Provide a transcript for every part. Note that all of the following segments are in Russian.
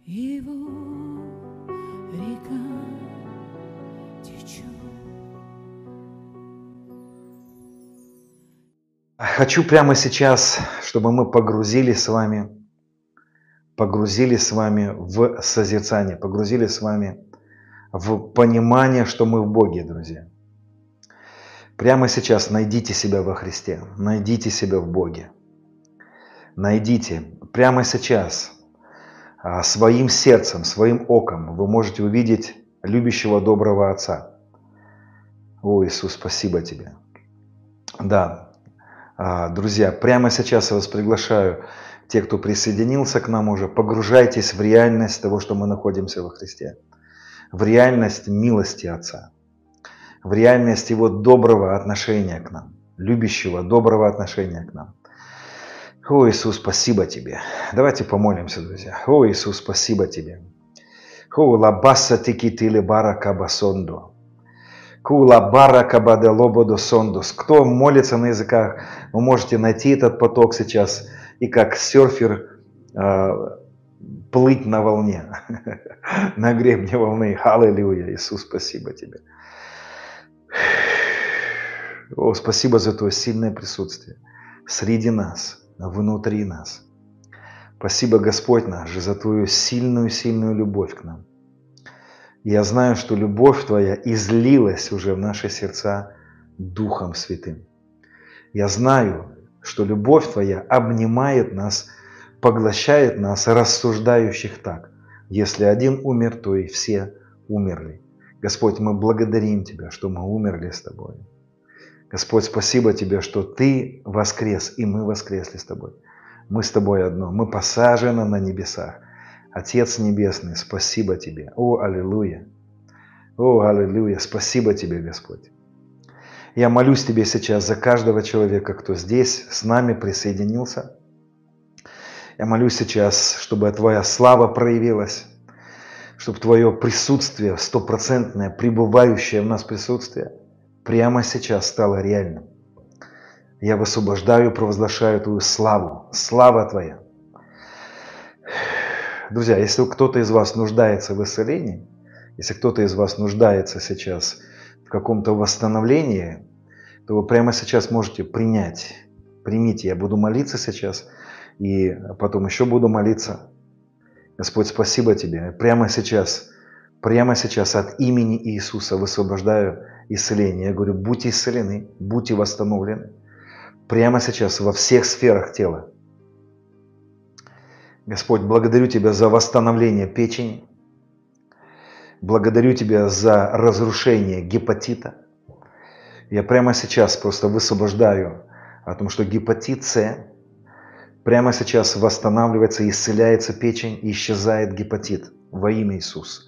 Его река течет. Хочу прямо сейчас, чтобы мы погрузились с вами в созерцание, погрузились с вами в понимание, что мы в Боге, друзья. Прямо сейчас найдите себя во Христе, найдите себя в Боге. Найдите прямо сейчас своим сердцем, своим оком вы можете увидеть любящего доброго Отца. О, Иисус, спасибо Тебе. Да, друзья, прямо сейчас я вас приглашаю, те, кто присоединился к нам уже, погружайтесь в реальность того, что мы находимся во Христе, в реальность милости Отца, в реальность Его доброго отношения к нам, любящего доброго отношения к нам. О, Иисус, спасибо Тебе. Давайте помолимся, друзья. О, Иисус, спасибо Тебе. О, лабаса тикитили барака басондо. Кула барака баделободо сондос. Кто молится на языках, вы можете найти этот поток сейчас и как серфер плыть на волне, на гребне волны. Аллилуйя, Иисус, спасибо Тебе. О, спасибо за Твое сильное присутствие среди нас, внутри нас. Спасибо, Господь наш, за Твою сильную любовь к нам. Я знаю, что любовь Твоя излилась уже в наши сердца Духом Святым. Я знаю, что любовь Твоя обнимает нас, поглощает нас, рассуждающих так. Если один умер, то и все умерли. Господь, мы благодарим Тебя, что мы умерли с Тобой. Господь, спасибо Тебе, что Ты воскрес, и мы воскресли с Тобой. Мы с Тобой одно, мы посажены на небесах. Отец Небесный, спасибо Тебе. О, аллилуйя. О, аллилуйя. Спасибо Тебе, Господь. Я молюсь Тебе сейчас за каждого человека, кто здесь с нами присоединился. Я молюсь сейчас, чтобы Твоя слава проявилась, чтобы Твое присутствие, стопроцентное, пребывающее в нас присутствие, прямо сейчас стало реальным. Я высвобождаю, провозглашаю Твою славу. Слава Твоя. Друзья, если кто-то из вас нуждается в исцелении, если кто-то из вас нуждается сейчас в каком-то восстановлении, то вы прямо сейчас можете принять. Примите, я буду молиться сейчас, и потом еще буду молиться. Господь, спасибо Тебе. Прямо сейчас от имени Иисуса высвобождаю исцеление. Я говорю, будьте исцелены, будьте восстановлены. Прямо сейчас во всех сферах тела. Господь, благодарю Тебя за восстановление печени. Благодарю Тебя за разрушение гепатита. Я прямо сейчас просто высвобождаю о том, что гепатит С прямо сейчас восстанавливается, исцеляется печень, и исчезает гепатит во имя Иисуса.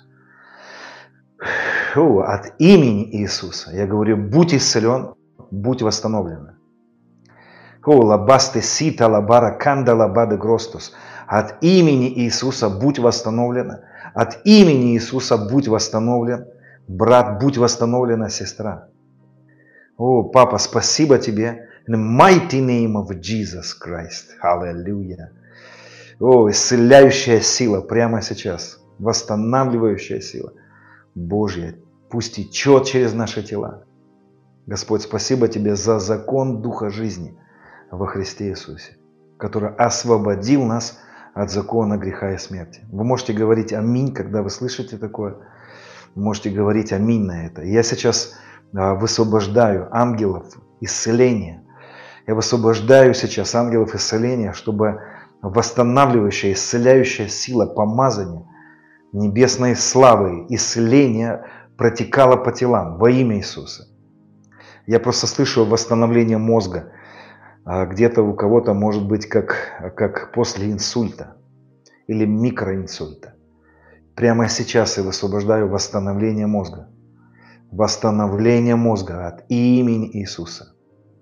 От имени Иисуса я говорю, будь исцелен, будь восстановлен. Лабасте сита лабара канда лабады гростус. От имени Иисуса будь восстановлена. От имени Иисуса будь восстановлен. Брат, будь восстановлена, сестра. О, Папа, спасибо Тебе. In the mighty name of Jesus Christ. Hallelujah. О, исцеляющая сила прямо сейчас. Восстанавливающая сила Божья. Пусть течет через наши тела. Господь, спасибо Тебе за закон Духа жизни во Христе Иисусе, который освободил нас от закона греха и смерти. Вы можете говорить аминь, когда вы слышите такое. Вы можете говорить аминь на это. Я сейчас высвобождаю ангелов исцеления. Я высвобождаю сейчас ангелов исцеления, чтобы восстанавливающая, исцеляющая сила помазания, небесной славы, исцеления протекала по телам во имя Иисуса. Я просто слышу восстановление мозга. Где-то у кого-то может быть как после инсульта или микроинсульта. Прямо сейчас я высвобождаю восстановление мозга. Восстановление мозга от имени Иисуса.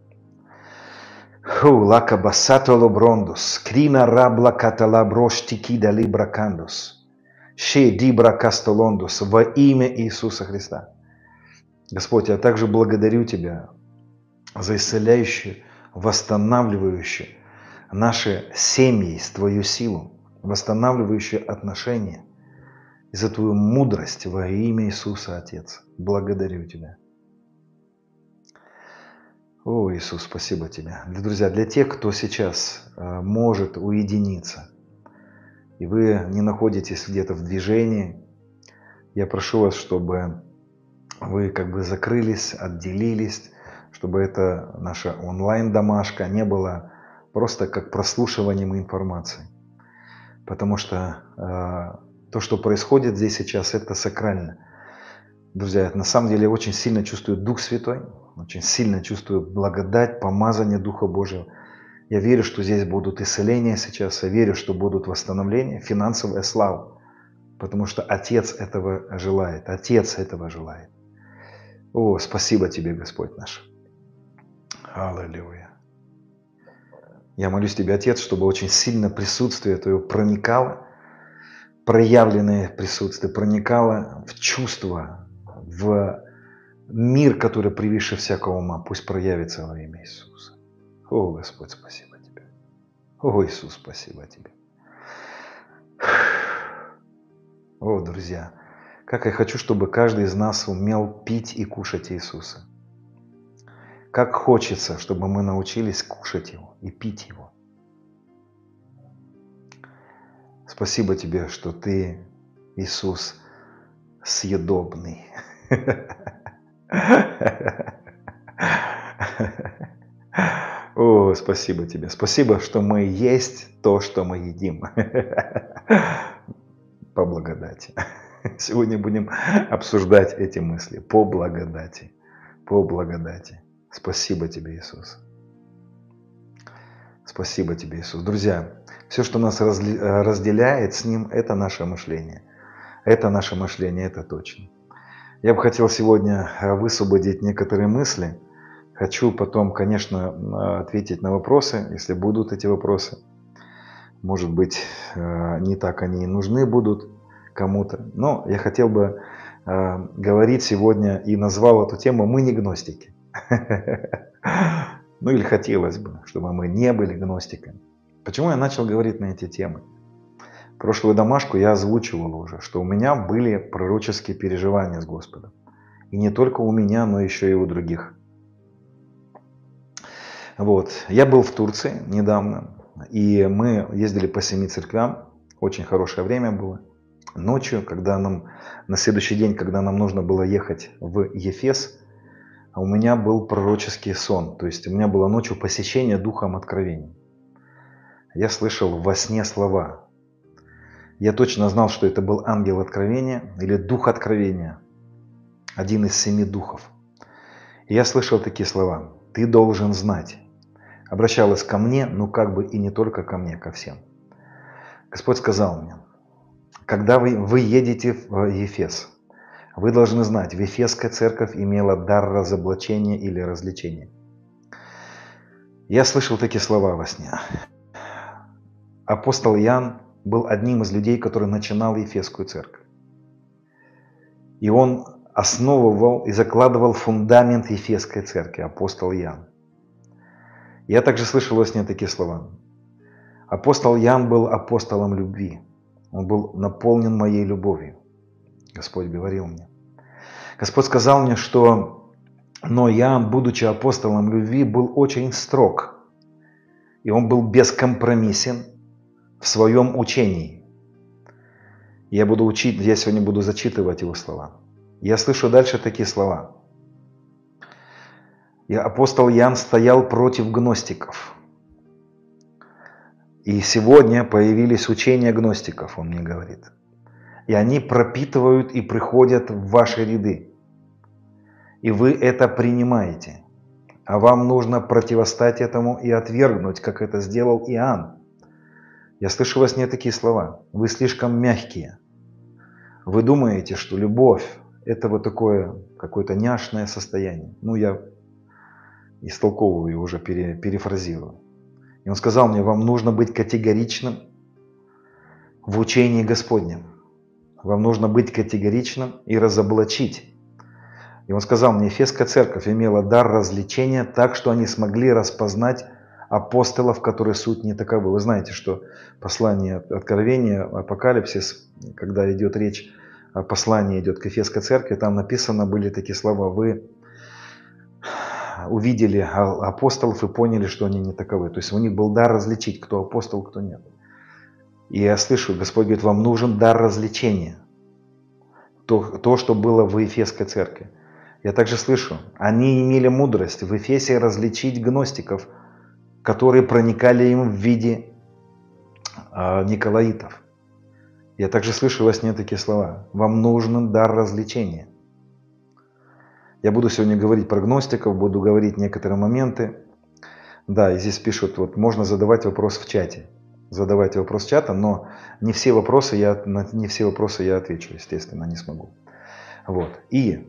Лака басато лоброндус, крина рабла каталаброш тикида либракандус, ше дибра кастолондус во имя Иисуса Христа. Господь, я также благодарю Тебя за исцеляющую, восстанавливающую наши семьи, Твою силу. восстанавливающие отношения, и за Твою мудрость во имя Иисуса, Отец. Благодарю Тебя. О, Иисус, спасибо Тебе. Друзья, для тех, кто сейчас может уединиться, и вы не находитесь где-то в движении, я прошу вас, чтобы вы как бы закрылись, отделились, чтобы эта наша онлайн-домашка не была просто как прослушиванием информации. Потому что то, что происходит здесь сейчас, это сакрально. Друзья, на самом деле я очень сильно чувствую Дух Святой, очень сильно чувствую благодать, помазание Духа Божьего. Я верю, что здесь будут исцеления сейчас, я верю, что будут восстановления, финансовая слава. Потому что Отец этого желает, Отец этого желает. О, спасибо Тебе, Господь наш. Аллилуйя. Я молюсь Тебе, Отец, чтобы очень сильно присутствие Твое проникало, проявленное присутствие проникало в чувства, в мир, который превыше всякого ума. Пусть проявится во имя Иисуса. О, Господь, спасибо Тебе. О, Иисус, спасибо Тебе. О, друзья, как я хочу, чтобы каждый из нас умел пить и кушать Иисуса. Как хочется, чтобы мы научились кушать Его и пить Его. Спасибо Тебе, что Ты, Иисус, съедобный. О, спасибо Тебе. Спасибо, что мы есть то, что мы едим. По благодати. Сегодня будем обсуждать эти мысли. По благодати. По благодати. Спасибо Тебе, Иисус. Спасибо Тебе, Иисус. Друзья, все, что нас разделяет с Ним, это наше мышление. Это наше мышление, это точно. Я бы хотел сегодня высвободить некоторые мысли. Хочу потом, конечно, ответить на вопросы, если будут эти вопросы. Может быть, не так они и нужны будут кому-то. Но я хотел бы говорить сегодня и назвал эту тему «Мы не гностики». Ну или хотелось бы, чтобы мы не были гностиками. Почему я начал говорить на эти темы? Прошлую домашку я озвучивал уже, что у меня были пророческие переживания с Господом. И не только у меня, но еще и у других. Вот. Я был в Турции недавно, и мы ездили по 7 церквям. Очень хорошее время было. Ночью, на следующий день, когда нам нужно было ехать в Ефес, у меня был пророческий сон. То есть у меня было ночью посещение духом откровений. Я слышал во сне слова. Я точно знал, что это был ангел откровения или дух откровения. Один из 7 духов. И я слышал такие слова. Ты должен знать. Обращалась ко мне, но как бы и не только ко мне, ко всем. Господь сказал мне, когда вы едете в Ефес, вы должны знать, Ефесская церковь имела дар разоблачения или развлечения. Я слышал такие слова во сне. Апостол Иоанн был одним из людей, который начинал Ефесскую церковь. И он основывал и закладывал фундамент Ефесской церкви, апостол Иоанн. Я также слышал во сне такие слова. Апостол Иоанн был апостолом любви. Он был наполнен моей любовью. Господь говорил мне. Господь сказал мне, что но Иоанн, будучи апостолом любви, был очень строг. И он был бескомпромиссен в своем учении. Я сегодня буду зачитывать его слова. Я слышу дальше такие слова. И апостол Иоанн стоял против гностиков. И сегодня появились учения гностиков, он мне говорит. И они пропитывают и приходят в ваши ряды. И вы это принимаете. А вам нужно противостать этому и отвергнуть, как это сделал Иоанн. Я слышу во сне такие слова. Вы слишком мягкие. Вы думаете, что любовь – это вот такое какое-то няшное состояние. Ну, я истолковываю, уже перефразирую. И он сказал мне, вам нужно быть категоричным в учении Господнем. Вам нужно быть категоричным и разоблачить. И он сказал мне, Ефесская церковь имела дар развлечения так, что они смогли распознать апостолов, которые суть не таковы. Вы знаете, что послание Откровения, Апокалипсис, когда идет речь, послание идет к Ефесской церкви, там написано были такие слова: вы увидели апостолов и поняли, что они не таковы. То есть у них был дар различить, кто апостол, кто нет. И я слышу, Господь говорит, вам нужен дар развлечения. То, что было в Ефесской церкви. Я также слышу, они имели мудрость в Ефесе различить гностиков, которые проникали им в виде николаитов. Я также слышу во сне такие слова. Вам нужен дар развлечения. Я буду сегодня говорить про гностиков, буду говорить некоторые моменты. Да, и здесь пишут, вот можно задавать вопрос в чате. Задавайте вопрос в чате, но не все вопросы я отвечу, естественно, не смогу. Вот. И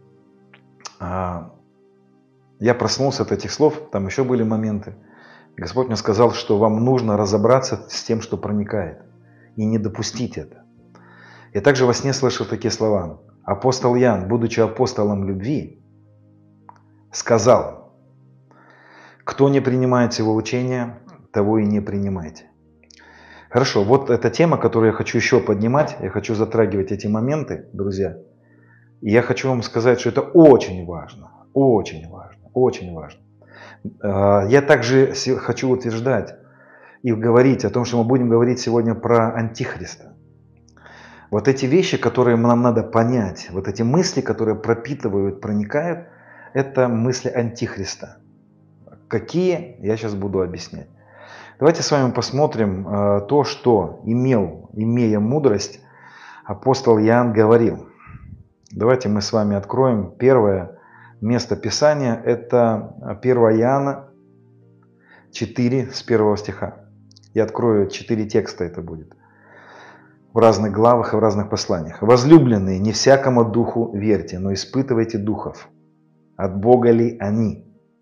я проснулся от этих слов, там еще были моменты. Господь мне сказал, что вам нужно разобраться с тем, что проникает, и не допустить это. Я также во сне слышал такие слова. Апостол Иоанн, будучи апостолом любви, сказал: кто не принимает сего учения, того и не принимайте. Хорошо, вот эта тема, которую я хочу еще поднимать, я хочу затрагивать эти моменты, друзья. И я хочу вам сказать, что это очень важно, очень важно, очень важно. Я также хочу утверждать и говорить о том, что мы будем говорить сегодня про Антихриста. Вот эти вещи, которые нам надо понять, вот эти мысли, которые пропитывают, проникают, это мысли Антихриста. Какие, я сейчас буду объяснять. Давайте с вами посмотрим то, что имея мудрость, апостол Иоанн говорил. Давайте мы с вами откроем первое место Писания. Это 1 Иоанна 4 с 1 стиха. Я открою 4 текста, это будет. В разных главах и в разных посланиях. «Возлюбленные, не всякому духу верьте, но испытывайте духов. От Бога ли они?»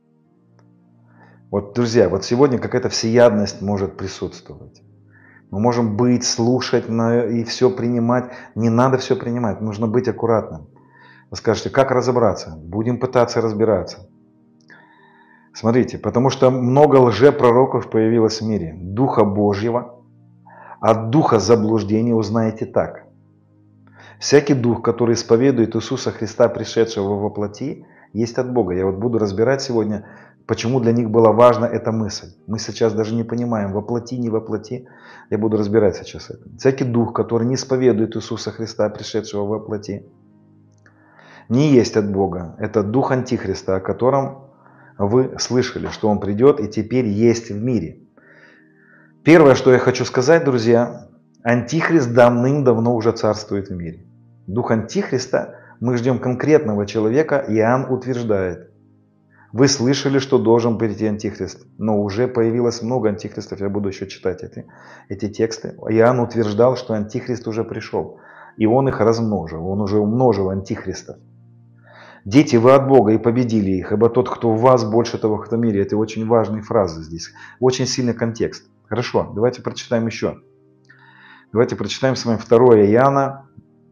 Вот, друзья, вот сегодня какая-то всеядность может присутствовать. Мы можем быть, слушать и все принимать. Не надо все принимать, нужно быть аккуратным. Вы скажете, как разобраться? Будем пытаться разбираться. Смотрите, потому что много лжепророков появилось в мире. Духа Божьего, от духа заблуждения узнаете так. Всякий дух, который исповедует Иисуса Христа, пришедшего во плоти, есть от Бога. Я вот буду разбирать сегодня, почему для них была важна эта мысль. Мы сейчас даже не понимаем, воплоти, не воплоти. Я буду разбирать сейчас это. Всякий дух, который не исповедует Иисуса Христа, пришедшего во плоти, не есть от Бога. Это дух Антихриста, о котором вы слышали, что он придет и теперь есть в мире. Первое, что я хочу сказать, друзья, Антихрист давным-давно уже царствует в мире. Дух Антихриста, мы ждем конкретного человека, Иоанн утверждает. Вы слышали, что должен прийти Антихрист, но уже появилось много антихристов, я буду еще читать эти тексты. Иоанн утверждал, что Антихрист уже пришел, и он их размножил, он уже умножил антихристов. «Дети, вы от Бога и победили их, ибо тот, кто в вас, больше того, кто в мире». Это очень важные фразы здесь, очень сильный контекст. Хорошо, давайте прочитаем еще. Давайте прочитаем с вами 2 Иоанна,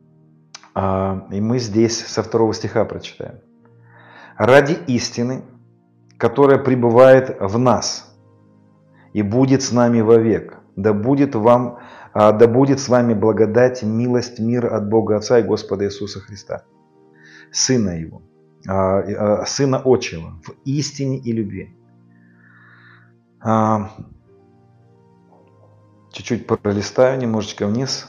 и мы здесь со 2 стиха прочитаем. «Ради истины, которая пребывает в нас и будет с нами вовек, да будет с вами благодать, милость, мир от Бога Отца и Господа Иисуса Христа, Сына Его, Сына Отчего, в истине и любви». Чуть-чуть пролистаю немножечко вниз.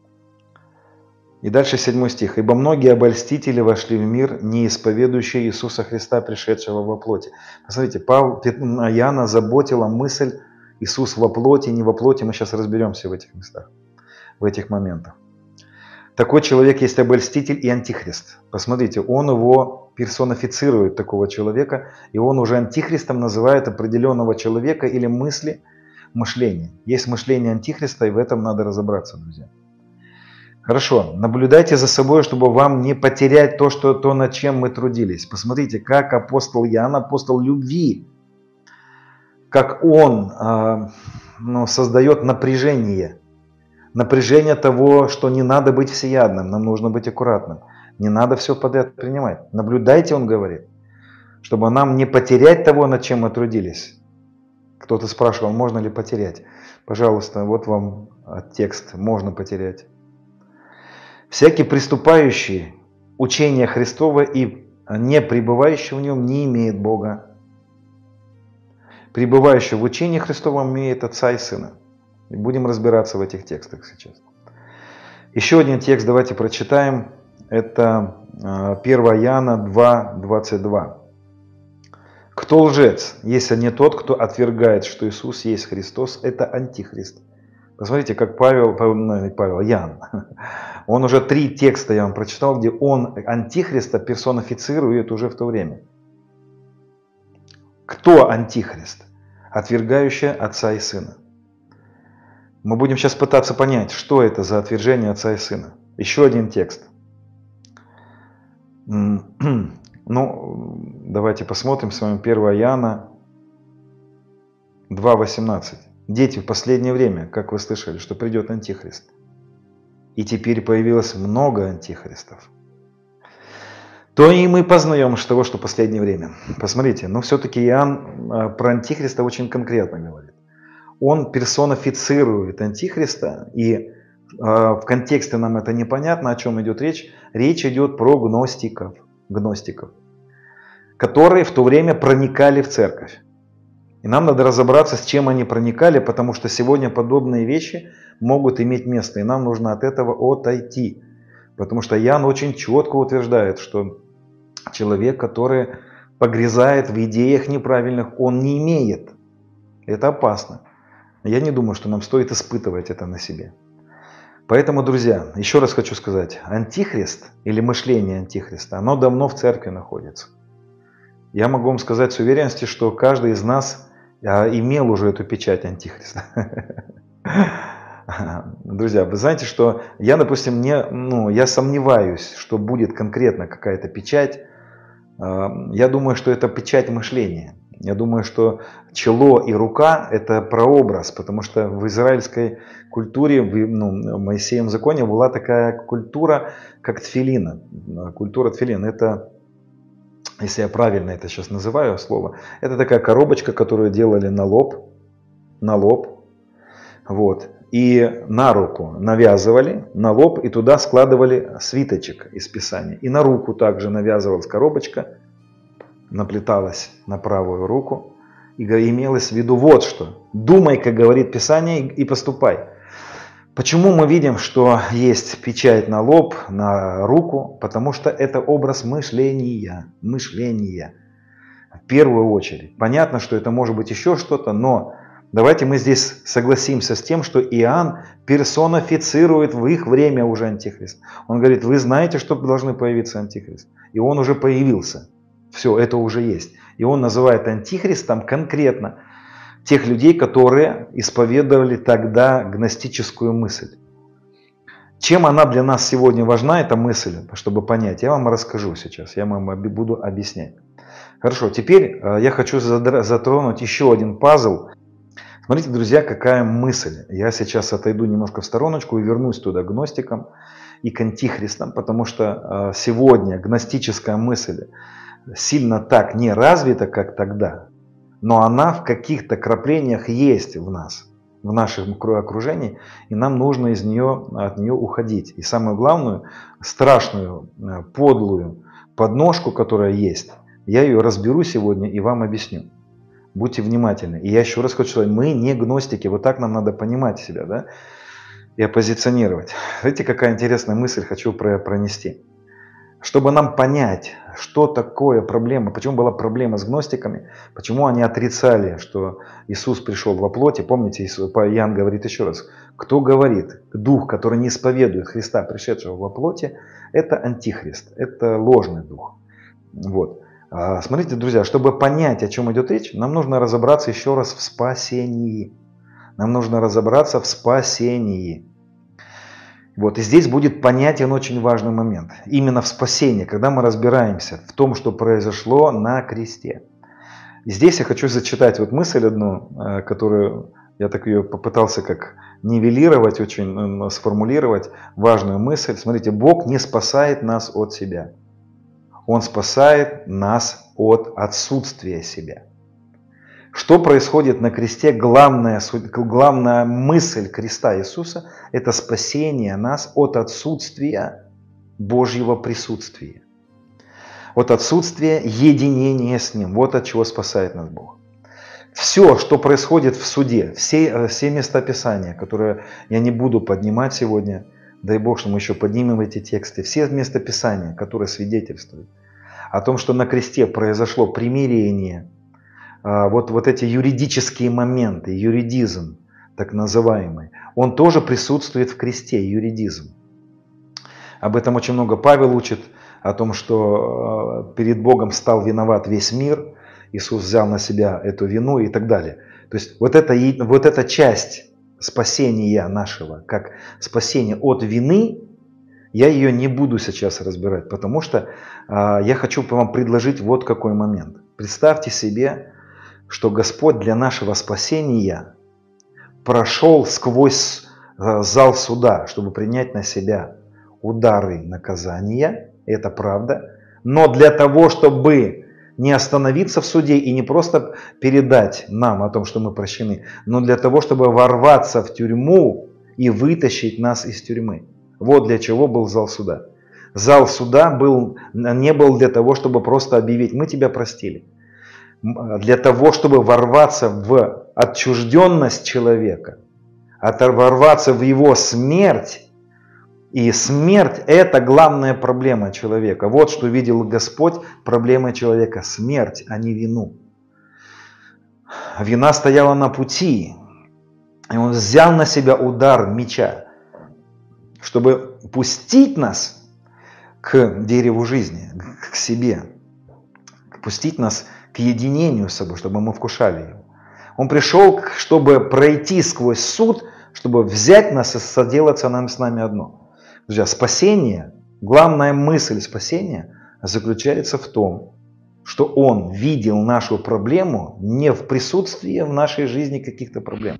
И дальше 7 стих. «Ибо многие обольстители вошли в мир, не исповедующие Иисуса Христа, пришедшего во плоти». Посмотрите, Иоанна заботила мысль Иисус во плоти, не во плоти. Мы сейчас разберемся в этих местах, в этих моментах. Такой человек есть обольститель и антихрист. Посмотрите, он его персонифицирует, такого человека, и он уже антихристом называет определенного человека или мышление. Есть мышление антихриста, и в этом надо разобраться, друзья. Хорошо, наблюдайте за собой, чтобы вам не потерять то, над чем мы трудились. Посмотрите, как апостол Иоанн, апостол любви, как он создает напряжение. Напряжение того, что не надо быть всеядным, нам нужно быть аккуратным. Не надо все подряд принимать. Наблюдайте, он говорит, чтобы нам не потерять того, над чем мы трудились. Кто-то спрашивал, можно ли потерять. Пожалуйста, вот вам текст, можно потерять. Всякий приступающий учение Христова и не пребывающий в нем не имеет Бога. Пребывающий в учении Христовом имеет Отца и Сына. И будем разбираться в этих текстах сейчас. Еще один текст давайте прочитаем. Это 1 Иоанна 2:22. Кто лжец, если не тот, кто отвергает, что Иисус есть Христос, это антихрист. Посмотрите, как Иоанн, он уже 3 текста я вам прочитал, где он антихриста персонифицирует уже в то время. Кто антихрист? Отвергающий Отца и Сына. Мы будем сейчас пытаться понять, что это за отвержение Отца и Сына. Еще один текст. Ну, давайте посмотрим с вами 1 Иоанна 2:18. Дети, в последнее время, как вы слышали, что придет антихрист. И теперь появилось много антихристов. То и мы познаем того, что в последнее время. Посмотрите, но все-таки Иоанн про антихриста очень конкретно говорит. Он персонифицирует антихриста, и в контексте нам это непонятно, о чем идет речь. Речь идет про гностиков, которые в то время проникали в церковь. И нам надо разобраться, с чем они проникали, потому что сегодня подобные вещи могут иметь место, и нам нужно от этого отойти. Потому что Иоанн очень четко утверждает, что человек, который погрязает в идеях неправильных, он не имеет. Это опасно. Я не думаю, что нам стоит испытывать это на себе. Поэтому, друзья, еще раз хочу сказать, антихрист или мышление антихриста, оно давно в церкви находится. Я могу вам сказать с уверенностью, что каждый из нас имел уже эту печать антихриста. Друзья, вы знаете, что я, допустим, я сомневаюсь, что будет конкретно какая-то печать. Я думаю, что это печать мышления. Я думаю, что чело и рука – это прообраз, потому что в израильской культуре, в Моисеевом законе была такая культура, как тфилина. Культура тфилин – это, если я правильно это сейчас называю слово, это такая коробочка, которую делали на лоб, вот, и на руку навязывали, на лоб, и туда складывали свиточек из Писания. И на руку также навязывалась коробочка, наплеталась на правую руку, и имелось в виду вот что. Думай, как говорит Писание, и поступай. Почему мы видим, что есть печать на лоб, на руку? Потому что это образ мышления. В первую очередь. Понятно, что это может быть еще что-то, но давайте мы здесь согласимся с тем, что Иоанн персонифицирует в их время уже антихрист. Он говорит, вы знаете, что должны появиться антихрист. И он уже появился. Все, это уже есть. И он называет антихристом конкретно тех людей, которые исповедовали тогда гностическую мысль. Чем она для нас сегодня важна, эта мысль, чтобы понять, я вам расскажу сейчас, я вам буду объяснять. Хорошо, теперь я хочу затронуть еще один пазл. Смотрите, друзья, какая мысль. Я сейчас отойду немножко в стороночку и вернусь туда к гностикам и к антихристам, потому что сегодня гностическая мысль сильно так не развита, как тогда, но она в каких-то краплениях есть в нас, в нашем окружении, и нам нужно от нее уходить. И самую главную, страшную, подлую подножку, которая есть, я ее разберу сегодня и вам объясню. Будьте внимательны. И я еще раз хочу сказать, мы не гностики, вот так нам надо понимать себя, да, и оппозиционировать. Смотрите, какая интересная мысль хочу пронести. Чтобы нам понять, что такое проблема, почему была проблема с гностиками, почему они отрицали, что Иисус пришел во плоти. Помните, Иоанн говорит еще раз, кто говорит, дух, который не исповедует Христа, пришедшего во плоти, это антихрист, это ложный дух. Вот. Смотрите, друзья, чтобы понять, о чем идет речь, нам нужно разобраться еще раз в спасении. Нам нужно разобраться в спасении. Вот, и здесь будет понятен очень важный момент. Именно в спасении, когда мы разбираемся в том, что произошло на кресте. И здесь я хочу зачитать вот мысль одну, которую я так ее попытался как нивелировать, очень сформулировать важную мысль. Смотрите, Бог не спасает нас от себя. Он спасает нас от отсутствия себя. Что происходит на кресте? Главная мысль креста Иисуса – это спасение нас от отсутствия Божьего присутствия. От отсутствия единения с Ним. Вот от чего спасает нас Бог. Все, что происходит в суде, все места Писания, которые я не буду поднимать сегодня, дай Бог, что мы еще поднимем эти тексты, все места Писания, которые свидетельствуют о том, что на кресте произошло примирение, вот эти юридические моменты, юридизм так называемый, он тоже присутствует в кресте, юридизм. Об этом очень много Павел учит, о том, что перед Богом стал виноват весь мир, Иисус взял на себя эту вину и так далее. То есть вот эта часть спасения нашего, как спасение от вины, я ее не буду сейчас разбирать, потому что я хочу вам предложить вот какой момент. Представьте себе, что Господь для нашего спасения прошел сквозь зал суда, чтобы принять на себя удары наказания, это правда, но для того, чтобы не остановиться в суде и не просто передать нам о том, что мы прощены, но для того, чтобы ворваться в тюрьму и вытащить нас из тюрьмы. Вот для чего был зал суда. Зал суда не был для того, чтобы просто объявить: мы тебя простили. Для того, чтобы ворваться в отчужденность человека, ворваться в его смерть. И смерть – это главная проблема человека. Вот что видел Господь, проблема человека – смерть, а не вину. Вина стояла на пути, и Он взял на себя удар меча, чтобы пустить нас к дереву жизни, к себе, пустить нас к единению с собой, чтобы мы вкушали его. Он пришел, чтобы пройти сквозь суд, чтобы взять нас и соделаться нам с нами одно. Друзья, спасение, главная мысль спасения заключается в том, что Он видел нашу проблему не в присутствии в нашей жизни каких-то проблем.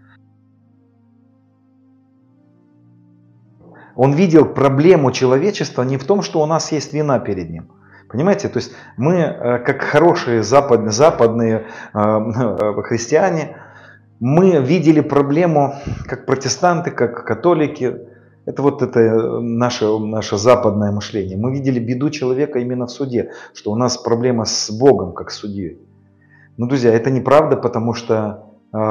Он видел проблему человечества не в том, что у нас есть вина перед Ним. Понимаете, то есть мы, как хорошие западные христиане, мы видели проблему, как протестанты, как католики. Это наше западное мышление. Мы видели беду человека именно в суде, что у нас проблема с Богом, как с судьей. Но, друзья, это неправда, потому что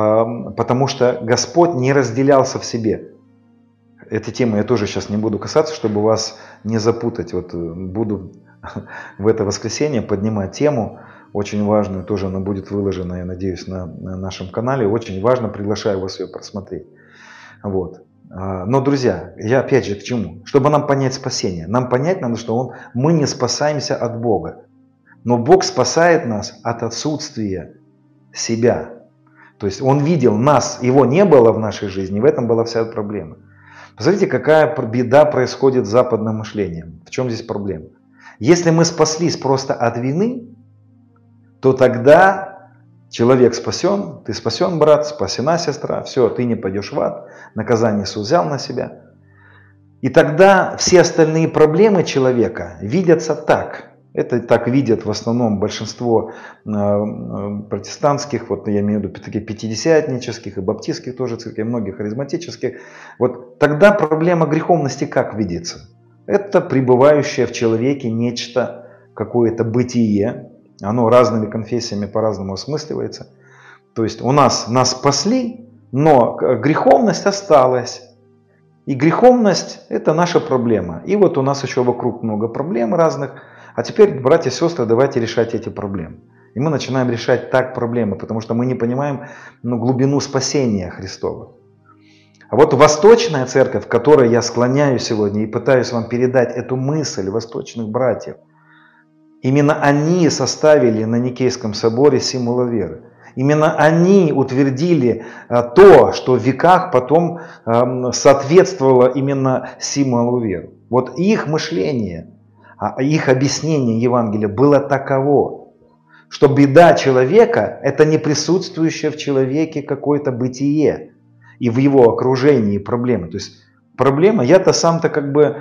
Господь не разделялся в себе. Этой темы я тоже сейчас не буду касаться, чтобы вас не запутать. Вот буду в это воскресенье поднимать тему очень важную, тоже она будет выложена, я надеюсь, на нашем канале. Очень важно, приглашаю вас ее просмотреть. Вот. Но, друзья, я опять же к чему? Чтобы нам понять спасение. Нам понять надо, что мы не спасаемся от Бога. Но Бог спасает нас от отсутствия себя. То есть Он видел нас, Его не было в нашей жизни, в этом была вся проблема. Посмотрите, какая беда происходит с западным мышлением. В чем здесь проблема? Если мы спаслись просто от вины, то тогда человек спасен, ты спасен, брат, спасена сестра, все, ты не пойдешь в ад, наказание Иисус взял на себя. И тогда все остальные проблемы человека видятся так. Это так видят в основном большинство протестантских, вот я имею в виду таких пятидесятнических и баптистских тоже церквей, многих харизматических. Вот тогда проблема греховности как видится? Это пребывающее в человеке нечто, какое-то бытие. Оно разными конфессиями по-разному осмысливается. То есть нас спасли, но греховность осталась. И греховность – это наша проблема. И вот у нас еще вокруг много проблем разных. А теперь, братья и сестры, давайте решать эти проблемы. И мы начинаем решать так проблемы, потому что мы не понимаем глубину спасения Христова. А вот Восточная Церковь, к которой я склоняюсь сегодня и пытаюсь вам передать эту мысль восточных братьев, именно они составили на Никейском соборе символы веры. Именно они утвердили то, что в веках потом соответствовало именно символу веры. Вот их мышление, их объяснение Евангелия было таково, что беда человека – это не присутствующее в человеке какое-то бытие и в его окружении проблемы. То есть проблема, я-то сам-то как бы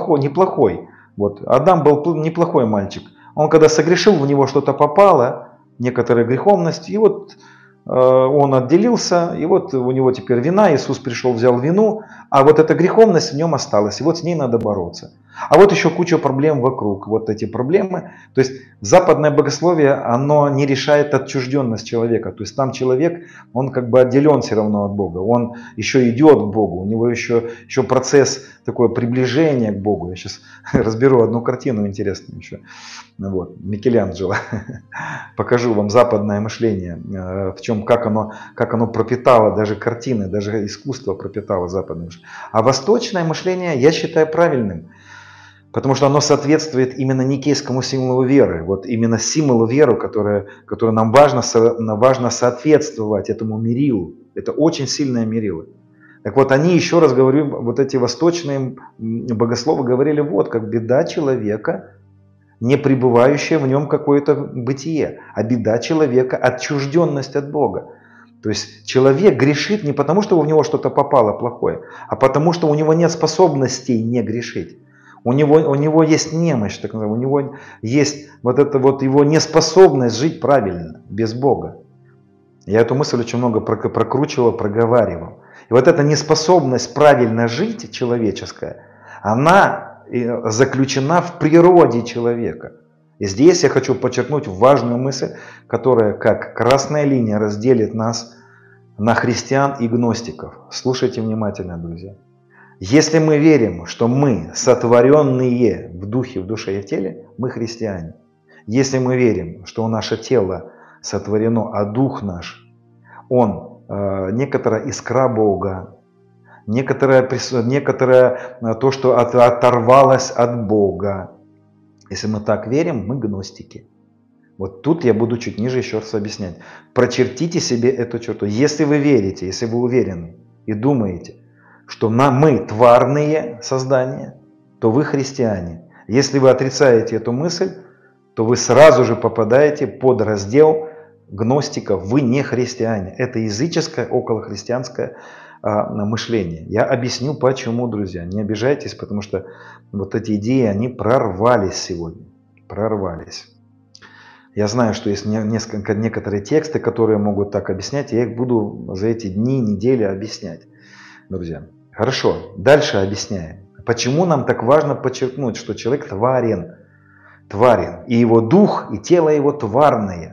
неплохой. Вот. Адам был неплохой мальчик. Он когда согрешил, в него что-то попало, некоторая греховность, и вот он отделился, и вот у него теперь вина, Иисус пришел, взял вину, а вот эта греховность в нем осталась, и вот с ней надо бороться. А вот еще куча проблем вокруг, вот эти проблемы. То есть западное богословие, оно не решает отчужденность человека. То есть там человек, он как бы отделен все равно от Бога, он еще идет к Богу, у него еще процесс такое приближение к Богу. Я сейчас разберу одну картину интересную еще. Вот, Микеланджело. Покажу вам западное мышление, в чем, как оно пропитало даже картины, даже искусство пропитало западное мышление. А восточное мышление я считаю правильным, потому что оно соответствует именно никейскому символу веры. Вот именно символу веры, который нам важно соответствовать этому мерилу. Это очень сильное мерило. Так вот, они, еще раз говорю, вот эти восточные богословы говорили, вот как беда человека, не пребывающее в нем какое-то бытие, а беда человека – отчужденность от Бога. То есть человек грешит не потому, что в него что-то попало плохое, а потому, что у него нет способностей не грешить. У него есть немощь, так называемая, у него есть вот эта вот его неспособность жить правильно, без Бога. Я эту мысль очень много прокручивал, проговаривал. И вот эта неспособность правильно жить человеческая, она заключена в природе человека. И здесь я хочу подчеркнуть важную мысль, которая как красная линия разделит нас на христиан и гностиков. Слушайте внимательно, друзья. Если мы верим, что мы сотворенные в духе, в душе и в теле, мы христиане. Если мы верим, что наше тело сотворено, а дух наш, он некоторая искра Бога, некоторое то, что оторвалось от Бога. Если мы так верим, мы гностики. Вот тут я буду чуть ниже еще раз объяснять. Прочертите себе эту черту. Если вы верите, если вы уверены и думаете, что мы тварные создания, то вы христиане. Если вы отрицаете эту мысль, то вы сразу же попадаете под раздел гностиков. Вы не христиане. Это языческое, околохристианское мышление. Я объясню почему, друзья. Не обижайтесь, потому что вот эти идеи, они прорвались сегодня. Прорвались. Я знаю, что есть некоторые тексты, которые могут так объяснять. Я их буду за эти дни, недели объяснять, друзья. Хорошо, дальше объясняем. Почему нам так важно подчеркнуть, что человек тварен. Тварен. И его дух, и тело его тварное.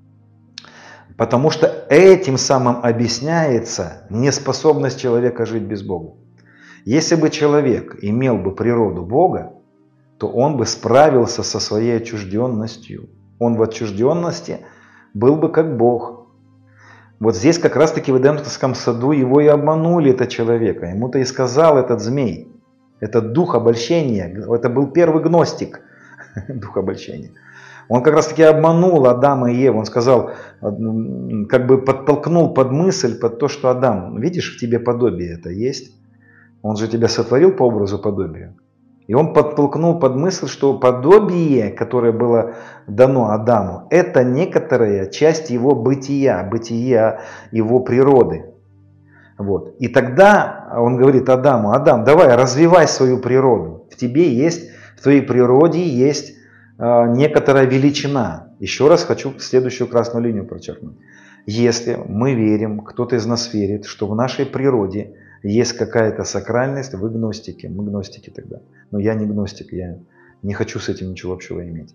Потому что этим самым объясняется неспособность человека жить без Бога. Если бы человек имел бы природу Бога, то он бы справился со своей отчужденностью. Он в отчужденности был бы как Бог. Вот здесь как раз-таки в Эдемском саду его и обманули, этого человека. Ему-то и сказал этот змей, этот дух обольщения, это был первый гностик, дух обольщения. Он как раз таки обманул Адама и Еву. Он сказал, как бы подтолкнул под мысль, под то, что Адам, видишь, в тебе подобие это есть. Он же тебя сотворил по образу подобию. И он подтолкнул под мысль, что подобие, которое было дано Адаму, это некоторая часть его бытия его природы. Вот. И тогда он говорит Адаму, Адам, давай развивай свою природу. В тебе есть, в твоей природе есть некоторая величина. Еще раз хочу следующую красную линию подчеркнуть. Если мы верим, кто-то из нас верит, что в нашей природе есть какая-то сакральность, вы гностики, мы гностики тогда. Но я не гностик, я не хочу с этим ничего общего иметь.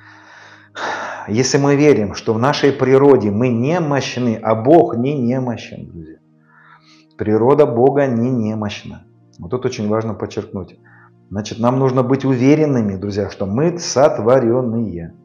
Если мы верим, что в нашей природе мы немощны, а Бог не немощен, друзья. Природа Бога не немощна. Вот это очень важно подчеркнуть. Значит, нам нужно быть уверенными, друзья, что мы сотворенные.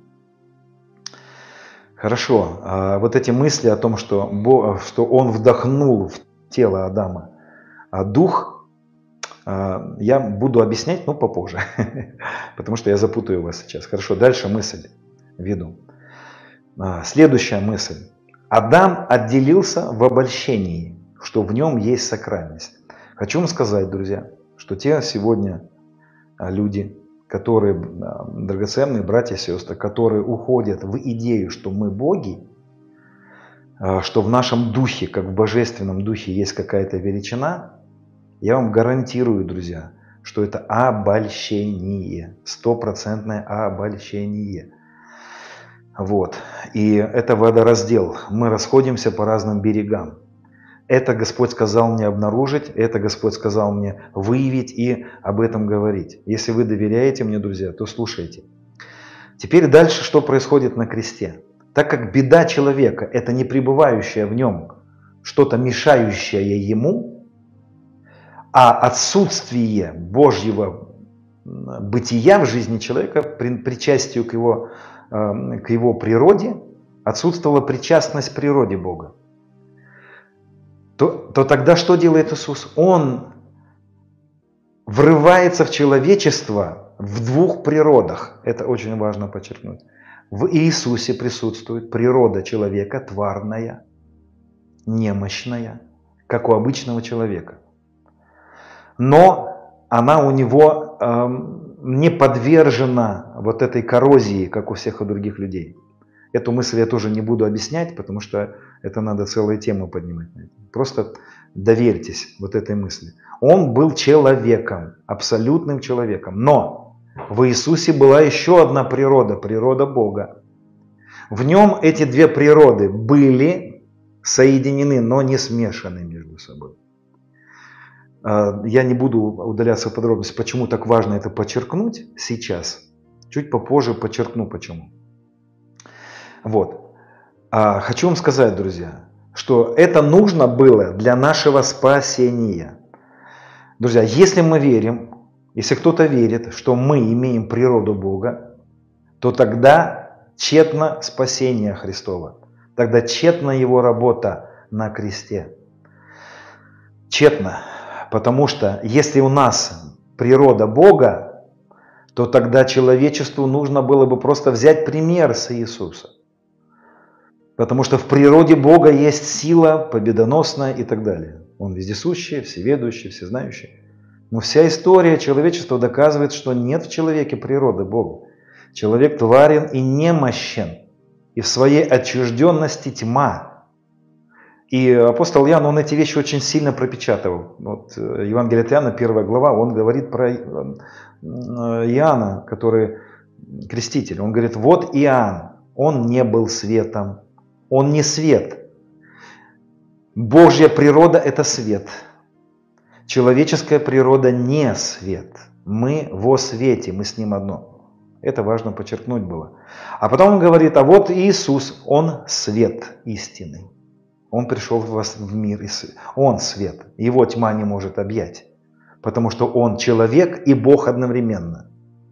Хорошо. Вот эти мысли о том, что Он вдохнул в тело Адама дух, я буду объяснять, но попозже, потому что я запутаю вас сейчас. Хорошо, дальше мысль веду. Следующая мысль. Адам отделился в обольщении, что в нем есть сакральность. Хочу вам сказать, друзья, что те сегодня люди, которые, драгоценные братья и сестры, которые уходят в идею, что мы боги, что в нашем духе, как в божественном духе, есть какая-то величина, я вам гарантирую, друзья, что это обольщение, стопроцентное обольщение. Вот. И это водораздел. Мы расходимся по разным берегам. Это Господь сказал мне обнаружить, это Господь сказал мне выявить и об этом говорить. Если вы доверяете мне, друзья, то слушайте. Теперь дальше что происходит на кресте? Так как беда человека – это не пребывающее в нем что-то мешающее ему, а отсутствие Божьего бытия в жизни человека, причастию к его природе, отсутствовала причастность к природе Бога, то тогда что делает Иисус? Он врывается в человечество в двух природах. Это очень важно подчеркнуть. В Иисусе присутствует природа человека тварная, немощная, как у обычного человека. Но она у него не подвержена вот этой коррозии, как у всех других людей. Эту мысль я тоже не буду объяснять, потому что это надо целые темы поднимать. Просто доверьтесь вот этой мысли. Он был человеком, абсолютным человеком. Но в Иисусе была еще одна природа, природа Бога. В нем эти две природы были соединены, но не смешаны между собой. Я не буду удаляться в подробности, почему так важно это подчеркнуть сейчас. Чуть попозже подчеркну, почему. Вот. Хочу вам сказать, друзья, что это нужно было для нашего спасения. Друзья, если мы верим, если кто-то верит, что мы имеем природу Бога, то тогда тщетно спасение Христово. Тогда тщетна Его работа на кресте. Тщетно. Потому что если у нас природа Бога, то тогда человечеству нужно было бы просто взять пример с Иисуса. Потому что в природе Бога есть сила победоносная и так далее. Он вездесущий, всеведущий, всезнающий. Но вся история человечества доказывает, что нет в человеке природы Бога. Человек тварен и немощен, и в своей отчужденности тьма. И апостол Иоанн, он эти вещи очень сильно пропечатывал. Вот Евангелие от Иоанна, 1 глава, он говорит про Иоанна, который креститель. Он говорит, вот Иоанн, он не был светом, он не свет. Божья природа – это свет. Человеческая природа не свет. Мы во свете, мы с ним одно. Это важно подчеркнуть было. А потом он говорит, а вот Иисус, он свет истинный. Он пришел в мир, он свет. Его тьма не может объять, потому что он человек и Бог одновременно.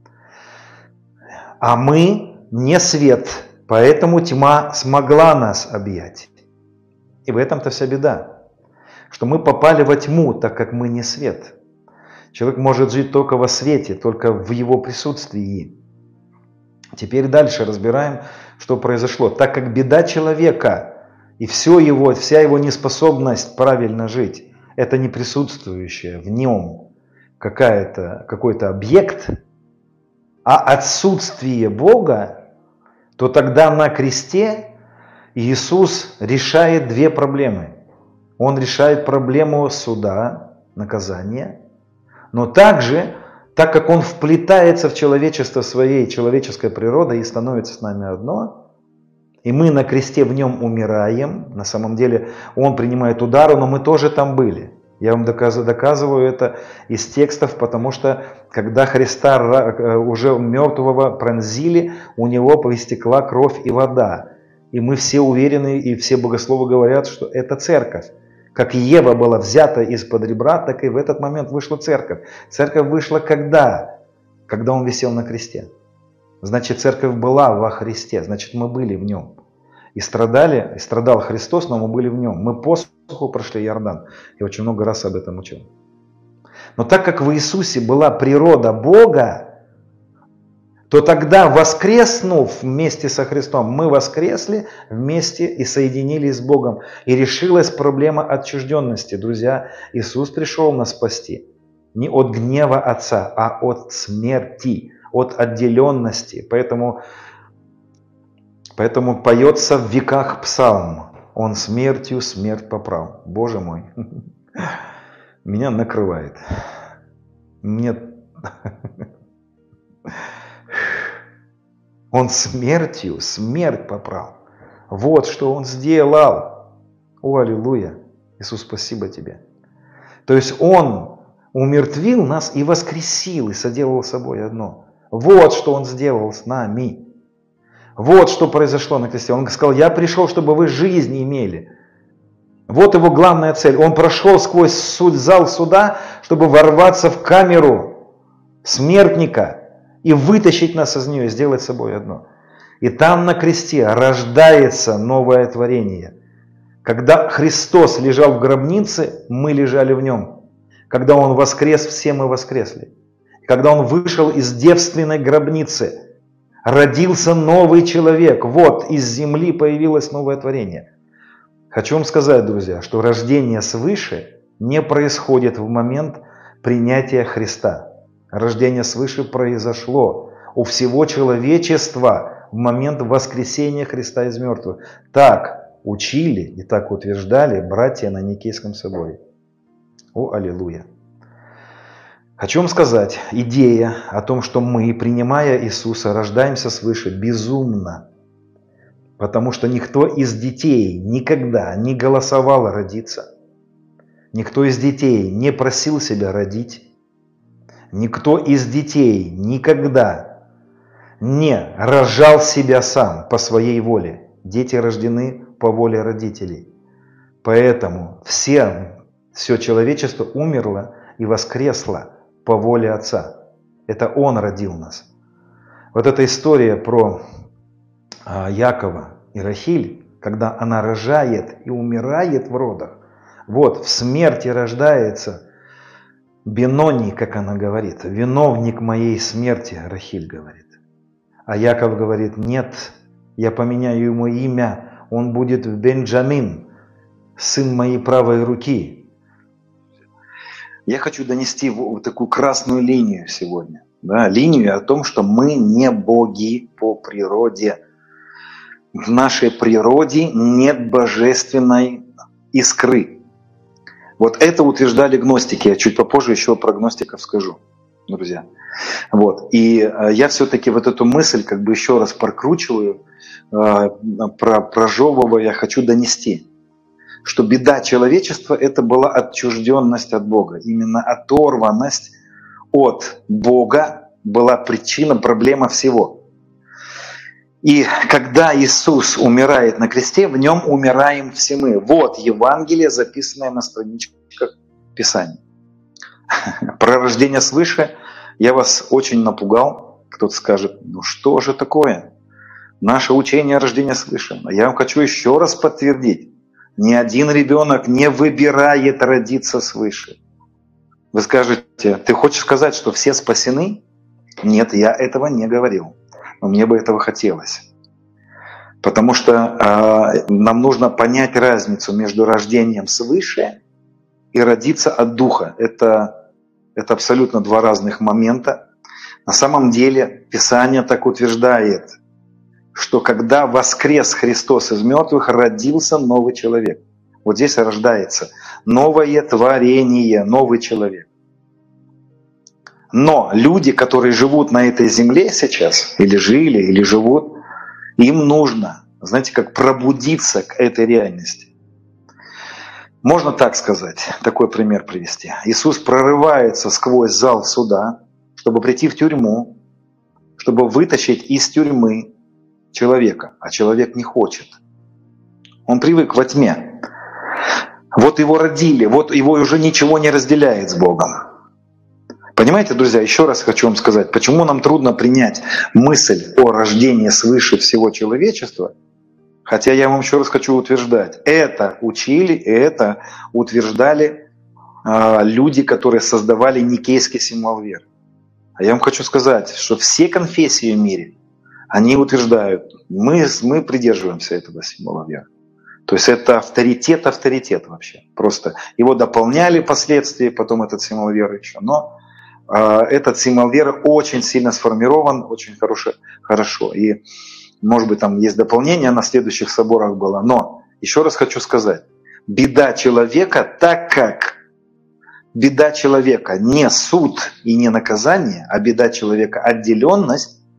А мы не свет, поэтому тьма смогла нас объять. И в этом-то вся беда, что мы попали во тьму, так как мы не свет. Человек может жить только во свете, только в его присутствии. Теперь дальше разбираем, что произошло. Так как беда человека и вся его неспособность правильно жить, это не присутствующее в нем какой-то объект, а отсутствие Бога, то тогда на кресте Иисус решает две проблемы. Он решает проблему суда, наказания, но также, так как Он вплетается в человечество своей человеческой природой и становится с нами одно, и мы на кресте в Нем умираем, на самом деле Он принимает удары, но мы тоже там были. Я вам доказываю это из текстов, потому что когда Христа уже мертвого пронзили, у Него проистекла кровь и вода. И мы все уверены, и все богословы говорят, что это церковь. Как Ева была взята из-под ребра, так и в этот момент вышла церковь. Церковь вышла когда? Когда Он висел на кресте. Значит, церковь была во Христе, значит, мы были в Нем. И страдал Христос, но мы были в Нем. Мы по суху прошли Иордан. Я очень много раз об этом учил. Но так как в Иисусе была природа Бога, то тогда, воскреснув вместе со Христом, мы воскресли вместе и соединились с Богом. И решилась проблема отчужденности. Друзья, Иисус пришел нас спасти не от гнева Отца, а от смерти, от отделенности. Поэтому поется в веках псалм. Он смертью смерть поправ. Боже мой, меня накрывает. Мне... Он смертью смерть попрал. Вот что Он сделал. О, аллилуйя. Иисус, спасибо Тебе. То есть Он умертвил нас и воскресил, и соделал с собой одно. Вот что Он сделал с нами. Вот что произошло на кресте. Он сказал, я пришел, чтобы вы жизнь имели. Вот Его главная цель. Он прошел сквозь зал суда, чтобы ворваться в камеру смертника и вытащить нас из нее, и сделать с собой одно. И там на кресте рождается новое творение. Когда Христос лежал в гробнице, мы лежали в Нем. Когда Он воскрес, все мы воскресли. Когда Он вышел из девственной гробницы, родился новый человек. Вот из земли появилось новое творение. Хочу вам сказать, друзья, что рождение свыше не происходит в момент принятия Христа. Рождение свыше произошло у всего человечества в момент воскресения Христа из мертвых. Так учили и так утверждали братья на Никейском соборе. О, аллилуйя! Хочу вам сказать, идея о том, что мы, принимая Иисуса, рождаемся свыше, безумна. Потому что никто из детей никогда не голосовал родиться. Никто из детей не просил себя родить. Никто из детей никогда не рожал себя сам по своей воле. Дети рождены по воле родителей. Поэтому все человечество умерло и воскресло по воле Отца. Это Он родил нас. Вот эта история про Якова и Рахиль, когда она рожает и умирает в родах, вот в смерти рождается Бенони, как она говорит, виновник моей смерти, Рахиль говорит. А Яков говорит, нет, я поменяю ему имя, он будет Бенджамин, сын моей правой руки. Я хочу донести вот такую красную линию сегодня. Да, линию о том, что мы не боги по природе. В нашей природе нет божественной искры. Вот это утверждали гностики. Я чуть попозже еще про гностиков скажу, друзья. Вот. И я все-таки вот эту мысль как бы еще раз прокручиваю, прожевывая, я хочу донести, что беда человечества – это была отчужденность от Бога. Именно оторванность от Бога была причина, проблема всего. И когда Иисус умирает на кресте, в Нем умираем все мы. Вот Евангелие, записанное на страничках Писания. Про рождение свыше я вас очень напугал. Кто-то скажет, ну что же такое? Наше учение о рождении свыше. Но я вам хочу еще раз подтвердить. Ни один ребенок не выбирает родиться свыше. Вы скажете, ты хочешь сказать, что все спасены? Нет, я этого не говорил. Но мне бы этого хотелось. Потому что нам нужно понять разницу между рождением свыше и родиться от Духа. Это абсолютно два разных момента. На самом деле Писание так утверждает, что когда воскрес Христос из мертвых, родился новый человек. Вот здесь рождается новое творение, новый человек. Но люди, которые живут на этой земле сейчас, или жили, или живут, им нужно, знаете, как пробудиться к этой реальности. Можно так сказать, такой пример привести. Иисус прорывается сквозь зал суда, чтобы прийти в тюрьму, чтобы вытащить из тюрьмы человека, а человек не хочет. Он привык во тьме. Вот его родили, вот его уже ничего не разделяет с Богом. Понимаете, друзья, еще раз хочу вам сказать, почему нам трудно принять мысль о рождении свыше всего человечества, хотя я вам еще раз хочу утверждать, это учили, это утверждали люди, которые создавали никейский символ веры. А я вам хочу сказать, что все конфессии в мире, они утверждают, мы придерживаемся этого символа веры. То есть это авторитет вообще. Просто его дополняли впоследствии, потом этот символ веры еще. Но этот символ веры очень сильно сформирован, очень хорошо. И, может быть, там есть дополнение, на следующих соборах было. Но, еще раз хочу сказать, беда человека, так как беда человека не суд и не наказание, а беда человека отделенность,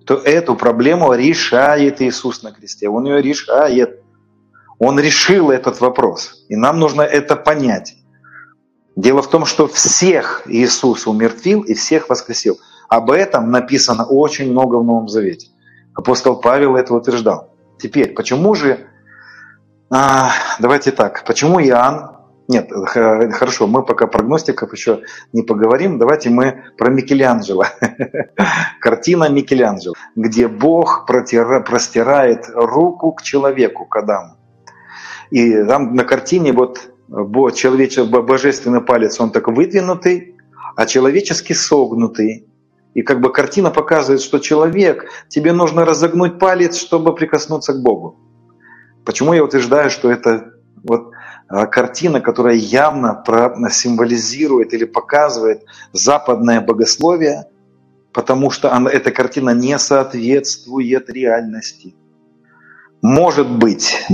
то эту проблему решает Иисус на кресте. Он ее решает. Он решил этот вопрос. И нам нужно это понять. Дело в том, что всех Иисус умертвил и всех воскресил. Об этом написано очень много в Новом Завете. Апостол Павел это утверждал. Теперь, почему же, давайте так, почему Иоанн, нет, хорошо, мы пока про гностиков еще не поговорим, давайте мы про Микеланджело. Картина Микеланджело, где Бог простирает руку к человеку, к Адаму. И там на картине вот божественный палец, он так выдвинутый, а человеческий согнутый. И как бы картина показывает, что человек, тебе нужно разогнуть палец, чтобы прикоснуться к Богу. Почему я утверждаю, что это вот картина, которая явно символизирует или показывает западное богословие, потому что эта картина не соответствует реальности. Может быть,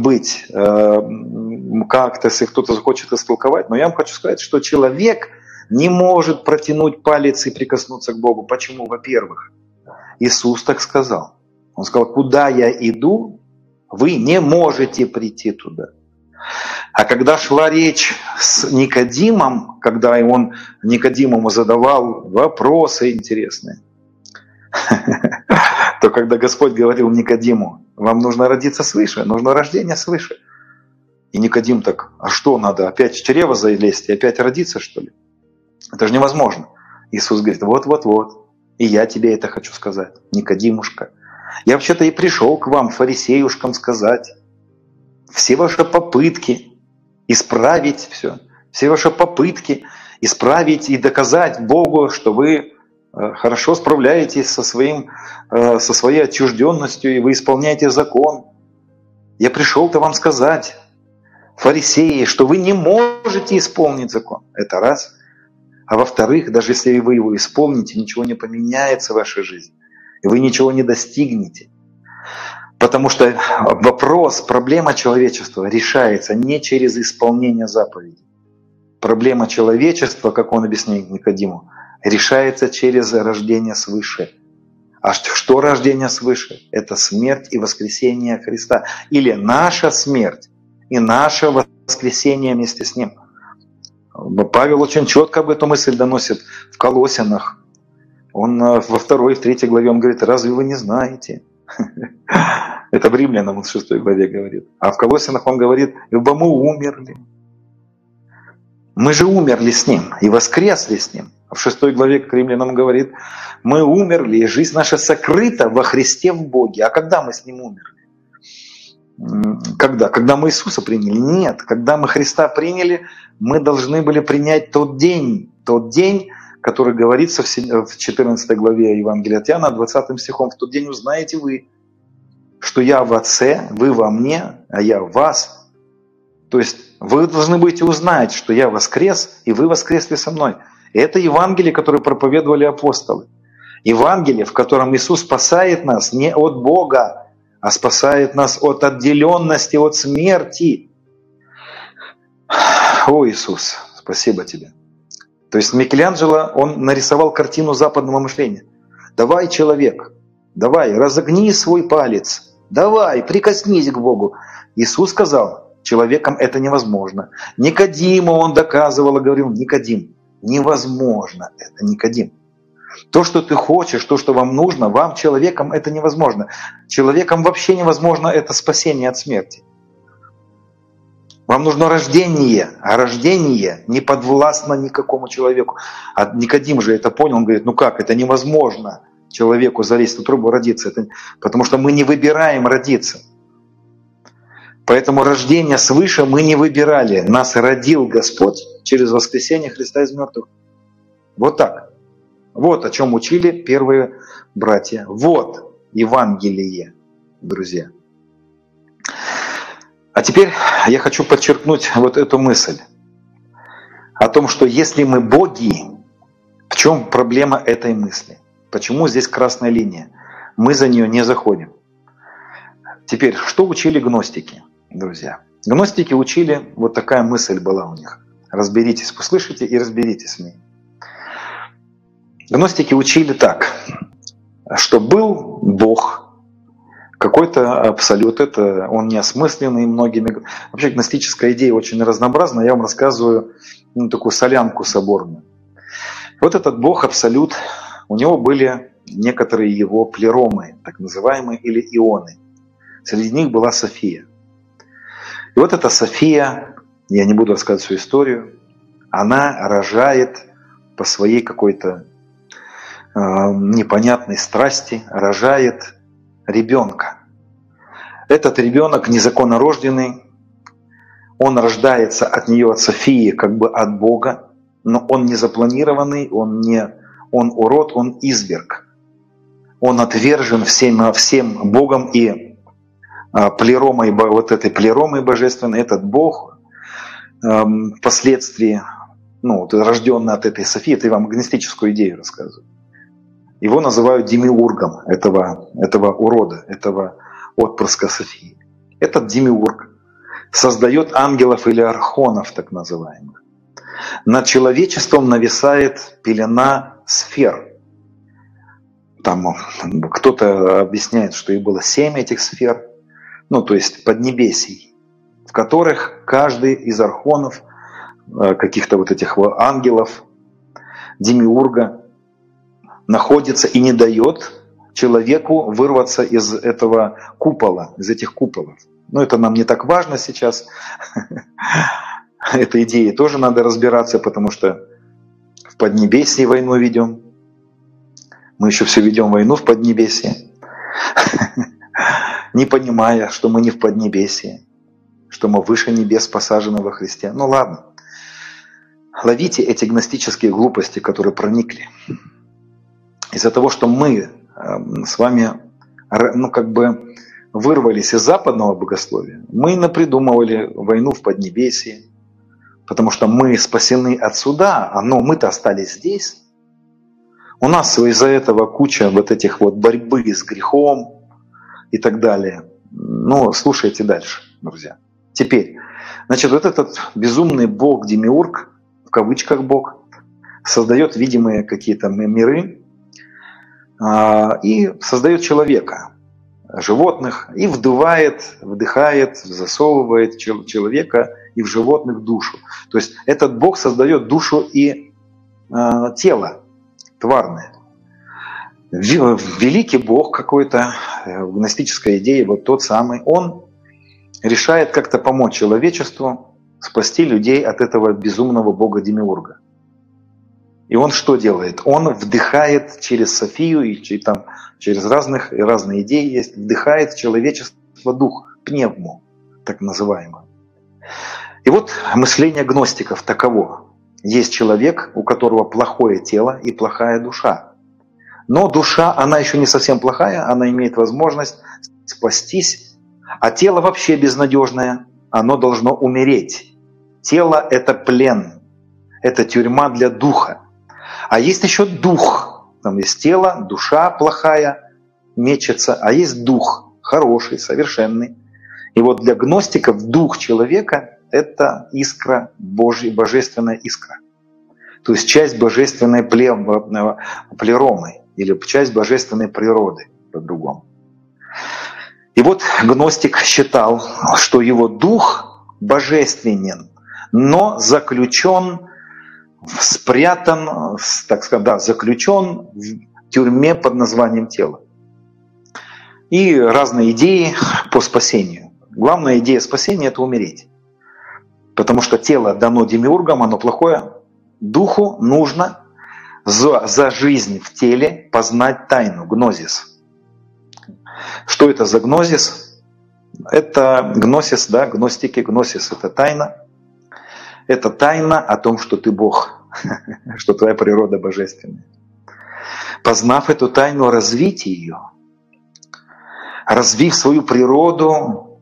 как-то, если кто-то захочет истолковать, но я вам хочу сказать, что человек не может протянуть палец и прикоснуться к Богу. Почему? Во-первых, Иисус так сказал. Он сказал, куда я иду, вы не можете прийти туда. А когда шла речь с Никодимом, когда он Никодимому задавал вопросы интересные, то когда Господь говорил Никодиму, вам нужно родиться свыше, нужно рождение свыше. И Никодим так, а что надо, опять в чрево залезть и опять родиться, что ли? Это же невозможно. Иисус говорит, вот, и я тебе это хочу сказать, Никодимушка. Я вообще-то и пришел к вам, фарисеюшкам, сказать, все ваши попытки исправить все ваши попытки исправить и доказать Богу, что вы хорошо справляетесь со своей отчужденностью, и вы исполняете закон. Я пришел-то вам сказать, фарисеи, что вы не можете исполнить закон. Это раз. А во-вторых, даже если вы его исполните, ничего не поменяется в вашей жизни. И вы ничего не достигнете. Потому что проблема человечества решается не через исполнение заповедей. Проблема человечества, как он объясняет Никодиму, решается через рождение свыше. А что рождение свыше? Это смерть и воскресение Христа. Или наша смерть и наше воскресение вместе с Ним. Павел очень четко об эту мысль доносит в Колоссянах. Он во 2 и в 3 главе он говорит, разве вы не знаете? Это в Римлянам в 6 главе говорит. А в Колоссянах он говорит, ибо мы умерли. Мы же умерли с Ним и воскресли с Ним. А в 6 главе к Римлянам говорит, мы умерли, и жизнь наша сокрыта во Христе в Боге. А когда мы с Ним умерли? Когда? Когда мы Иисуса приняли? Нет. Когда мы Христа приняли, мы должны были принять тот день, который говорится в 14 главе Евангелия от Иоанна, 20 стихом. В тот день узнаете вы, что я в Отце, вы во мне, а я в вас. То есть вы должны будете узнать, что я воскрес, и вы воскресли со мной. И это Евангелие, которое проповедовали апостолы. Евангелие, в котором Иисус спасает нас не от Бога, а спасает нас от отделенности, от смерти. О, Иисус, спасибо тебе. То есть Микеланджело, он нарисовал картину западного мышления. Давай, человек, давай, разогни свой палец, давай, прикоснись к Богу. Иисус сказал, человеком это невозможно. Никодиму он доказывал и говорил, Никодим, невозможно это, Никодим. То, что ты хочешь, то, что вам нужно, вам, человеком, это невозможно. Человеком вообще невозможно это спасение от смерти. Вам нужно рождение, а рождение не подвластно никакому человеку. А Никодим же это понял, он говорит, ну как, это невозможно человеку залезть в трубу, родиться. Потому что мы не выбираем родиться. Поэтому рождение свыше мы не выбирали. Нас родил Господь через воскресение Христа из мертвых. Вот так. Вот о чем учили первые братья. Вот Евангелие, друзья. А теперь я хочу подчеркнуть вот эту мысль о том, что если мы боги, в чем проблема этой мысли? Почему здесь красная линия? Мы за нее не заходим. Теперь, что учили гностики, друзья? Гностики учили, вот такая мысль была у них. Разберитесь, услышите и разберитесь с ней. Гностики учили так. что был Бог, какой-то абсолют, это он неосмысленный многими. Вообще гностическая идея очень разнообразна. Я вам рассказываю такую солянку соборную. Вот этот Бог абсолют, у него были некоторые его плеромы, так называемые, или ионы. Среди них была София. И вот эта София, я не буду рассказывать свою историю, она рожает по своей какой-то непонятной страсти, рожает ребенка. Этот ребенок незаконно рожденный, он рождается от нее, от Софии, как бы от Бога, но он не запланированный, он урод, он изверг. Он отвержен всем Богом и плеромой, вот этой плеромой божественной, этот Бог впоследствии, рожденный от этой Софии, это я вам гностическую идею рассказываю. Его называют демиургом, этого урода, этого отпрыска Софии. Этот демиург создает ангелов или архонов, так называемых. Над человечеством нависает пелена сфер. Там кто-то объясняет, что их было 7 этих сфер, то есть поднебесий, в которых каждый из архонов, каких-то вот этих ангелов, демиурга, находится и не дает человеку вырваться из этого купола, из этих куполов. Но это нам не так важно сейчас. Этой идеей тоже надо разбираться, потому что в Поднебесье войну ведем. Мы еще все ведем войну в Поднебесье, не понимая, что мы не в Поднебесье, что мы выше небес посажены во Христе. Ну ладно. Ловите эти гностические глупости, которые проникли. Из-за того, что мы с вами вырвались из западного богословия, мы напридумывали войну в Поднебесье, потому что мы спасены от суда, но мы-то остались здесь. У нас из-за этого куча вот этих вот борьбы с грехом и так далее. Слушайте дальше, друзья. Теперь, вот этот безумный бог, демиург, в кавычках бог, создает видимые какие-то миры, и создает человека, животных, и вдыхает, засовывает человека и в животных душу. То есть этот Бог создает душу и тело тварное. Великий Бог какой-то, гностическая идея, вот тот самый, он решает как-то помочь человечеству спасти людей от этого безумного бога-демиурга. И он что делает? Он вдыхает через Софию и через разные идеи есть, вдыхает в человечество дух, пневму, так называемую. И вот мышление гностиков таково. Есть человек, у которого плохое тело и плохая душа. Но душа, она еще не совсем плохая, она имеет возможность спастись, а тело вообще безнадежное, оно должно умереть. Тело – это плен, это тюрьма для духа. А есть еще дух. Там есть тело, душа плохая, мечется, а есть дух, хороший, совершенный. И вот для гностиков дух человека – это искра Божья, божественная искра. То есть часть божественной плеромы или часть божественной природы по-другому. И вот гностик считал, что его дух божественен, но заключен, спрятан, так сказать, заключен в тюрьме под названием тело. И разные идеи по спасению. Главная идея спасения – это умереть. Потому что тело дано демиургам, оно плохое. Духу нужно за жизнь в теле познать тайну, гнозис. Что это за гнозис? Это гносис, да, гностики, гносис – это тайна. Это тайна о том, что ты Бог, что твоя природа божественная. Познав эту тайну, развить ее, развив свою природу,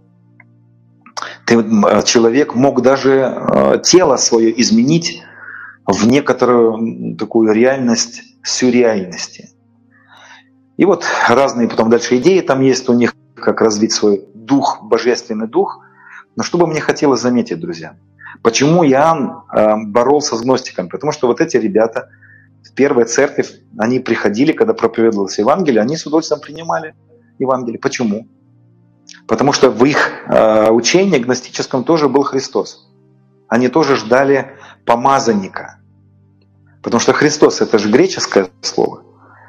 человек мог даже тело свое изменить в некоторую такую реальность сюрреальности. И вот разные потом дальше идеи там есть у них, как развить свой дух, божественный дух. Но что бы мне хотелось заметить, друзья, почему Иоанн боролся с гностиками? Потому что вот эти ребята, В первая церковь, они приходили, когда проповедовалось Евангелие, они с удовольствием принимали Евангелие. Почему? Потому что в их учении гностическом тоже был Христос. Они тоже ждали помазанника. Потому что Христос – это же греческое слово.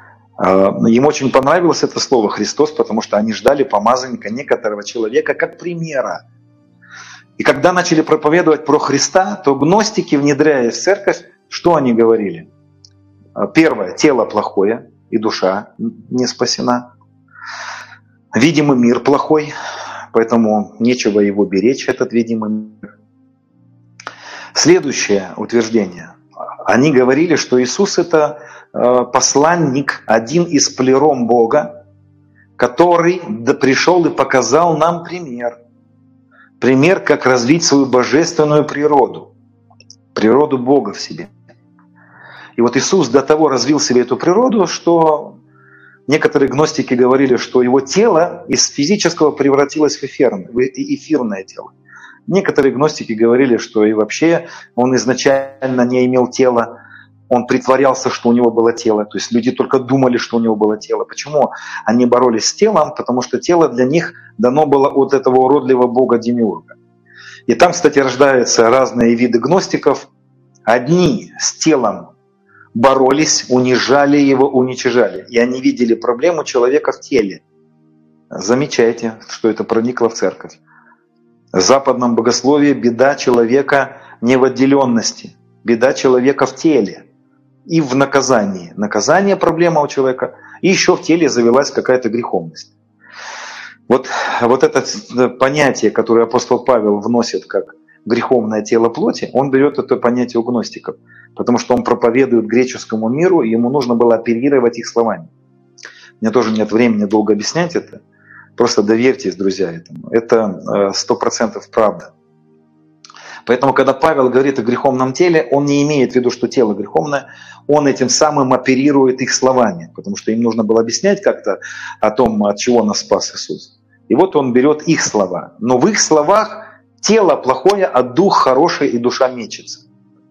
Им очень понравилось это слово «Христос», потому что они ждали помазанника, некоторого человека, как примера. И когда начали проповедовать про Христа, то гностики, внедряясь в церковь, что они говорили? Первое – тело плохое, и душа не спасена. Видимый мир плохой, поэтому нечего его беречь, этот видимый мир. Следующее утверждение. Они говорили, что Иисус – это посланник, один из плером Бога, который пришел и показал нам пример. Пример, как развить свою божественную природу, природу Бога в себе. И вот Иисус до того развил в себе эту природу, что некоторые гностики говорили, что его тело из физического превратилось в эфирное тело. Некоторые гностики говорили, что и вообще он изначально не имел тела, он притворялся, что у него было тело. То есть люди только думали, что у него было тело. Почему они боролись с телом? Потому что тело для них дано было от этого уродливого бога Демиурга. И там, кстати, рождаются разные виды гностиков. Одни с телом боролись, унижали его, уничижали. И они видели проблему человека в теле. Замечайте, что это проникло в церковь. В западном богословии беда человека не в отделенности, беда человека в теле и в наказании. Наказание – проблема у человека, и еще в теле завелась какая-то греховность. Вот это понятие, которое апостол Павел вносит как греховное тело плоти, он берет это понятие у гностиков, потому что он проповедует греческому миру, и ему нужно было оперировать их словами. У меня тоже нет времени долго объяснять это. Просто доверьтесь, друзья, этому. Это 100% правда. Поэтому, когда Павел говорит о греховном теле, он не имеет в виду, что тело греховное, он этим самым оперирует их словами, потому что им нужно было объяснять как-то о том, от чего нас спас Иисус. И вот он берет их слова. Но в их словах тело плохое, а дух хороший и душа мечется.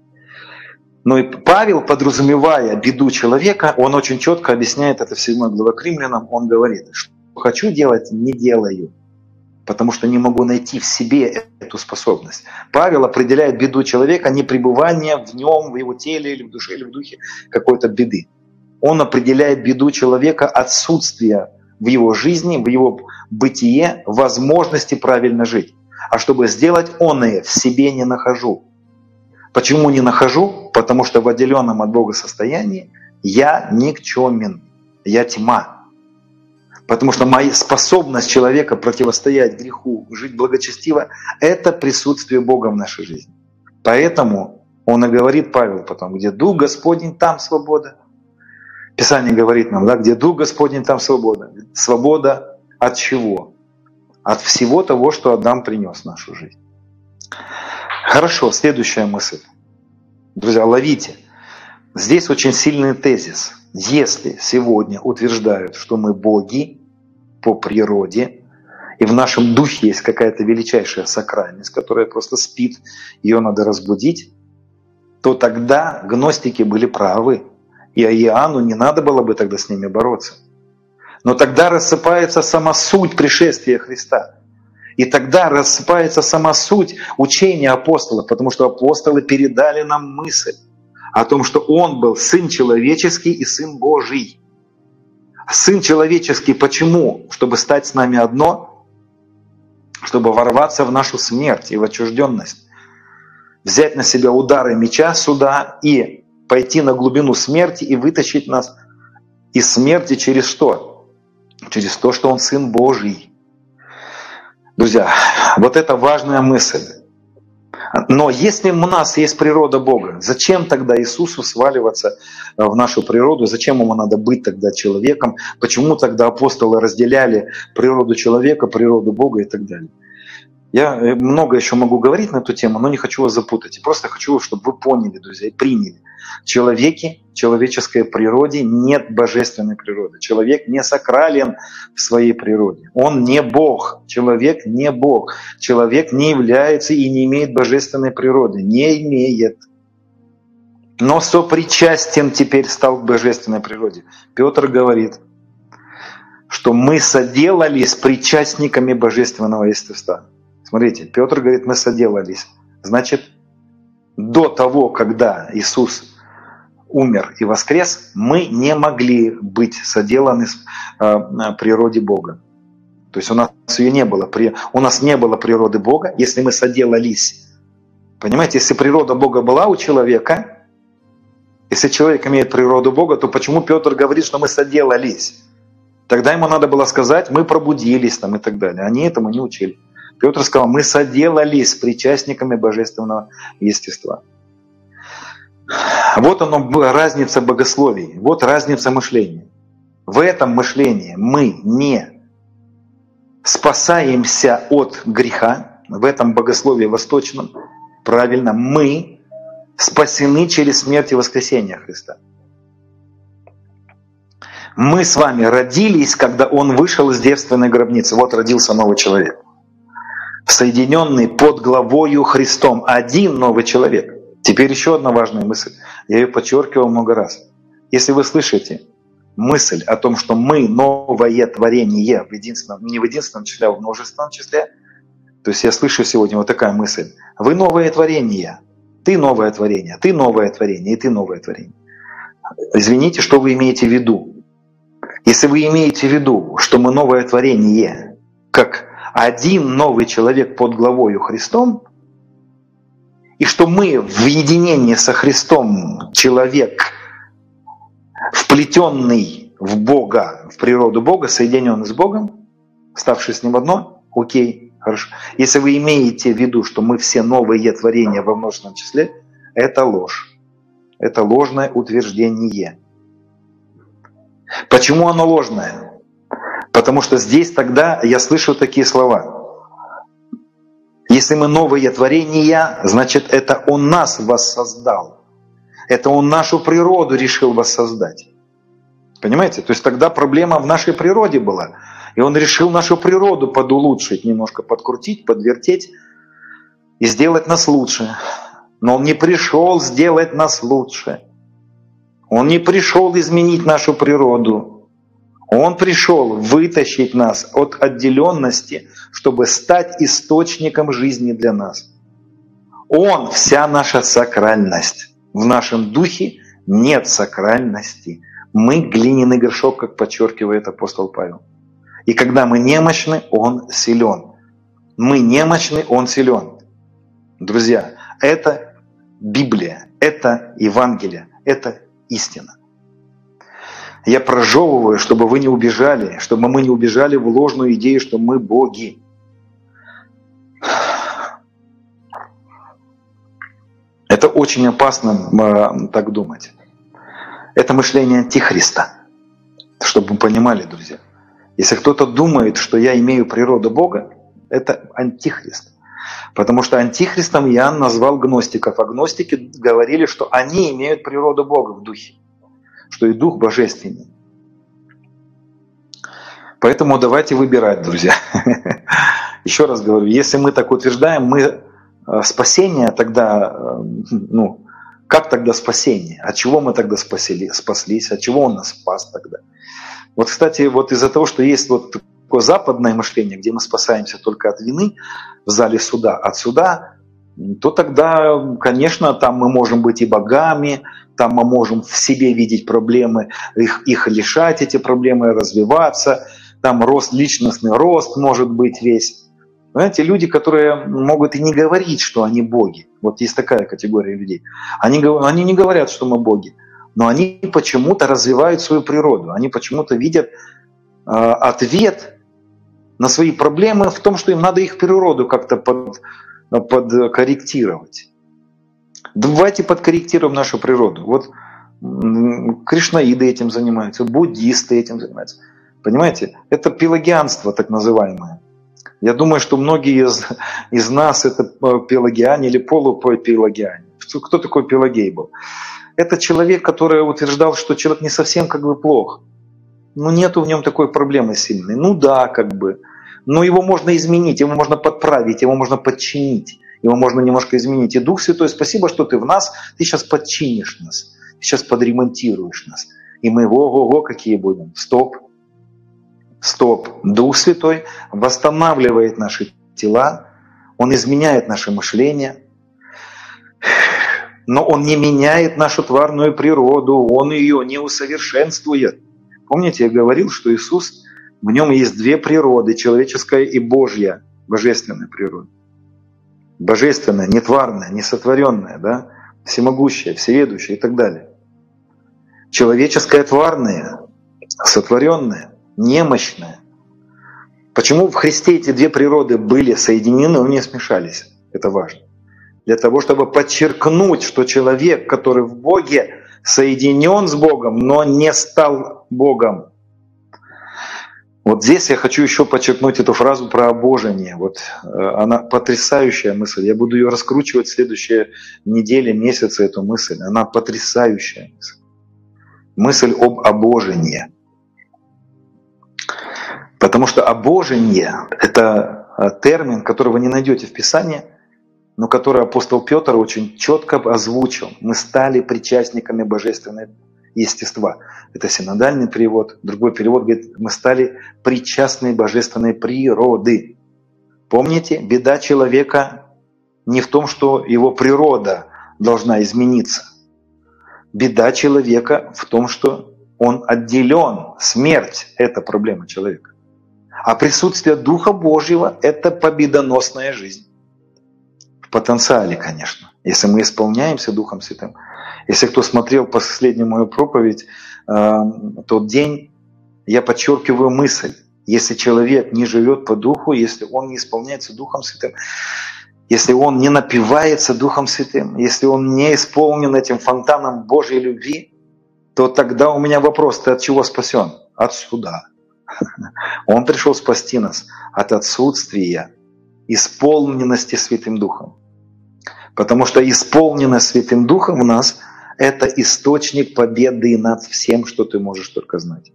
Но и Павел, подразумевая беду человека, он очень четко объясняет это в 7 главе к Римлянам. Он говорит, что хочу делать, не делаю, потому что не могу найти в себе эту способность. Павел определяет беду человека не пребывание в нем, в его теле, или в душе, или в духе какой-то беды. Он определяет беду человека отсутствие в его жизни, в его бытие возможности правильно жить. А чтобы сделать оное, в себе не нахожу. Почему не нахожу? Потому что в отделенном от Бога состоянии я никчемен, я тьма. Потому что моя способность человека противостоять греху, жить благочестиво – это присутствие Бога в нашей жизни. Поэтому он и говорит, Павел потом, где Дух Господень, там свобода. Писание говорит нам, да, где Дух Господень, там свобода. Свобода от чего? От всего того, что Адам принес в нашу жизнь. Хорошо, следующая мысль. Друзья, ловите. Здесь очень сильный тезис. Если сегодня утверждают, что мы боги по природе, и в нашем духе есть какая-то величайшая сакральность, которая просто спит, ее надо разбудить, то тогда гностики были правы, и Иоанну не надо было бы тогда с ними бороться. Но тогда рассыпается сама суть пришествия Христа. И тогда рассыпается сама суть учения апостолов, потому что апостолы передали нам мысль о том, что Он был Сын человеческий и Сын Божий. Сын человеческий почему? Чтобы стать с нами одно, чтобы ворваться в нашу смерть и в отчужденность, взять на себя удары меча суда и пойти на глубину смерти и вытащить нас из смерти через что? Через то, что Он Сын Божий. Друзья, вот это важная мысль. Но если у нас есть природа Бога, зачем тогда Иисусу сваливаться в нашу природу? Зачем ему надо быть тогда человеком? Почему тогда апостолы разделяли природу человека, природу Бога и так далее? Я много еще могу говорить на эту тему, но не хочу вас запутать. И просто хочу, чтобы вы поняли, друзья, и приняли. В человеке, в человеческой природе нет божественной природы. Человек не сакрален в своей природе. Он не Бог. Человек не Бог. Человек не является и не имеет божественной природы. Не имеет. но сопричастен теперь стал к божественной природе. Петр говорит, что мы соделались причастниками божественного естества. Смотрите, Петр говорит, мы соделались. Значит, до того, когда Иисус умер и воскрес, мы не могли быть соделаны природе Бога. То есть у нас ее не было. У нас не было природы Бога, если мы соделались. Понимаете, если природа Бога была у человека, если человек имеет природу Бога, то почему Петр говорит, что мы соделались? Тогда ему надо было сказать, мы пробудились там и так далее. Они этому не учили. Петр сказал, мы соделались причастниками божественного естества. Вот оно, разница богословий, вот разница мышления. В этом мышлении мы не спасаемся от греха, в этом богословии восточном, правильно, мы спасены через смерть и воскресение Христа. Мы с вами родились, когда Он вышел из девственной гробницы. Вот родился новый человек, соединенный под главою Христом. Один новый человек. Теперь еще одна важная мысль. Я ее подчеркивал много раз. Если вы слышите мысль о том, что мы новое творение в единственном, не в единственном числе, а в множественном числе, то есть я слышу сегодня вот такая мысль. Вы новое творение. Ты новое творение, ты новое творение, и ты новое творение. Извините, что вы имеете в виду? Если вы имеете в виду, что мы новое творение, как один новый человек под главою Христом, и что мы в единении со Христом человек, вплетенный в Бога, в природу Бога, соединенный с Богом, ставший с Ним одно, окей, хорошо. Если вы имеете в виду, что мы все новые творения во множественном числе, это ложь. Это ложное утверждение. Почему оно ложное? Потому что здесь тогда я слышу такие слова. Если мы новые творения, значит, это Он нас воссоздал. Это Он нашу природу решил воссоздать. Понимаете? То есть тогда проблема в нашей природе была. И Он решил нашу природу подулучшить, немножко подкрутить, подвертеть и сделать нас лучше. Но Он не пришел сделать нас лучше. Он не пришел изменить нашу природу. Он пришел вытащить нас от отделенности, чтобы стать источником жизни для нас. Он – вся наша сакральность. В нашем духе нет сакральности. Мы глиняный горшок, как подчеркивает апостол Павел. И когда мы немощны, Он силен. Мы немощны, Он силен. Друзья, это Библия, это Евангелие, это истина. Я прожевываю, чтобы вы не убежали, чтобы мы не убежали в ложную идею, что мы боги. Это очень опасно так думать. Это мышление антихриста. Чтобы вы понимали, друзья. Если кто-то думает, что я имею природу Бога, это антихрист. Потому что антихристом я назвал гностиков. А гностики говорили, что они имеют природу Бога в духе. Что и дух божественный. Поэтому давайте выбирать, друзья. Еще раз говорю, если мы так утверждаем, мы спасение тогда, как тогда спасение? От чего мы тогда спаслись? От чего Он нас спас тогда? Вот, кстати, вот из-за того, что есть вот такое западное мышление, где мы спасаемся только от вины в зале суда, от суда, то тогда, конечно, там мы можем быть и богами, там мы можем в себе видеть проблемы, их решать, эти проблемы, развиваться, там личностный рост может быть весь. Знаете, люди, которые могут и не говорить, что они боги, вот есть такая категория людей, они не говорят, что мы боги, но они почему-то развивают свою природу, они почему-то видят ответ на свои проблемы в том, что им надо их природу как-то подкорректировать. Давайте подкорректируем нашу природу. Вот кришнаиды этим занимаются, буддисты этим занимаются. Понимаете? Это пелагианство так называемое. Я думаю, что многие из нас это пелагиане или полупелагиане. Кто такой Пелагей был? Это человек, который утверждал, что человек не совсем как бы плох. Ну нету в нем такой проблемы сильной. Ну да, как бы. Но его можно изменить, его можно подправить, его можно подчинить. Его можно немножко изменить. И Дух Святой, спасибо, что ты в нас, ты сейчас подчинишь нас, ты сейчас подремонтируешь нас. И мы, ого-го, какие будем. Стоп. Дух Святой восстанавливает наши тела, Он изменяет наше мышление, но Он не меняет нашу тварную природу, Он ее не усовершенствует. Помните, я говорил, что Иисус, в Нем есть две природы, человеческая и Божья, божественная природа. Божественная, не тварная, не сотворенная, да? Всемогущая, всеведущая и так далее. Человеческая тварная, сотворенная, немощная. Почему в Христе эти две природы были соединены, но не смешались? Это важно. Для того, чтобы подчеркнуть, что человек, который в Боге, соединен с Богом, но не стал Богом. Вот здесь я хочу еще подчеркнуть эту фразу про обожение. Вот она потрясающая мысль. Я буду ее раскручивать в следующие недели, месяцы, эту мысль. Она потрясающая мысль. Мысль об обожении. Потому что обожение – это термин, который вы не найдете в Писании, но который апостол Петр очень четко озвучил. Мы стали причастниками божественного естества. Это синодальный перевод. Другой перевод говорит, мы стали причастны божественной природы. Помните, беда человека не в том, что его природа должна измениться. Беда человека в том, что он отделен. Смерть – это проблема человека. А присутствие Духа Божьего – это победоносная жизнь. В потенциале, конечно, если мы исполняемся Духом Святым. Если кто смотрел последнюю мою проповедь, тот день, я подчеркиваю мысль. Если человек не живет по Духу, если он не исполняется Духом Святым, если он не напивается Духом Святым, если он не исполнен этим фонтаном Божьей любви, то тогда у меня вопрос, ты от чего спасен? От суда. Он пришел спасти нас от отсутствия исполненности Святым Духом. Потому что исполненность Святым Духом в нас – это источник победы над всем, что ты можешь только знать.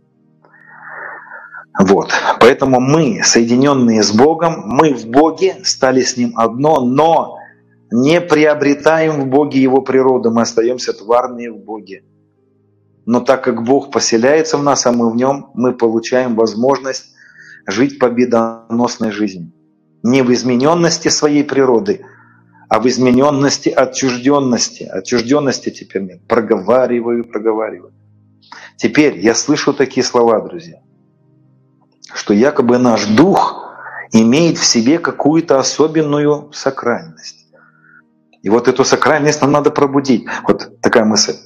Вот. Поэтому мы, соединенные с Богом, мы в Боге стали с Ним одно, но не приобретаем в Боге Его природу, мы остаемся тварные в Боге. Но так как Бог поселяется в нас, а мы в Нем, мы получаем возможность жить победоносной жизнью. Не в измененности своей природы, а в измененности отчужденности. Отчужденности теперь нет. Проговариваю. Теперь я слышу такие слова, друзья, что якобы наш дух имеет в себе какую-то особенную сакральность. И вот эту сакральность нам надо пробудить. Вот такая мысль.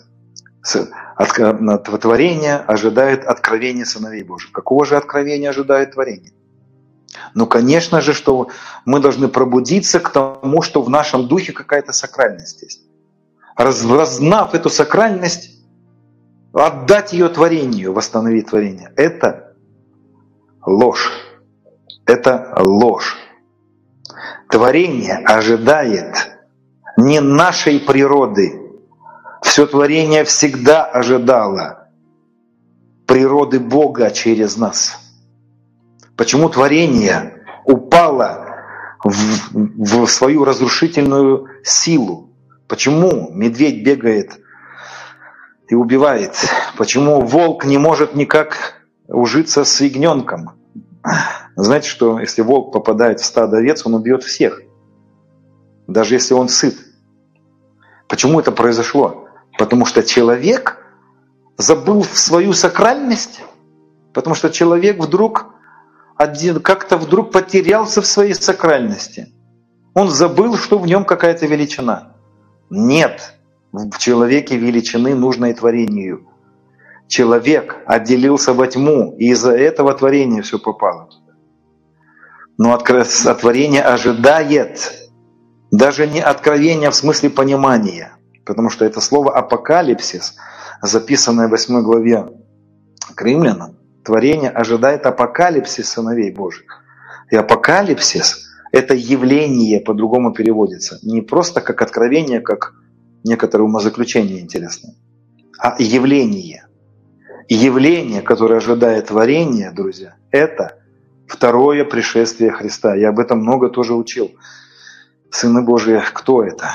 Творение ожидает откровения сыновей Божьих. Какого же откровения ожидает творение? Ну, конечно же, что мы должны пробудиться к тому, что в нашем духе какая-то сакральность есть. Разнав эту сакральность, отдать ее творению, восстановить творение. Это ложь. Это ложь. Творение ожидает не нашей природы. Все творение всегда ожидало природы Бога через нас. Почему творение упало в свою разрушительную силу? Почему медведь бегает и убивает? Почему волк не может никак ужиться с ягненком? Знаете, что если волк попадает в стадо овец, он убьет всех, даже если он сыт. Почему это произошло? Потому что человек забыл свою сакральность, потому что человек как-то вдруг потерялся в своей сакральности. Он забыл, что в нем какая-то величина. Нет в человеке величины, нужной творению. Человек отделился во тьму, и из-за этого творение все попало туда. Но творение ожидает даже не откровения в смысле понимания, потому что это слово «апокалипсис», записанное в 8 главе к Римлянам, творение ожидает апокалипсис сыновей Божьих. И апокалипсис – это явление, по-другому переводится. Не просто как откровение, как некоторые умозаключения интересные, а явление. И явление, которое ожидает творение, друзья, это второе пришествие Христа. Я об этом много тоже учил. Сыны Божии, кто это?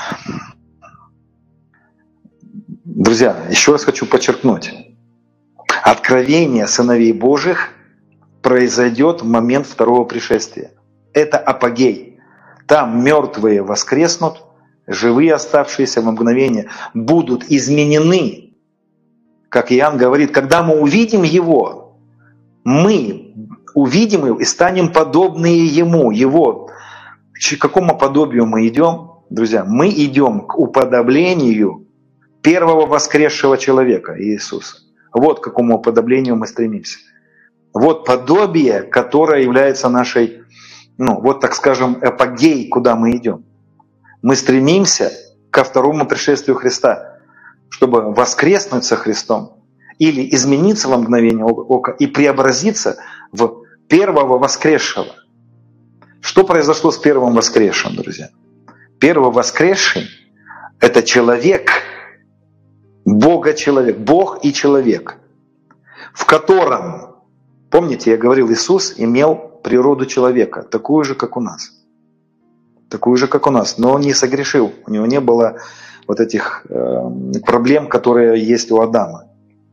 Друзья, еще раз хочу подчеркнуть. Откровение сыновей Божьих произойдет в момент второго пришествия. Это апогей. Там мертвые воскреснут, живые оставшиеся в мгновение будут изменены. Как Иоанн говорит, когда мы увидим Его, мы увидим Его и станем подобные Ему. Его. К какому подобию мы идем? Друзья, мы идем к уподоблению первого воскресшего человека, Иисуса. Вот к какому уподоблению мы стремимся. Вот подобие, которое является нашей, вот так скажем, апогей, куда мы идем. Мы стремимся ко второму пришествию Христа, чтобы воскреснуть со Христом или измениться во мгновение ока и преобразиться в первого воскресшего. Что произошло с первым воскресшим, друзья? Первый воскресший – это человек, Бога-человек, Бог и человек, в котором, помните, я говорил, Иисус имел природу человека, такую же, как у нас. Такую же, как у нас, но он не согрешил, у него не было вот этих проблем, которые есть у Адама.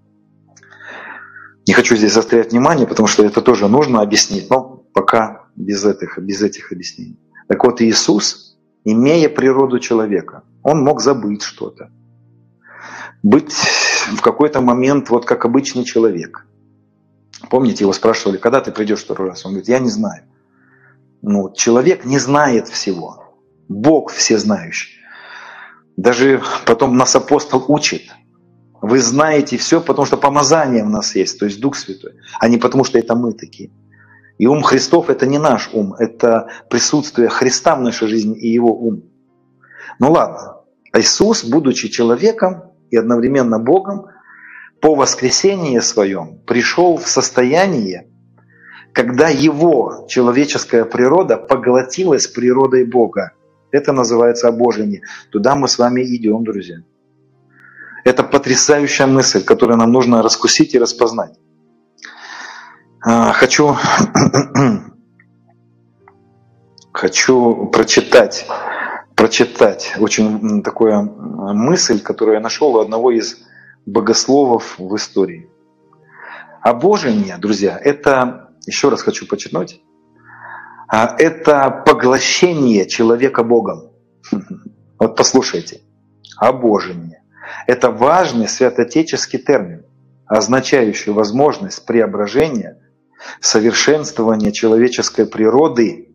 Не хочу здесь заострять внимание, потому что это тоже нужно объяснить, но пока без этих объяснений. Так вот, Иисус, имея природу человека, он мог забыть что-то, быть в какой-то момент вот как обычный человек. Помните, его спрашивали, когда ты придешь второй раз? Он говорит, я не знаю. Человек не знает всего. Бог всезнающий. Даже потом нас апостол учит. Вы знаете все, потому что помазание в нас есть, то есть Дух Святой, а не потому что это мы такие. И ум Христов – это не наш ум, это присутствие Христа в нашей жизни и Его ум. Ладно, Иисус, будучи человеком и одновременно Богом, по воскресении своем пришел в состояние, когда Его человеческая природа поглотилась природой Бога. Это называется обожение. Туда мы с вами идем, друзья. Это потрясающая мысль, которую нам нужно раскусить и распознать. Хочу прочитать очень такую мысль, которую я нашел у одного из богословов в истории. Обожение, друзья, это, еще раз хочу подчеркнуть, это поглощение человека Богом. Вот послушайте, обожение. Это важный святоотеческий термин, означающий возможность преображения, совершенствования человеческой природы.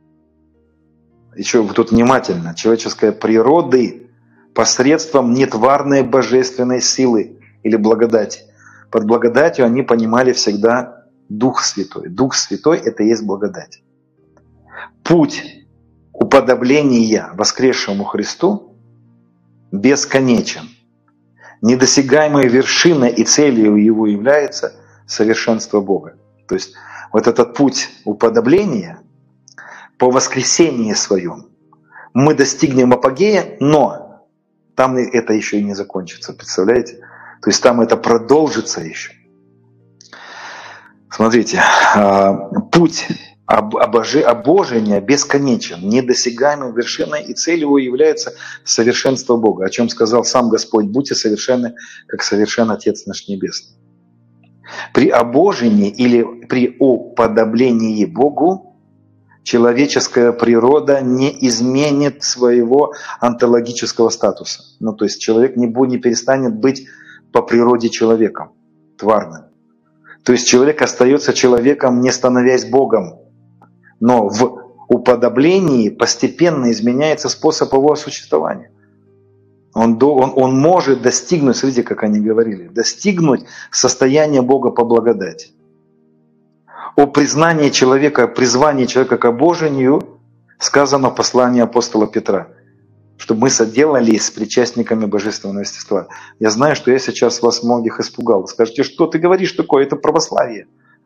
Еще тут внимательно, человеческой природы посредством нетварной божественной силы или благодати. Под благодатью они понимали всегда Дух Святой. Дух Святой – это и есть благодать. Путь уподобления воскресшему Христу бесконечен. Недосягаемой вершиной и целью его является совершенство Бога. То есть вот этот путь уподобления по воскресении своем мы достигнем апогея, но там это еще и не закончится, представляете? То есть там это продолжится еще. Смотрите, путь обожения бесконечен, недосягаемой вершиной, и целью его является совершенство Бога, о чем сказал сам Господь: будьте совершенны, как совершен Отец наш Небесный. При обожении или при уподоблении Богу человеческая природа не изменит своего онтологического статуса. То есть человек не перестанет быть по природе человеком, тварным. То есть человек остается человеком, не становясь Богом. Но в уподоблении постепенно изменяется способ его существования. Он может достигнуть, смотрите, как они говорили, достигнуть состояния Бога по благодати. О признании человека, призвании человека к обожению сказано в послании апостола Петра, чтобы мы соделались с причастниками божественного естества. Я знаю, что я сейчас вас многих испугал. Скажете, что ты говоришь такое? Это православие.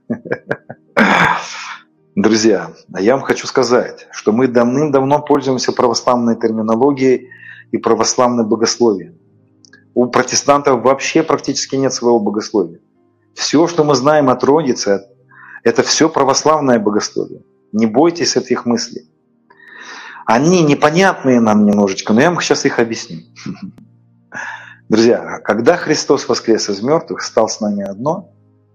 Друзья, я вам хочу сказать, что мы давным-давно пользуемся православной терминологией и православным богословием. У протестантов вообще практически нет своего богословия. Все, что мы знаем от Троицы, это все православное богословие. Не бойтесь этих мыслей. Они непонятные нам немножечко, но я вам сейчас их объясню. Друзья, когда Христос воскрес из мертвых, стал с нами одно,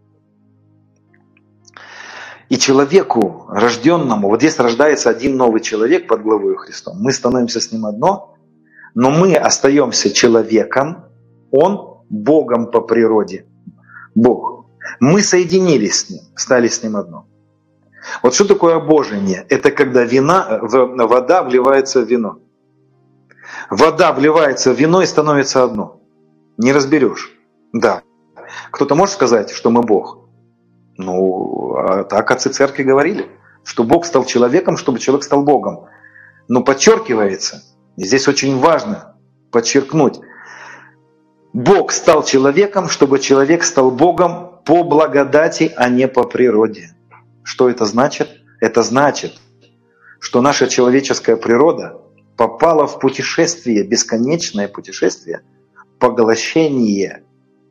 и человеку, рожденному, вот здесь рождается один новый человек под главой Христом, мы становимся с ним одно, но мы остаемся человеком, он Богом по природе, Бог. Мы соединились с ним, стали с ним одно. Вот что такое обожение? Это когда вода вливается в вино. Вода вливается в вино и становится одно. Не разберешь. Да. Кто-то может сказать, что мы Бог? Ну, так отцы церкви говорили, что Бог стал человеком, чтобы человек стал Богом. Но подчеркивается, и здесь очень важно подчеркнуть, Бог стал человеком, чтобы человек стал Богом по благодати, а не по природе. Что это значит? Это значит, что наша человеческая природа попала в путешествие, бесконечное путешествие, поглощением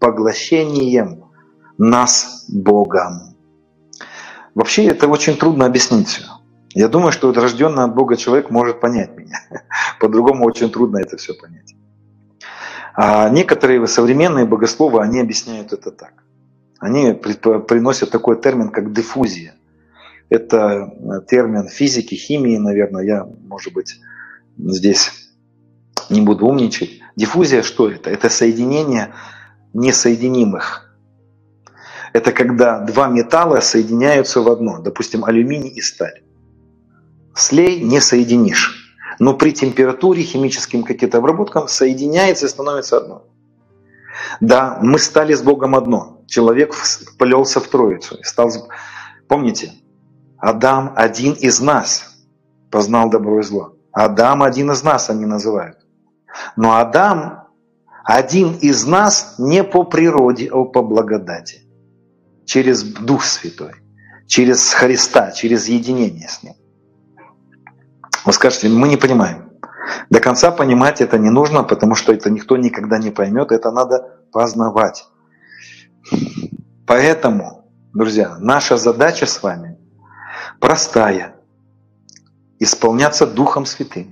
нас Богом. Вообще это очень трудно объяснить все. Я думаю, что рожденный от Бога человек может понять меня. По-другому очень трудно это все понять. А некоторые современные богословы, они объясняют это так. Они приносят такой термин, как диффузия. Это термин физики, химии, наверное. Я, может быть, здесь не буду умничать. Диффузия что это? Это соединение несоединимых. Это когда два металла соединяются в одно. Допустим, алюминий и сталь. Слей не соединишь. Но при температуре, химическим каким-то обработкам соединяется и становится одно. Да, мы стали с Богом одно. Человек вплелся в Троицу. Помните? Адам один из нас познал добро и зло. Адам один из нас они называют. Но Адам один из нас не по природе, а по благодати. Через Дух Святой. Через Христа, через единение с Ним. Вы скажете, мы не понимаем. До конца понимать это не нужно, потому что это никто никогда не поймет, это надо познавать. Поэтому, друзья, наша задача с вами простая. Исполняться Духом Святым.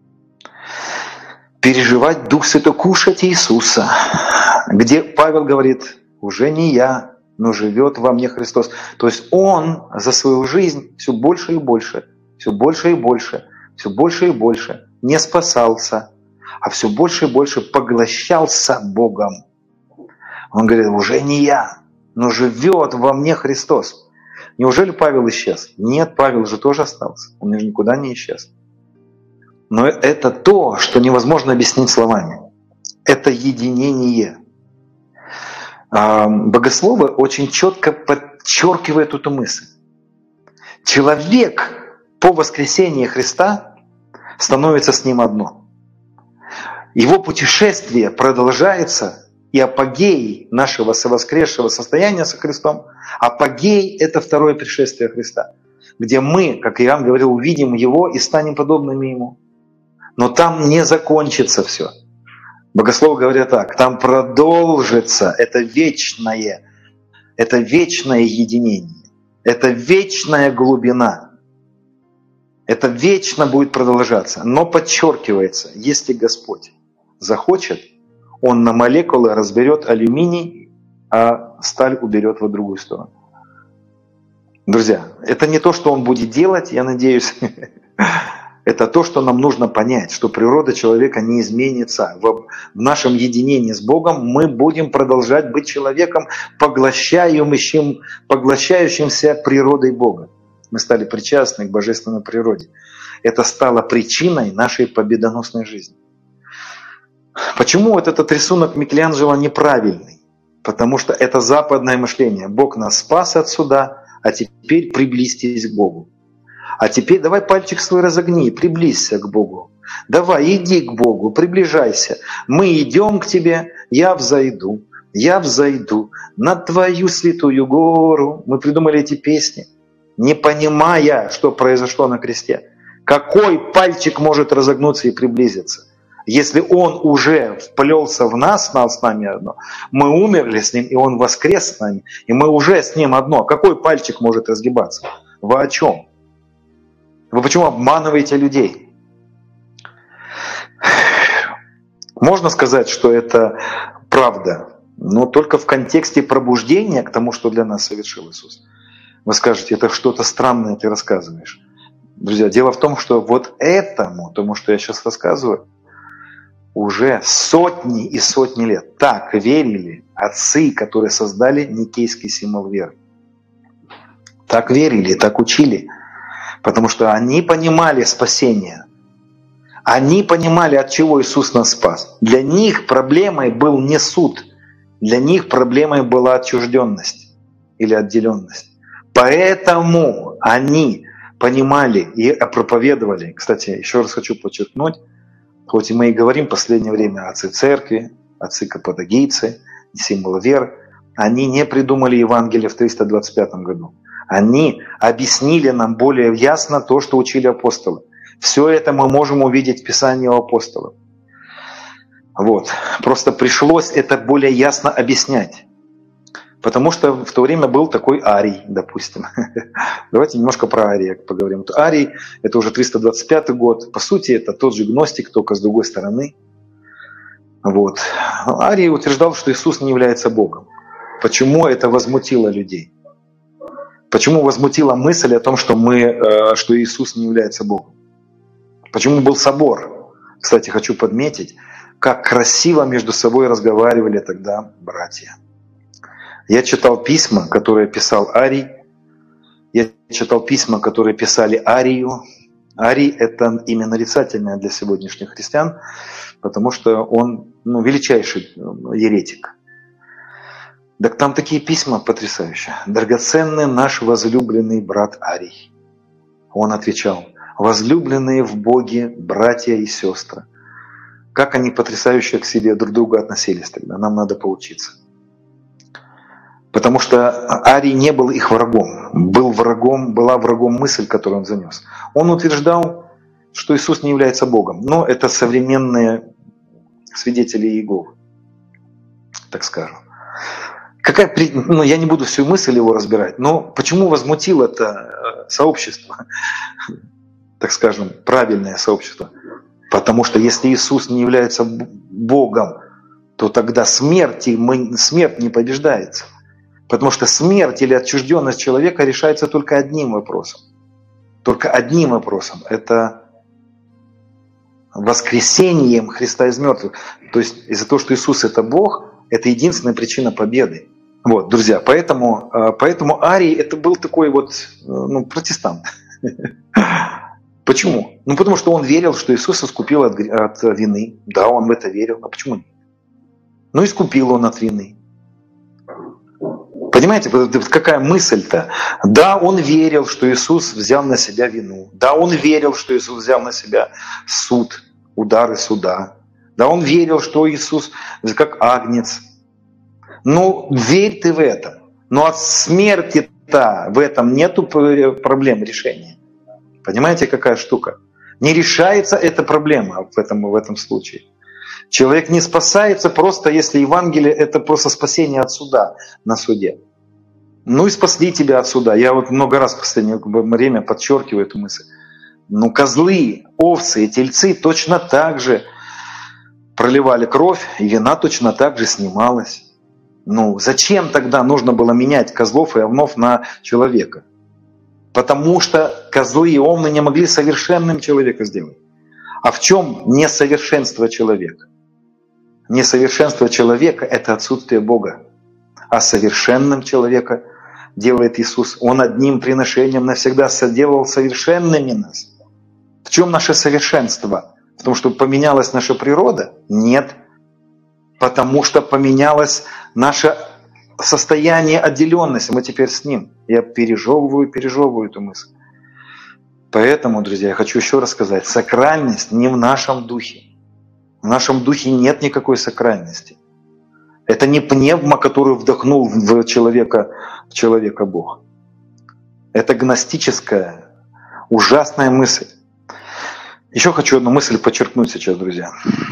Переживать Дух Святой, кушать Иисуса. Где Павел говорит, уже не я, но живет во мне Христос. То есть он за свою жизнь все больше и больше, все больше и больше, все больше и больше не спасался, а все больше и больше поглощался Богом. Он говорит, уже не я, но живет во мне Христос. Неужели Павел исчез? Нет, Павел же тоже остался. Он же никуда не исчез. Но это то, что невозможно объяснить словами. Это единение. Богословы очень четко подчеркивают эту мысль. Человек по воскресении Христа становится с Ним одно. Его путешествие продолжается, и апогей нашего совоскресшего состояния со Христом, апогей – это второе пришествие Христа, где мы, как Иоанн говорил, увидим Его и станем подобными Ему. Но там не закончится все. Богословы говорят так, там продолжится это вечное единение, это вечная глубина. Это вечно будет продолжаться. Но подчеркивается, если Господь захочет, Он на молекулы разберет алюминий, а сталь уберет в другую сторону. Друзья, это не то, что Он будет делать, я надеюсь. Это то, что нам нужно понять, что природа человека не изменится. В нашем единении с Богом мы будем продолжать быть человеком, поглощающимся природой Бога. Мы стали причастны к божественной природе. Это стало причиной нашей победоносной жизни. Почему вот этот рисунок Микеланджело неправильный? Потому что это западное мышление. Бог нас спас отсюда, а теперь приблизьтесь к Богу. А теперь давай пальчик свой разогни, приблизься к Богу. Давай, иди к Богу, приближайся. Мы идем к Тебе, я взойду на Твою святую гору. Мы придумали эти песни, не понимая, что произошло на кресте. Какой пальчик может разогнуться и приблизиться? Если Он уже вплелся в нас, стал с нами одно, мы умерли с Ним, и Он воскрес с нами, и мы уже с Ним одно. Какой пальчик может разгибаться? Вы о чем? Вы почему обманываете людей? Можно сказать, что это правда, но только в контексте пробуждения к тому, что для нас совершил Иисус. Вы скажете, это что-то странное ты рассказываешь. Друзья, дело в том, что вот этому, тому, что я сейчас рассказываю, уже сотни и сотни лет так верили отцы, которые создали никейский символ веры. Так верили, так учили, потому что они понимали спасение. Они понимали, от чего Иисус нас спас. Для них проблемой был не суд, для них проблемой была отчужденность или отделенность. Поэтому они понимали и проповедовали. Кстати, еще раз хочу подчеркнуть, хоть и мы и говорим в последнее время отцы церкви, отцы каппадокийцы, символы веры, они не придумали Евангелие в 325 году. Они объяснили нам более ясно то, что учили апостолы. Все это мы можем увидеть в Писании у апостолов. Вот. Просто пришлось это более ясно объяснять. Потому что в то время был такой Арий, допустим. Давайте немножко про Ария поговорим. Вот Арий – это уже 325 год. По сути, это тот же гностик, только с другой стороны. Вот. Арий утверждал, что Иисус не является Богом. Почему это возмутило людей? Почему возмутила мысль о том, что Иисус не является Богом? Почему был собор? Кстати, хочу подметить, как красиво между собой разговаривали тогда братья. Я читал письма, которые писал Арий. Я читал письма, которые писали Арию. Арий – это имя нарицательное для сегодняшних христиан, потому что он величайший еретик. Так там такие письма потрясающие. «Драгоценный наш возлюбленный брат Арий». Он отвечал: «Возлюбленные в Боге братья и сестры». Как они потрясающе к себе друг другу относились тогда. Нам надо поучиться. Потому что Арий не был их врагом. Была врагом мысль, которую он занес. Он утверждал, что Иисус не является Богом. Но это современные свидетели Иеговы, так скажем. Я не буду всю мысль его разбирать, но почему возмутило это сообщество, так скажем, правильное сообщество? Потому что если Иисус не является Богом, то тогда смерть не побеждается. Потому что смерть или отчужденность человека решается только одним вопросом. Только одним вопросом. Это воскресением Христа из мертвых. То есть из-за того, что Иисус это Бог, это единственная причина победы. Вот, друзья, поэтому Арий это был такой протестант. Почему? Потому что он верил, что Иисус искупил от вины. Да, он в это верил. А почему нет? Искупил он от вины. Понимаете, какая мысль-то? Да, он верил, что Иисус взял на себя вину. Да, он верил, что Иисус взял на себя суд, удары суда. Да, он верил, что Иисус как агнец. Верь ты в это. Но от смерти-то в этом нету проблем решения. Понимаете, какая штука? Не решается эта проблема в этом случае. Человек не спасается просто, если Евангелие – это просто спасение от суда на суде. И спасли тебя от суда. Я много раз в последнее время подчеркиваю эту мысль. Козлы, овцы и тельцы точно так же проливали кровь, и вина точно так же снималась. Зачем тогда нужно было менять козлов и овнов на человека? Потому что козлы и овны не могли совершенным человека сделать. А в чем несовершенство человека? Несовершенство человека – это отсутствие Бога. А совершенным человека делает Иисус. Он одним приношением навсегда соделал совершенными нас. В чем наше совершенство? В том, что поменялась наша природа? Нет. Потому что поменялось наше состояние отделенности. Мы теперь с Ним. Я пережевываю эту мысль. Поэтому, друзья, я хочу еще раз сказать, сакральность не в нашем духе. В нашем духе нет никакой сакральности. Это не пневма, которую вдохнул в человека Бог. Это гностическая, ужасная мысль. Еще хочу одну мысль подчеркнуть сейчас, друзья.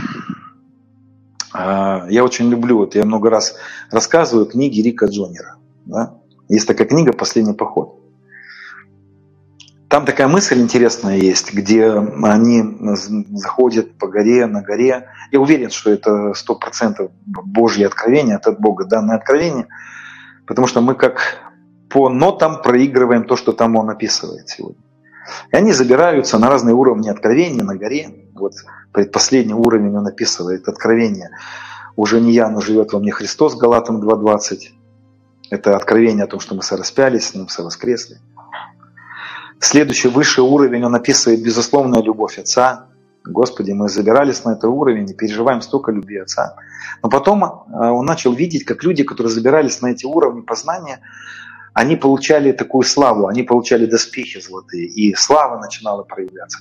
Я очень люблю, я много раз рассказываю книги Рика Джоннера. Да? Есть такая книга «Последний поход». Там такая мысль интересная есть, где они заходят по горе, на горе. Я уверен, что это 100% Божье откровение, это от Бога данное откровение, потому что мы как по нотам проигрываем то, что там он описывает сегодня. И они забираются на разные уровни откровения на горе. Вот предпоследний уровень он описывает откровение. «Уже не я, но живет во мне Христос», Галатам 2:20. Это откровение о том, что мы сораспялись с Ним, совоскресли. Следующий, высший уровень, он описывает безусловную любовь Отца. Господи, мы забирались на этот уровень и переживаем столько любви Отца. Но потом он начал видеть, как люди, которые забирались на эти уровни познания, они получали такую славу, они получали доспехи золотые, и слава начинала проявляться.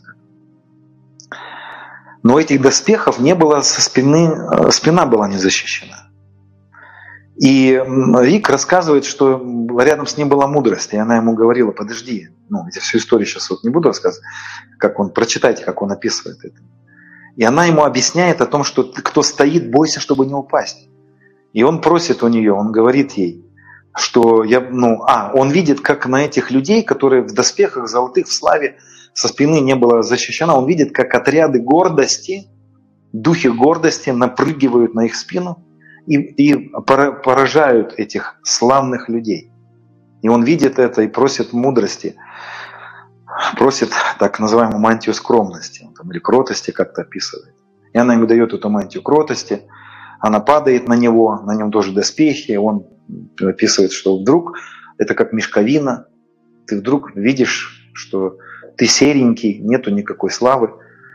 Но этих доспехов не было со спины, спина была не защищена. И Рик рассказывает, что рядом с ним была мудрость, и она ему говорила: подожди, я всю историю сейчас вот не буду рассказывать, прочитайте, как он описывает это. И она ему объясняет о том, что кто стоит, бойся, чтобы не упасть. И он просит у нее, он говорит ей, что он видит, как на этих людей, которые в доспехах золотых, в славе, со спины не было защищена, он видит, как отряды гордости, духи гордости напрыгивают на их спину и поражают этих славных людей. И он видит это и просит мудрости, просит так называемую мантию скромности, или кротости как-то описывает. И она ему дает эту мантию кротости, она падает на него, на нем тоже доспехи, он описывает, что вдруг это как мешковина, ты вдруг видишь, что ты серенький, нету никакой славы.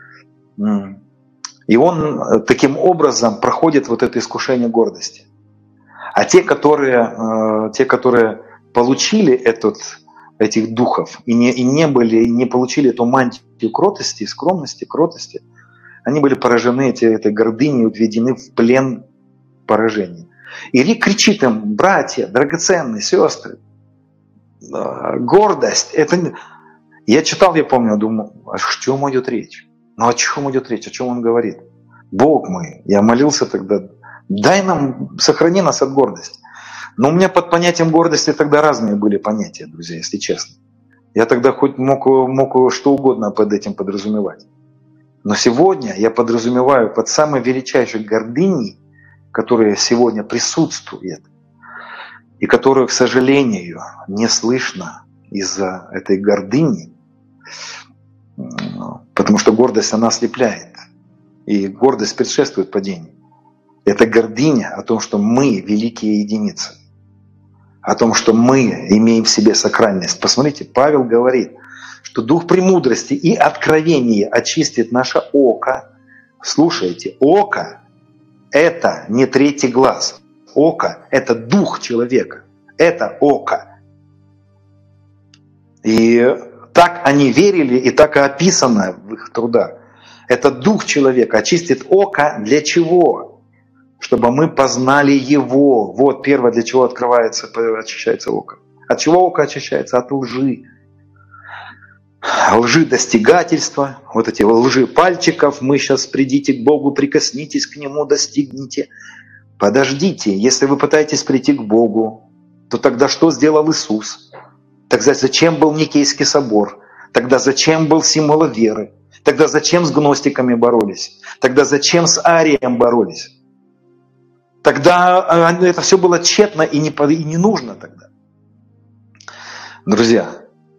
И он таким образом проходит вот это искушение гордости. А те, которые получили этих духов и не получили эту мантию кротости, скромности, кротости, они были поражены этой гордыней, введены в плен поражения. И Рик кричит им: братья, драгоценные сестры, гордость, это... Я читал, я помню, думаю, о чем идет речь? О чем идет речь? О чем он говорит? Бог мой, я молился тогда, сохрани нас от гордости. Но у меня под понятием гордости тогда разные были понятия, друзья, если честно. Я тогда хоть мог что угодно под этим подразумевать. Но сегодня я подразумеваю под самой величайшей гордыней, которая сегодня присутствует, и которую, к сожалению, не слышно из-за этой гордыни, потому что гордость, она ослепляет, и гордость предшествует падению. Это гордыня о том, что мы великие единицы, о том, что мы имеем в себе сакральность. Посмотрите, Павел говорит, что дух премудрости и откровения очистит наше око. Слушайте, око – это не третий глаз. Око – это дух человека. Это око. И так они верили, и так и описано в их трудах. Это дух человека очистит око для чего? Чтобы мы познали его. Вот первое, для чего очищается око. От чего око очищается? От лжи. Лжи достигательства, вот эти лжи пальчиков. Мы сейчас придите к Богу, прикоснитесь к Нему, достигните. Подождите, если вы пытаетесь прийти к Богу, то тогда что сделал Иисус? Тогда зачем был Никейский собор? Тогда зачем был символ веры? Тогда зачем с гностиками боролись? Тогда зачем с Арием боролись? Тогда это все было тщетно и не нужно тогда. Друзья,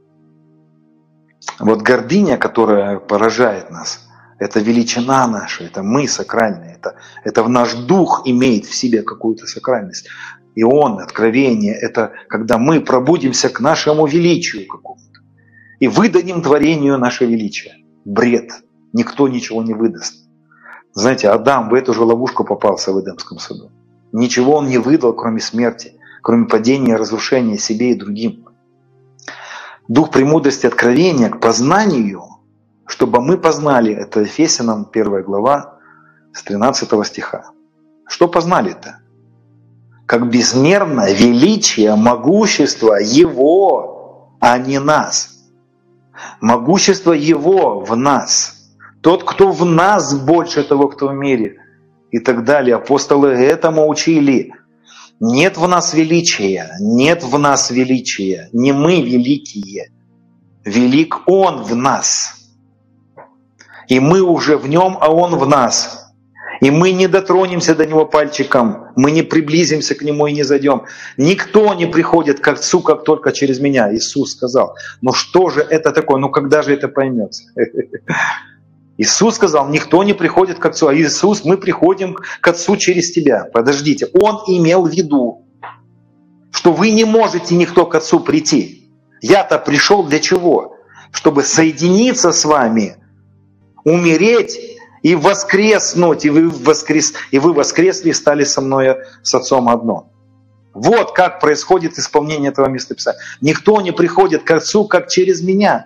вот гордыня, которая поражает нас, это величина наша, это мы сакральные, это в наш дух имеет в себе какую-то сакральность. И он, откровение, это когда мы пробудимся к нашему величию какому-то и выдадим творению наше величие. Бред. Никто ничего не выдаст. Знаете, Адам в эту же ловушку попался в Эдемском саду. Ничего он не выдал, кроме смерти, кроме падения и разрушения себе и другим. Дух премудрости откровения к познанию, чтобы мы познали, это Ефесянам 1 глава с 13 стиха. Что познали-то? Как безмерное величие, могущество Его, а не нас. Могущество Его в нас. Тот, кто в нас, больше того, кто в мире. И так далее. Апостолы этому учили. Нет в нас величия, нет в нас величия. Не мы великие. велик Он в нас. И мы уже в Нем, а Он в нас. И мы не дотронемся до Него пальчиком, мы не приблизимся к Нему и не зайдем. Никто не приходит к Отцу, как только через меня, Иисус сказал. Но что же это такое? Ну когда же это поймется? Иисус сказал, никто не приходит к Отцу, а Иисус, мы приходим к Отцу через тебя. Подождите, Он имел в виду, что вы не можете никто к Отцу прийти. Я-то пришел для чего? Чтобы соединиться с вами, умереть и воскреснуть, и вы воскресли и стали со мной, с Отцом одно. Вот как происходит исполнение этого местописания. Никто не приходит к Отцу, как через меня.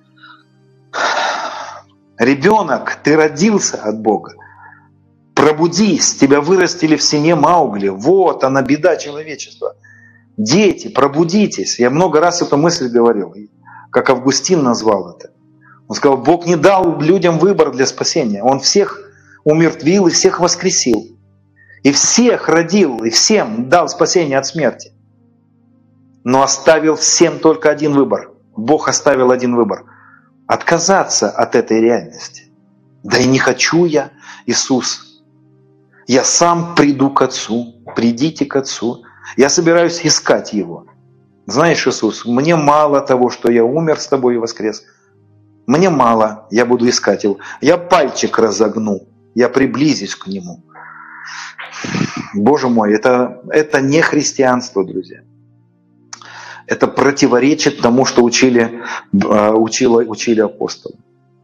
Ребенок, ты родился от Бога. Пробудись, тебя вырастили в семье Маугли. Вот она, беда человечества. Дети, пробудитесь. Я много раз эту мысль говорил, как Августин назвал это. Он сказал, Бог не дал людям выбор для спасения. Он всех умертвил и всех воскресил. И всех родил, и всем дал спасение от смерти. Но оставил всем только один выбор. Бог оставил один выбор. Отказаться от этой реальности. Да и не хочу я, Иисус. Я сам приду к Отцу. Придите к Отцу. Я собираюсь искать Его. Знаешь, Иисус, мне мало того, что я умер с Тобой и воскрес. Мне мало, я буду искать Его. Я пальчик разогну, я приблизюсь к Нему. Боже мой, это не христианство, друзья. Это противоречит тому, что учили апостолы.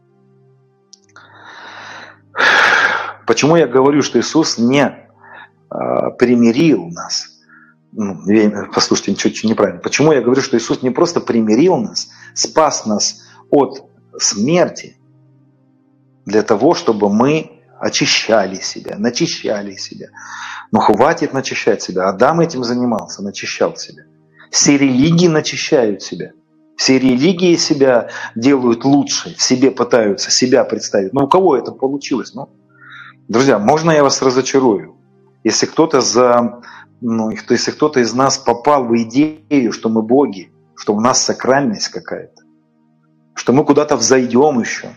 Почему я говорю, что Иисус не примирил нас? Послушайте, чуть-чуть неправильно. Почему я говорю, что Иисус не просто примирил нас, спас нас от смерти, для того, чтобы мы очищали себя, начищали себя. Но хватит начищать себя. Адам этим занимался, начищал себя. Все религии начищают себя. Все религии себя делают лучше, в себе пытаются себя представить. Но у кого это получилось? Друзья, можно я вас разочарую? Если кто-то из нас попал в идею, что мы боги, что у нас сакральность какая-то, что мы куда-то взойдем еще,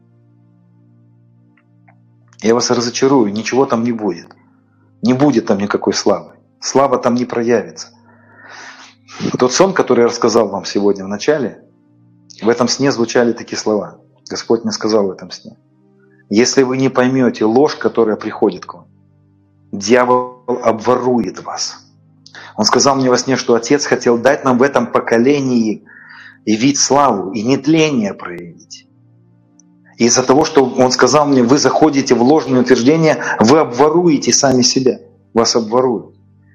я вас разочарую, ничего там не будет. Не будет там никакой славы. Слава там не проявится. Тот сон, который я рассказал вам сегодня в начале, в этом сне звучали такие слова. Господь мне сказал в этом сне. Если вы не поймете ложь, которая приходит к вам, дьявол обворует вас. Он сказал мне во сне, что Отец хотел дать нам в этом поколении явить славу и нетление проявить. И из-за того, что Он сказал мне, вы заходите в ложные утверждения, вы обворуете сами себя. Вас обворуют.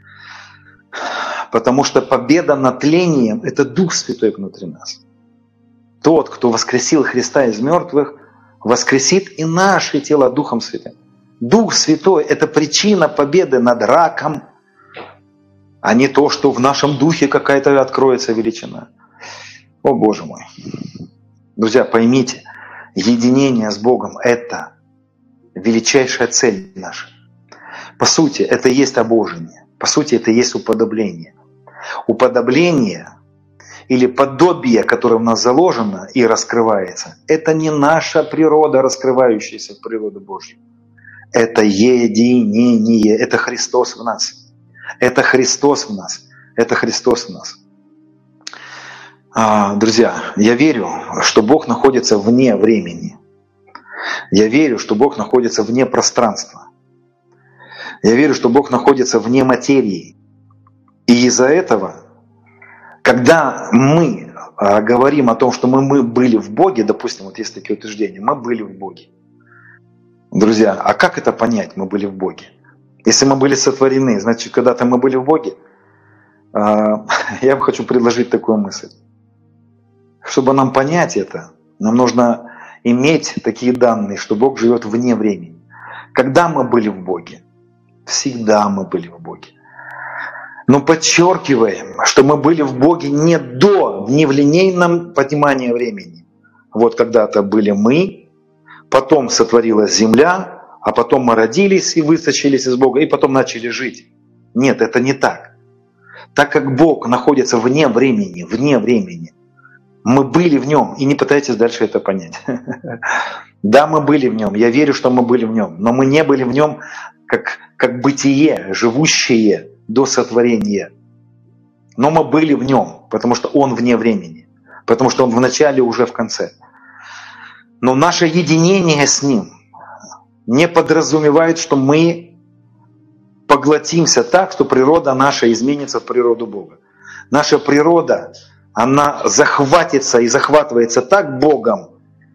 Потому что победа над тлением – это Дух Святой внутри нас. Тот, кто воскресил Христа из мертвых, воскресит и наши тела Духом Святым. Дух Святой – это причина победы над раком, а не то, что в нашем духе какая-то откроется величина. О, Боже мой! Друзья, поймите, единение с Богом – это величайшая цель наша. По сути, это и есть обожение. По сути, это и есть уподобление. Уподобление или подобие, которое в нас заложено и раскрывается, это не наша природа, раскрывающаяся в природу Божью. Это единение, это Христос в нас. Это Христос в нас. Это Христос в нас. Друзья, я верю, что Бог находится вне времени. Я верю, что Бог находится вне пространства. Я верю, что Бог находится вне материи. И из-за этого, когда мы говорим о том, что мы были в Боге, допустим, вот есть такие утверждения, мы были в Боге. Друзья, а как это понять, мы были в Боге? Если мы были сотворены, значит, когда-то мы были в Боге. Я хочу предложить такую мысль. Чтобы нам понять это, нам нужно иметь такие данные, что Бог живет вне времени. Когда мы были в Боге? Всегда мы были в Боге. Но подчеркиваем, что мы были в Боге не в линейном понимании времени. Вот когда-то были мы, потом сотворилась земля, а потом мы родились и вытащились из Бога, и потом начали жить. Нет, это не так. Так как Бог находится вне времени, Мы были в нем, и не пытайтесь дальше это понять. Да, мы были в нем, я верю, что мы были в нем, но мы не были в нем как бытие, живущее до сотворения. Но мы были в нем, потому что он вне времени, потому что он в начале, уже в конце. Но наше единение с ним не подразумевает, что мы поглотимся так, что природа наша изменится в природу Бога. Наша природа, она захватится и захватывается так Богом,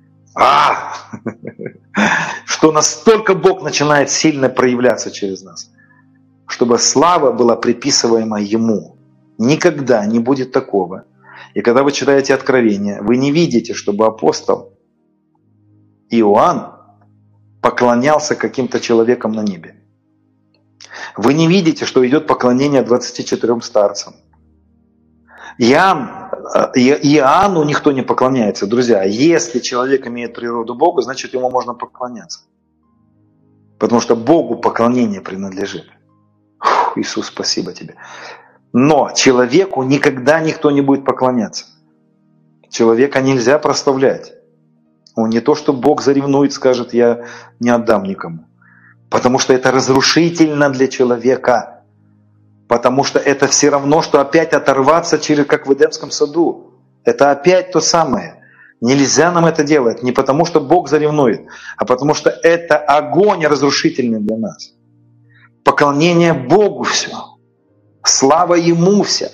что настолько Бог начинает сильно проявляться через нас, чтобы слава была приписываема Ему. Никогда не будет такого. И когда вы читаете Откровение, вы не видите, чтобы апостол Иоанн поклонялся каким-то человекам на небе. Вы не видите, что идет поклонение 24 старцам. Иоанну никто не поклоняется. Друзья, если человек имеет природу Бога, значит ему можно поклоняться. Потому что Богу поклонение принадлежит. Иисус, спасибо тебе. Но человеку никогда никто не будет поклоняться. Человека нельзя прославлять. Он не то, что Бог заревнует, скажет, я не отдам никому. Потому что это разрушительно для человека. Потому что это все равно, что опять оторваться, как в Эдемском саду. Это опять то самое. Нельзя нам это делать. Не потому, что Бог заревнует, а потому что это огонь разрушительный для нас. Поклонение Богу все. Слава Ему вся.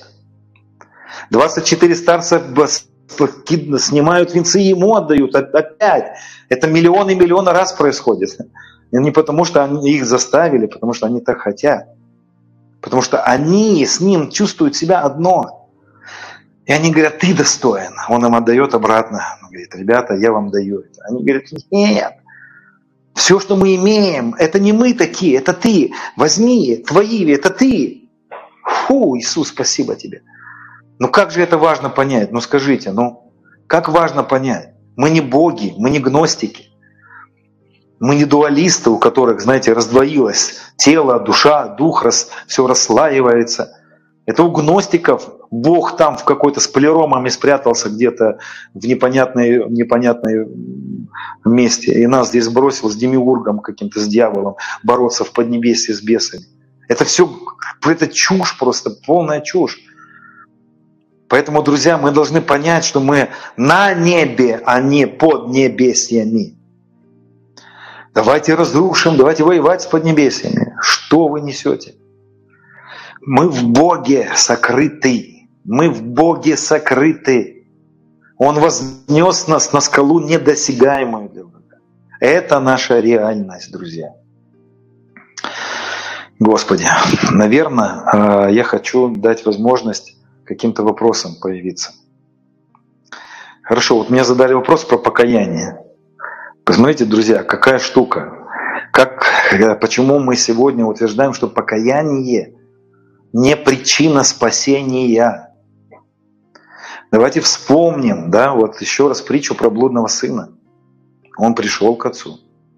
24 старца снимают венцы, Ему отдают. Опять. Это миллионы и миллионы раз происходит. И не потому, что они их заставили, потому что они так хотят. Потому что они с Ним чувствуют себя одно. И они говорят, ты достоин. Он им отдает обратно. Он говорит, ребята, я вам даю это. Они говорят, нет. Все, что мы имеем, это не мы такие, это ты. Возьми, твои, это ты. Фу, Иисус, спасибо тебе. Ну как же это важно понять? Ну скажите, как важно понять? Мы не боги, мы не гностики. Мы не дуалисты, у которых, знаете, раздвоилось тело, душа, дух, все расслаивается. Это у гностиков Бог там в какой-то с полиромами спрятался где-то в непонятной месте. И нас здесь бросил с демиургом каким-то, с дьяволом, бороться в поднебесье с бесами. Это все, это чушь просто, полная чушь. Поэтому, друзья, мы должны понять, что мы на небе, а не под небесьями. Давайте разрушим, давайте воевать с поднебесьями. Что вы несете? Мы в Боге сокрыты. Мы в Боге сокрыты. Он вознес нас на скалу недосягаемую для врага. Это наша реальность, друзья. Господи, наверное, я хочу дать возможность каким-то вопросам появиться. Хорошо, вот мне задали вопрос про покаяние. Посмотрите, друзья, какая штука. Почему мы сегодня утверждаем, что покаяние не причина спасения? Давайте вспомним, вот еще раз притчу про блудного сына. Он пришел к отцу.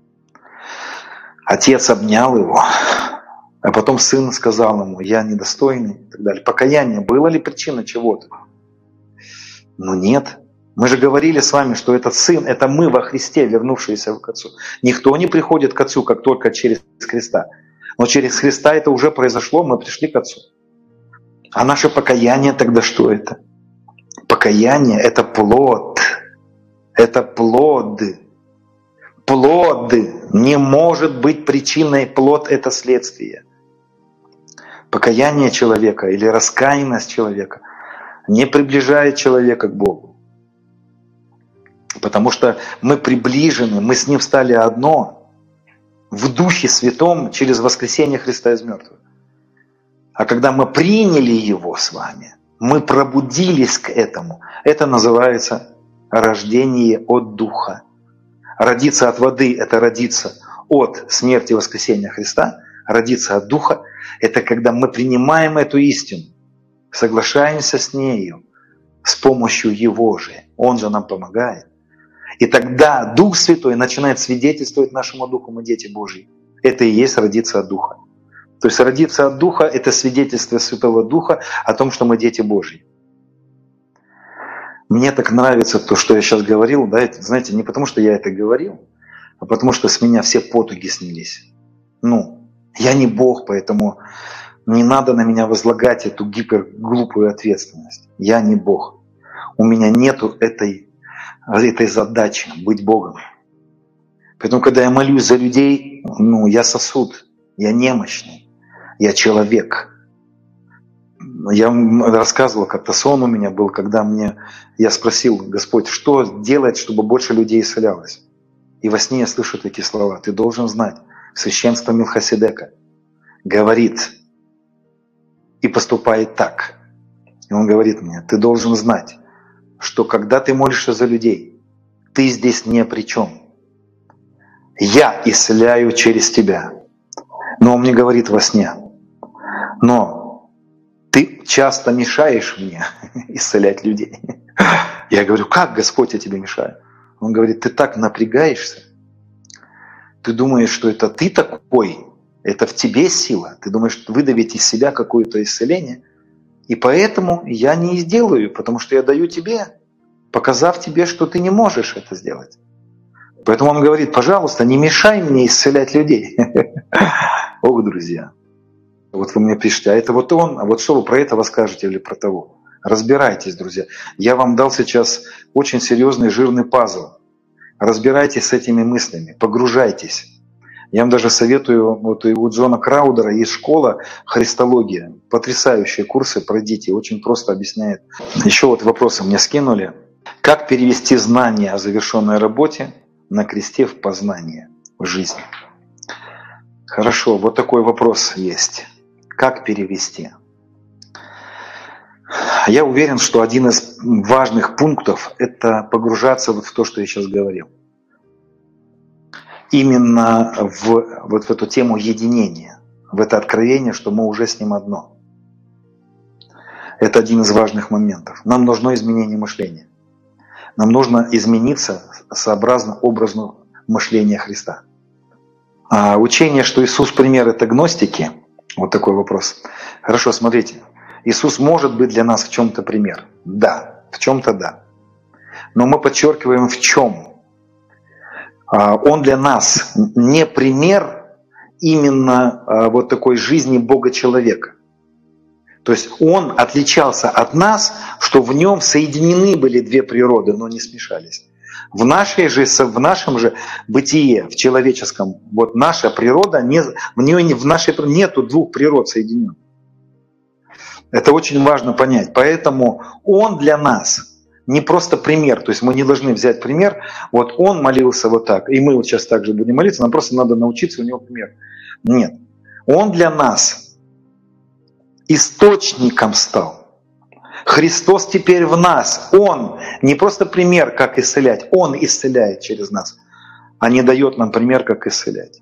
Отец обнял его, а потом сын сказал ему, я недостойный и так далее. Покаяние было ли причиной чего-то? Нет. Мы же говорили с вами, что этот сын, это мы во Христе, вернувшиеся к Отцу. Никто не приходит к Отцу, как только через Христа. Но через Христа это уже произошло, мы пришли к Отцу. А наше покаяние тогда что это? Покаяние – это плод. Это плод. Плод не может быть причиной, плод – это следствие. Покаяние человека или раскаянность человека не приближает человека к Богу. Потому что мы приближены, мы с Ним стали одно в Духе Святом через воскресение Христа из мертвых. А когда мы приняли Его с вами, мы пробудились к этому. Это называется рождение от Духа. Родиться от воды – это родиться от смерти и воскресения Христа. Родиться от Духа – это когда мы принимаем эту истину, соглашаемся с нею с помощью Его же. Он же нам помогает. И тогда Дух Святой начинает свидетельствовать нашему Духу, мы дети Божьи. Это и есть родиться от Духа. То есть родиться от Духа – это свидетельство Святого Духа о том, что мы дети Божьи. Мне так нравится то, что я сейчас говорил, да, знаете, не потому что я это говорил, а потому что с меня все потуги снялись. Ну, я не Бог, поэтому не надо на меня возлагать эту гиперглупую ответственность. Я не Бог. У меня нету этой задачи быть Богом. Поэтому, когда я молюсь за людей, я сосуд, я немощный, я человек. Я вам рассказывал, как-то сон у меня был, когда я спросил: Господь, что делать, чтобы больше людей исцелялось? И во сне я слышу такие слова: ты должен знать, священство Милхиседека говорит и поступает так. И он говорит мне: ты должен знать, что когда ты молишься за людей, ты здесь ни при чем. Я исцеляю через тебя. Но он мне говорит во сне: но ты часто мешаешь мне исцелять людей. Я говорю: как, Господь, я тебе мешаю? Он говорит: ты так напрягаешься, ты думаешь, что это ты такой, это в тебе сила, ты думаешь выдавить из себя какое-то исцеление, и поэтому я не сделаю, потому что я даю тебе, показав тебе, что ты не можешь это сделать. Поэтому он говорит: пожалуйста, не мешай мне исцелять людей. Ох, друзья. Вот вы мне пишете: а это вот он, а вот что вы про этого скажете или про того? Разбирайтесь, друзья. Я вам дал сейчас очень серьезный жирный пазл. Разбирайтесь с этими мыслями, погружайтесь. Я вам даже советую, вот и у Джона Краудера есть школа «Христология». Потрясающие курсы, пройдите, очень просто объясняет. Еще вот вопросы мне скинули. Как перевести знание о завершенной работе на кресте в познание в жизни? Хорошо, вот такой вопрос есть. Как перевести? Я уверен, что один из важных пунктов – это погружаться вот в то, что я сейчас говорил. Именно в эту тему единения, в это откровение, что мы уже с Ним одно. Это один из важных моментов. Нам нужно изменение мышления. Нам нужно измениться сообразно образу мышления Христа. А учение, что Иисус пример – это гностики, вот такой вопрос. Хорошо, смотрите. Иисус может быть для нас в чем-то пример. Да, в чем-то да. Но мы подчеркиваем в чем. Он для нас не пример именно вот такой жизни Бога-человека. То есть Он отличался от нас, что в Нем соединены были две природы, но не смешались. В нашем же бытие, в человеческом, вот наша природа, в нашей нету двух природ соединенных. Это очень важно понять. Поэтому Он для нас не просто пример. То есть мы не должны взять пример. Вот Он молился вот так, и мы вот сейчас также будем молиться, нам просто надо научиться у Него пример. Нет. Он для нас источником стал. Христос теперь в нас. Он не просто пример, как исцелять. Он исцеляет через нас, а не дает нам пример, как исцелять.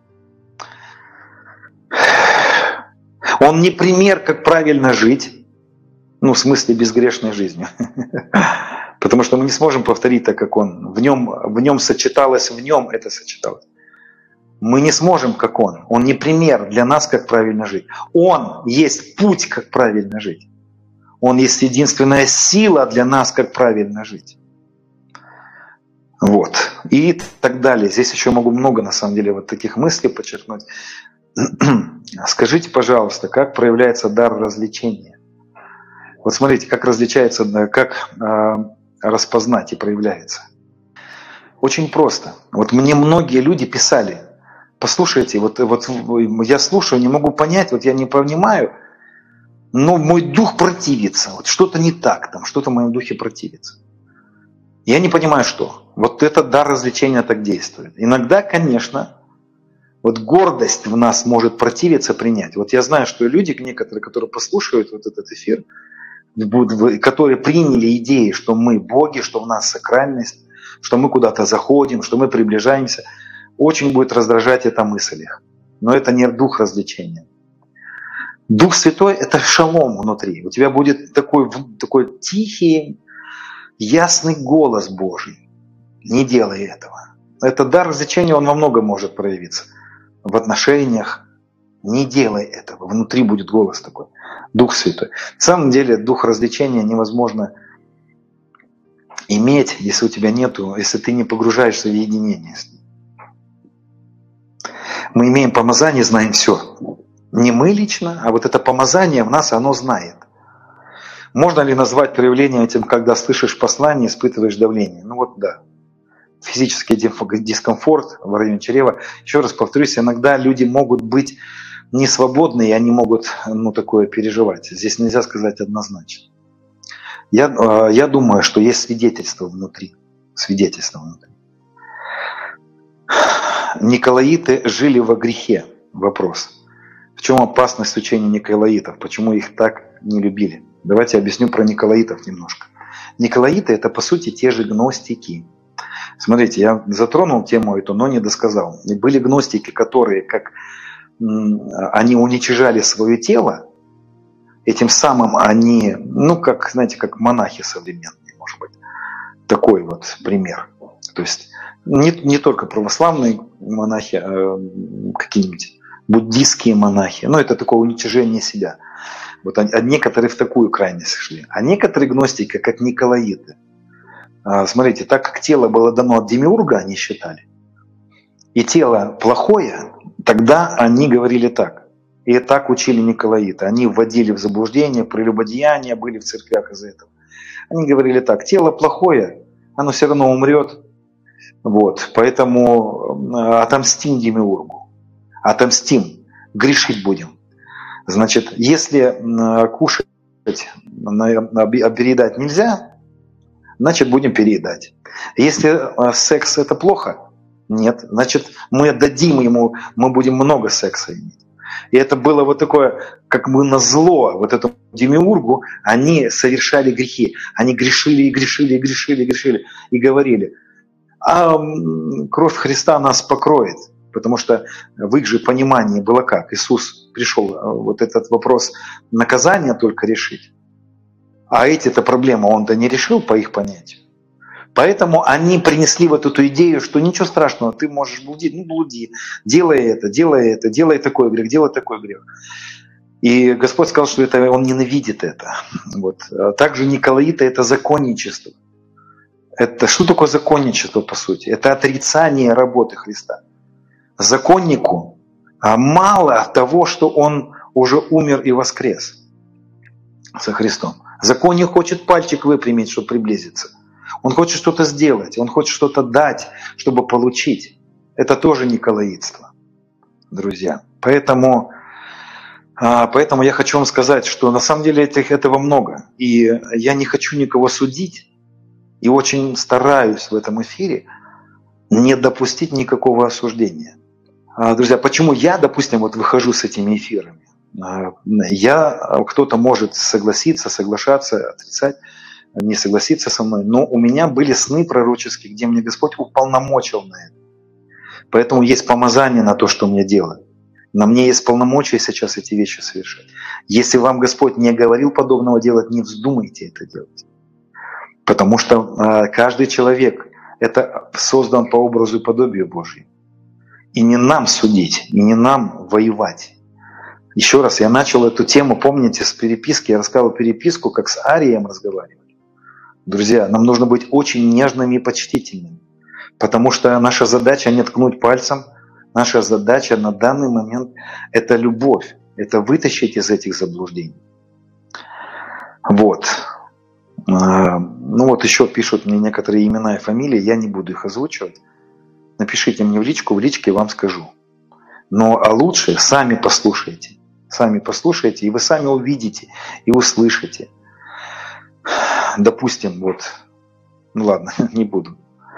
Он не пример, как правильно жить. В смысле безгрешной жизнью. Потому что мы не сможем повторить так, как Он. В нем сочеталось, в нем это сочеталось. Мы не сможем, как Он. Он не пример для нас, как правильно жить. Он есть путь, как правильно жить. Он есть единственная сила для нас, как правильно жить. Вот. И так далее. Здесь еще могу много, на самом деле, вот таких мыслей подчеркнуть. Скажите, пожалуйста, как проявляется дар развлечения? Вот смотрите, как различается, как распознать и проявляется. Очень просто. Вот мне многие люди писали: послушайте, вот я слушаю, не могу понять, вот я не понимаю, но мой дух противится, вот что-то не так там, что-то в моем духе противится. Я не понимаю, что. Вот этот дар развлечения так действует. Иногда, конечно, вот гордость в нас может противиться принять. Вот я знаю, что люди некоторые, которые послушают вот этот эфир, которые приняли идеи, что мы боги, что в нас сакральность, что мы куда-то заходим, что мы приближаемся, очень будет раздражать эта мысль их. Но это не дух развлечения. Дух Святой – это шалом внутри. У тебя будет такой тихий, ясный голос Божий. Не делай этого. Это дар развлечения, он во многом может проявиться. В отношениях. Не делай этого. Внутри будет голос такой. Дух Святой. На самом деле дух развлечения невозможно иметь, если у тебя нету, если ты не погружаешься в единение с ним. Мы имеем помазание, знаем все. Не мы лично, а вот это помазание в нас, оно знает. Можно ли назвать проявление этим, когда слышишь послание, испытываешь давление? Ну вот да. Физический дискомфорт в районе чрева. Еще раз повторюсь, иногда люди могут быть не свободны, и они могут такое переживать. Здесь нельзя сказать однозначно. Я думаю, что есть свидетельство внутри. Свидетельство внутри. Николаиты жили во грехе. Вопрос. В чем опасность учения николаитов? Почему их так не любили? Давайте объясню про николаитов немножко. Николаиты – это, по сути, те же гностики. Смотрите, я затронул тему эту, но не досказал. И были гностики, которые, они уничижали свое тело, этим самым они, как монахи современные, может быть. Такой вот пример. То есть не только православные монахи, а какие-нибудь буддийские монахи. Это такое уничижение себя. Вот некоторые в такую крайность шли. А некоторые гностики, как николаиты, смотрите, так как тело было дано от демиурга, они считали, и тело плохое, тогда они говорили так. И так учили николаиты. Они вводили в заблуждение, прелюбодеяния, были в церквях из-за этого. Они говорили так: тело плохое, оно все равно умрет. Вот, поэтому отомстим демиургу. Отомстим, грешить будем. Значит, если кушать, переедать нельзя, значит, будем переедать. Если секс – это плохо, нет, значит, мы дадим ему, мы будем много секса иметь. И это было вот такое, как бы назло вот этому демиургу, они совершали грехи. Они грешили и грешили и грешили и грешили. И говорили: а кровь Христа нас покроет. Потому что в их же понимании было как? Иисус пришел вот этот вопрос наказания только решить. А эти-то проблемы он-то не решил по их понятию. Поэтому они принесли вот эту идею, что ничего страшного, ты можешь блудить, блуди, делай такой грех, делай такой грех. И Господь сказал, что это, Он ненавидит это. Вот. Также николаиты – это законничество. Это что такое законничество, по сути? Это отрицание работы Христа. Законнику мало того, что он уже умер и воскрес со Христом. Законник хочет пальчик выпрямить, чтобы приблизиться. Он хочет что-то сделать, он хочет что-то дать, чтобы получить. Это тоже николаитство, друзья. Поэтому я хочу вам сказать, что на самом деле этого много. И я не хочу никого судить. И очень стараюсь в этом эфире не допустить никакого осуждения. Друзья, почему я, допустим, выхожу с этими эфирами? Кто-то может согласиться, соглашаться, отрицать, не согласиться со мной, но у меня были сны пророческие, где мне Господь уполномочил на это. Поэтому есть помазание на то, что мне делать. На мне есть полномочия сейчас эти вещи совершать. Если вам Господь не говорил подобного делать, не вздумайте это делать. Потому что каждый человек это создан по образу и подобию Божьему. И не нам судить, и не нам воевать. Еще раз, я начал эту тему, помните, с переписки. Я рассказывал переписку, как с Арием разговаривали. Друзья, нам нужно быть очень нежными и почтительными. Потому что наша задача не ткнуть пальцем. Наша задача на данный момент – это любовь. Это вытащить из этих заблуждений. Вот. Еще пишут мне некоторые имена и фамилии. Я не буду их озвучивать. Напишите мне в личке вам скажу. А лучше сами послушайте. Сами послушайте, и вы сами увидите и услышите. Допустим, ладно, не буду.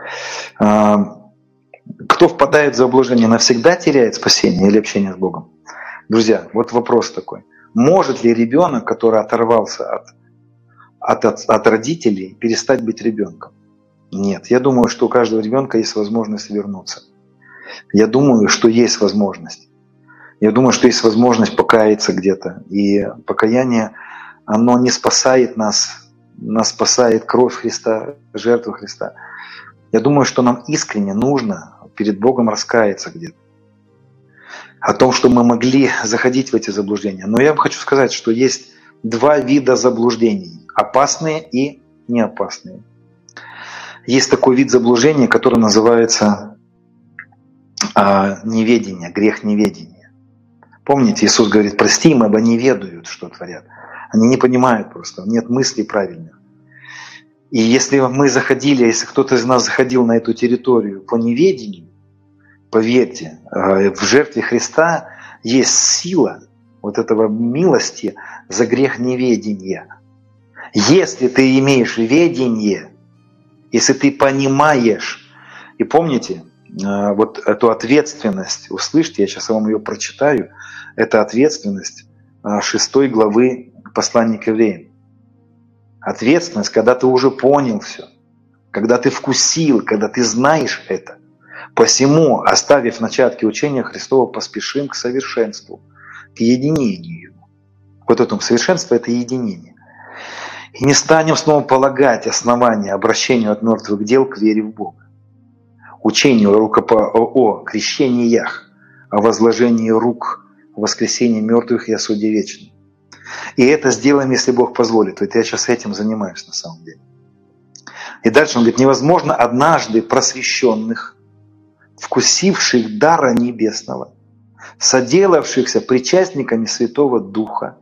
Кто впадает в заблуждение, навсегда теряет спасение или общение с Богом? Друзья, вопрос такой. Может ли ребенок, который оторвался от родителей, перестать быть ребенком? Нет. Я думаю, что у каждого ребенка есть возможность вернуться. Я думаю, что есть возможность. Я думаю, что есть возможность покаяться где-то. И покаяние, оно не спасает нас. Нас спасает кровь Христа, жертва Христа. Я думаю, что нам искренне нужно перед Богом раскаяться где-то. О том, что мы могли заходить в эти заблуждения. Но я вам хочу сказать, что есть два вида заблуждений. Опасные и неопасные. Есть такой вид заблуждения, который называется неведение, грех неведения. Помните, Иисус говорит: прости им, ибо не ведают, что творят. Они не понимают просто, нет мыслей правильных. И если мы заходили, если кто-то из нас заходил на эту территорию по неведению, поверьте, в жертве Христа есть сила вот этого милости за грех неведения. Если ты имеешь ведение, если ты понимаешь, и помните, вот эту ответственность, услышьте, я сейчас вам ее прочитаю, это ответственность 6 главы послания к евреям. Ответственность, когда ты уже понял все, когда ты вкусил, когда ты знаешь это. Посему, оставив начатки учения Христова, поспешим к совершенству, к единению. Вот это совершенство – это единение. И не станем снова полагать основания обращению от мертвых дел к вере в Бога, учению о крещениях, о возложении рук, о воскресении мертвых и о суде вечном. И это сделаем, если Бог позволит. Вот я сейчас этим занимаюсь на самом деле. И дальше он говорит: невозможно однажды просвещенных, вкусивших дара небесного, соделавшихся причастниками Святого Духа,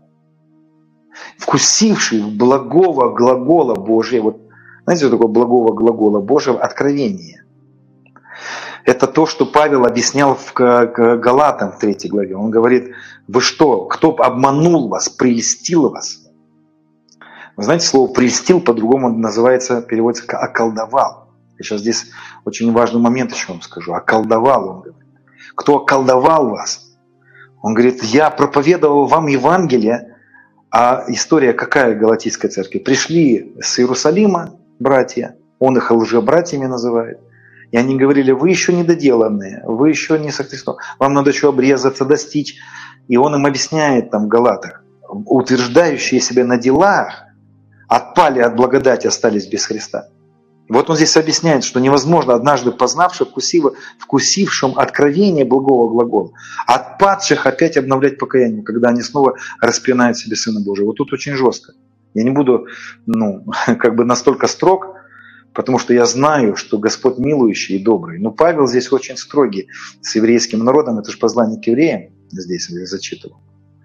вкусивших благого глагола Божия. Вот знаете, что такое благого глагола Божьего? Откровение. Это то, что Павел объяснял в Галатам в 3 главе. Он говорит: вы что, кто обманул вас, прельстил вас? Вы знаете, слово «прельстил» по-другому называется, переводится как «околдовал». Я сейчас здесь очень важный момент еще вам скажу. Околдовал, он говорит. Кто околдовал вас? Он говорит: я проповедовал вам Евангелие. А история какая Галатийской церкви? Пришли с Иерусалима братья, он их лжебратьями называет. И они говорили: вы еще недоделанные, вы еще не со Христом, вам надо еще обрезаться, достичь. И он им объясняет там в Галатах: утверждающие себя на делах отпали от благодати, остались без Христа. И вот он здесь объясняет, что невозможно однажды познавших, вкусившим откровение благого глагола, отпадших опять обновлять покаяние, когда они снова распинают себе Сына Божия. Вот тут очень жестко. Я не буду настолько строг, потому что я знаю, что Господь милующий и добрый. Но Павел здесь очень строгий с еврейским народом. Это же послание к евреям здесь я зачитывал.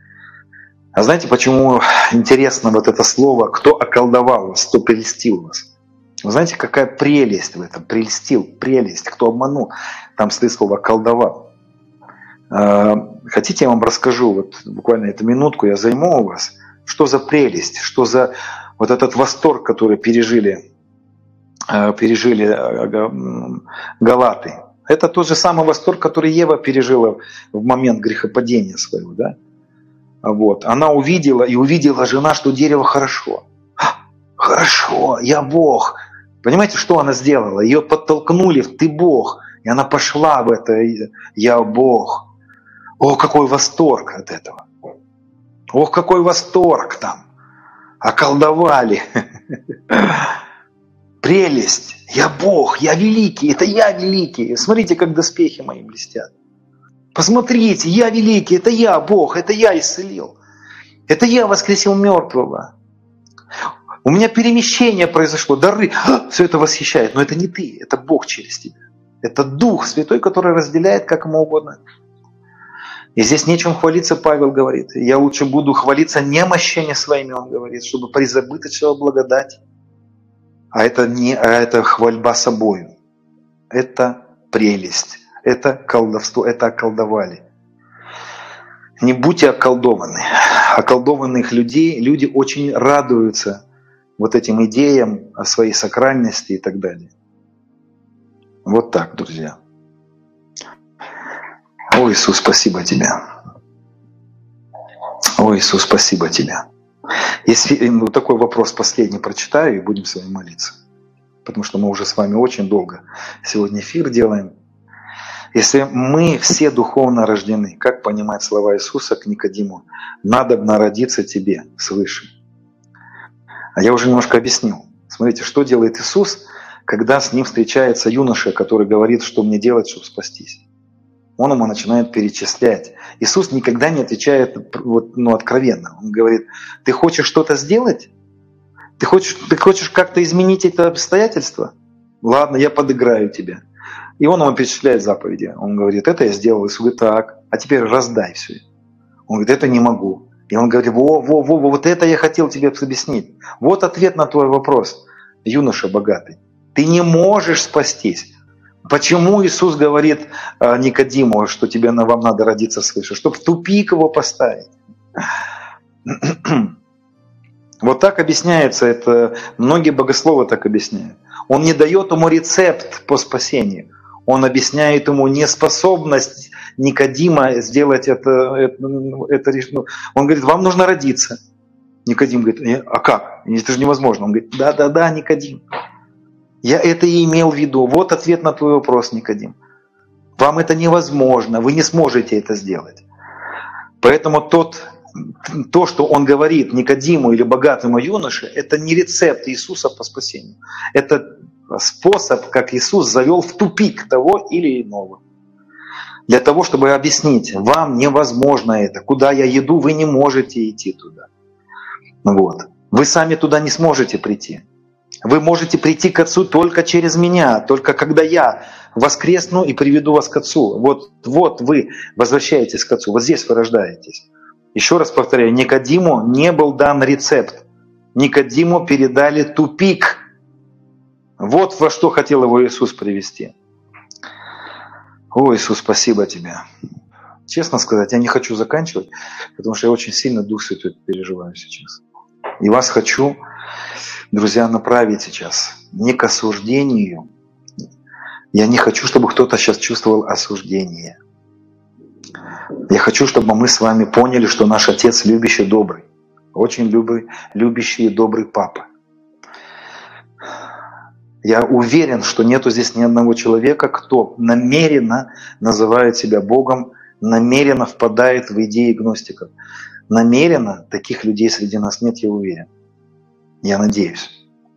А знаете, почему интересно вот это слово «кто околдовал вас, кто прельстил вас»? Вы знаете, какая прелесть в этом? Прельстил, прелесть. Кто обманул? Там стоит слово «околдовал». Хотите, я вам расскажу, вот буквально эту минутку я займу у вас, что за прелесть, что за вот этот восторг, который пережили галаты. Это тот же самый восторг, который Ева пережила в момент грехопадения своего. Да? Вот. Она увидела жена, что дерево хорошо. Хорошо, я Бог. Понимаете, что она сделала? Ее подтолкнули в «ты Бог». И она пошла в это «я Бог». О, какой восторг от этого. Ох, какой восторг там. Околдовали. Прелесть. Я Бог, я великий, это я великий. Смотрите, как доспехи мои блестят. Посмотрите, я великий, это я Бог, это я исцелил. Это я воскресил мертвого. У меня перемещение произошло, дары. Все это восхищает, но это не ты, это Бог через тебя. Это Дух Святой, который разделяет как ему угодно. И здесь нечем хвалиться, Павел говорит. Я лучше буду хвалиться немощами своими, он говорит, чтобы призабыточила благодать. А это хвальба собою. Это прелесть. Это колдовство. Это околдовали. Не будьте околдованы. Околдованных людей, люди очень радуются вот этим идеям о своей сакральности и так далее. Вот так, друзья. О, Иисус, спасибо Тебе. О, Иисус, спасибо Тебе. Если вот такой вопрос последний прочитаю, и будем с вами молиться. Потому что мы уже с вами очень долго сегодня эфир делаем. Если мы все духовно рождены, как понимать слова Иисуса к Никодиму? Надобно родиться тебе свыше. А я уже немножко объяснил. Смотрите, что делает Иисус, когда с ним встречается юноша, который говорит, что мне делать, чтобы спастись. Он ему начинает перечислять. Иисус никогда не отвечает откровенно. Он говорит: ты хочешь что-то сделать? Ты хочешь как-то изменить это обстоятельство? ладно, я подыграю тебе. И он ему перечисляет заповеди. Он говорит, это я сделал. Иисус говорит, так, а теперь раздай все. Он говорит, это не могу. И он говорит, вот это я хотел тебе объяснить. Вот ответ на твой вопрос, юноша богатый. Ты не можешь спастись. Почему Иисус говорит Никодиму, что вам надо родиться свыше? Чтобы в тупик его поставить. Вот так объясняется это. Многие богословы так объясняют. Он не дает ему рецепт по спасению. Он объясняет ему неспособность Никодима сделать это. Он говорит, вам нужно родиться. Никодим говорит, а как? Это же невозможно. Он говорит, да, Никодим. Я это и имел в виду. Вот ответ на твой вопрос, Никодим. Вам это невозможно. Вы не сможете это сделать. Поэтому то, что он говорит Никодиму или богатому юноше, это не рецепт Иисуса по спасению. Это способ, как Иисус завел в тупик того или иного. Для того, чтобы объяснить, вам невозможно это. Куда я иду, вы не можете идти туда. Вот. Вы сами туда не сможете прийти. Вы можете прийти к Отцу только через меня, только когда я воскресну и приведу вас к Отцу. Вот вы возвращаетесь к Отцу, вот здесь вы рождаетесь. Еще раз повторяю, Никодиму не был дан рецепт. Никодиму передали тупик. Вот во что хотел его Иисус привести. О, Иисус, спасибо тебе. Честно сказать, я не хочу заканчивать, потому что я очень сильно Дух Святой переживаю сейчас. И вас хочу, друзья, направить сейчас не к осуждению. Я не хочу, чтобы кто-то сейчас чувствовал осуждение. Я хочу, чтобы мы с вами поняли, что наш Отец любящий, добрый. Очень любящий и добрый Папа. Я уверен, что нету здесь ни одного человека, кто намеренно называет себя Богом, намеренно впадает в идеи гностиков. Намеренно таких людей среди нас нет, я уверен. Я надеюсь.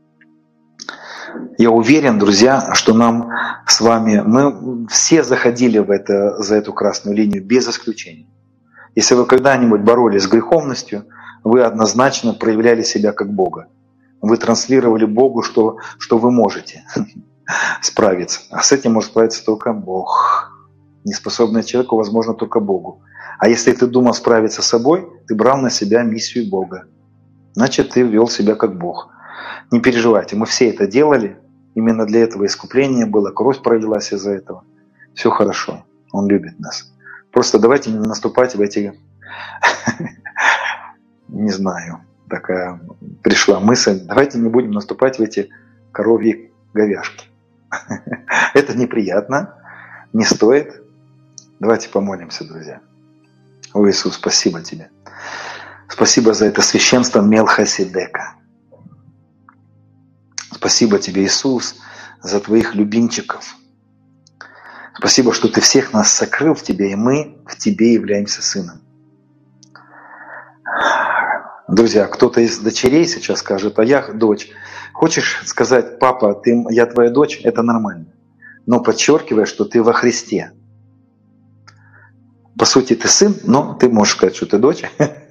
Я уверен, друзья, что нам с вами, мы все заходили за эту красную линию без исключения. Если вы когда-нибудь боролись с греховностью, вы однозначно проявляли себя как Бога. Вы транслировали Богу, что вы можете справиться. А с этим может справиться только Бог. Неспособный человеку возможно только Богу. А если ты думал справиться с собой, ты брал на себя миссию Бога. Значит, ты вел себя как Бог. Не переживайте, мы все это делали. Именно для этого искупления было. Кровь пролилась из-за этого. Все хорошо. Он любит нас. Просто давайте не наступать в эти... Не знаю. Такая пришла мысль. Давайте не будем наступать в эти коровьи говяжки. Это неприятно. Не стоит. Давайте помолимся, друзья. О, Иисус, спасибо тебе. Спасибо за это священство Мелхиседека. Спасибо тебе, Иисус, за твоих любимчиков. Спасибо, что ты всех нас сокрыл в тебе, и мы в тебе являемся сыном. Друзья, кто-то из дочерей сейчас скажет, а я дочь. Хочешь сказать, папа, я твоя дочь, это нормально. Но подчеркивай, что ты во Христе. По сути, ты сын, но ты можешь сказать, что ты дочь.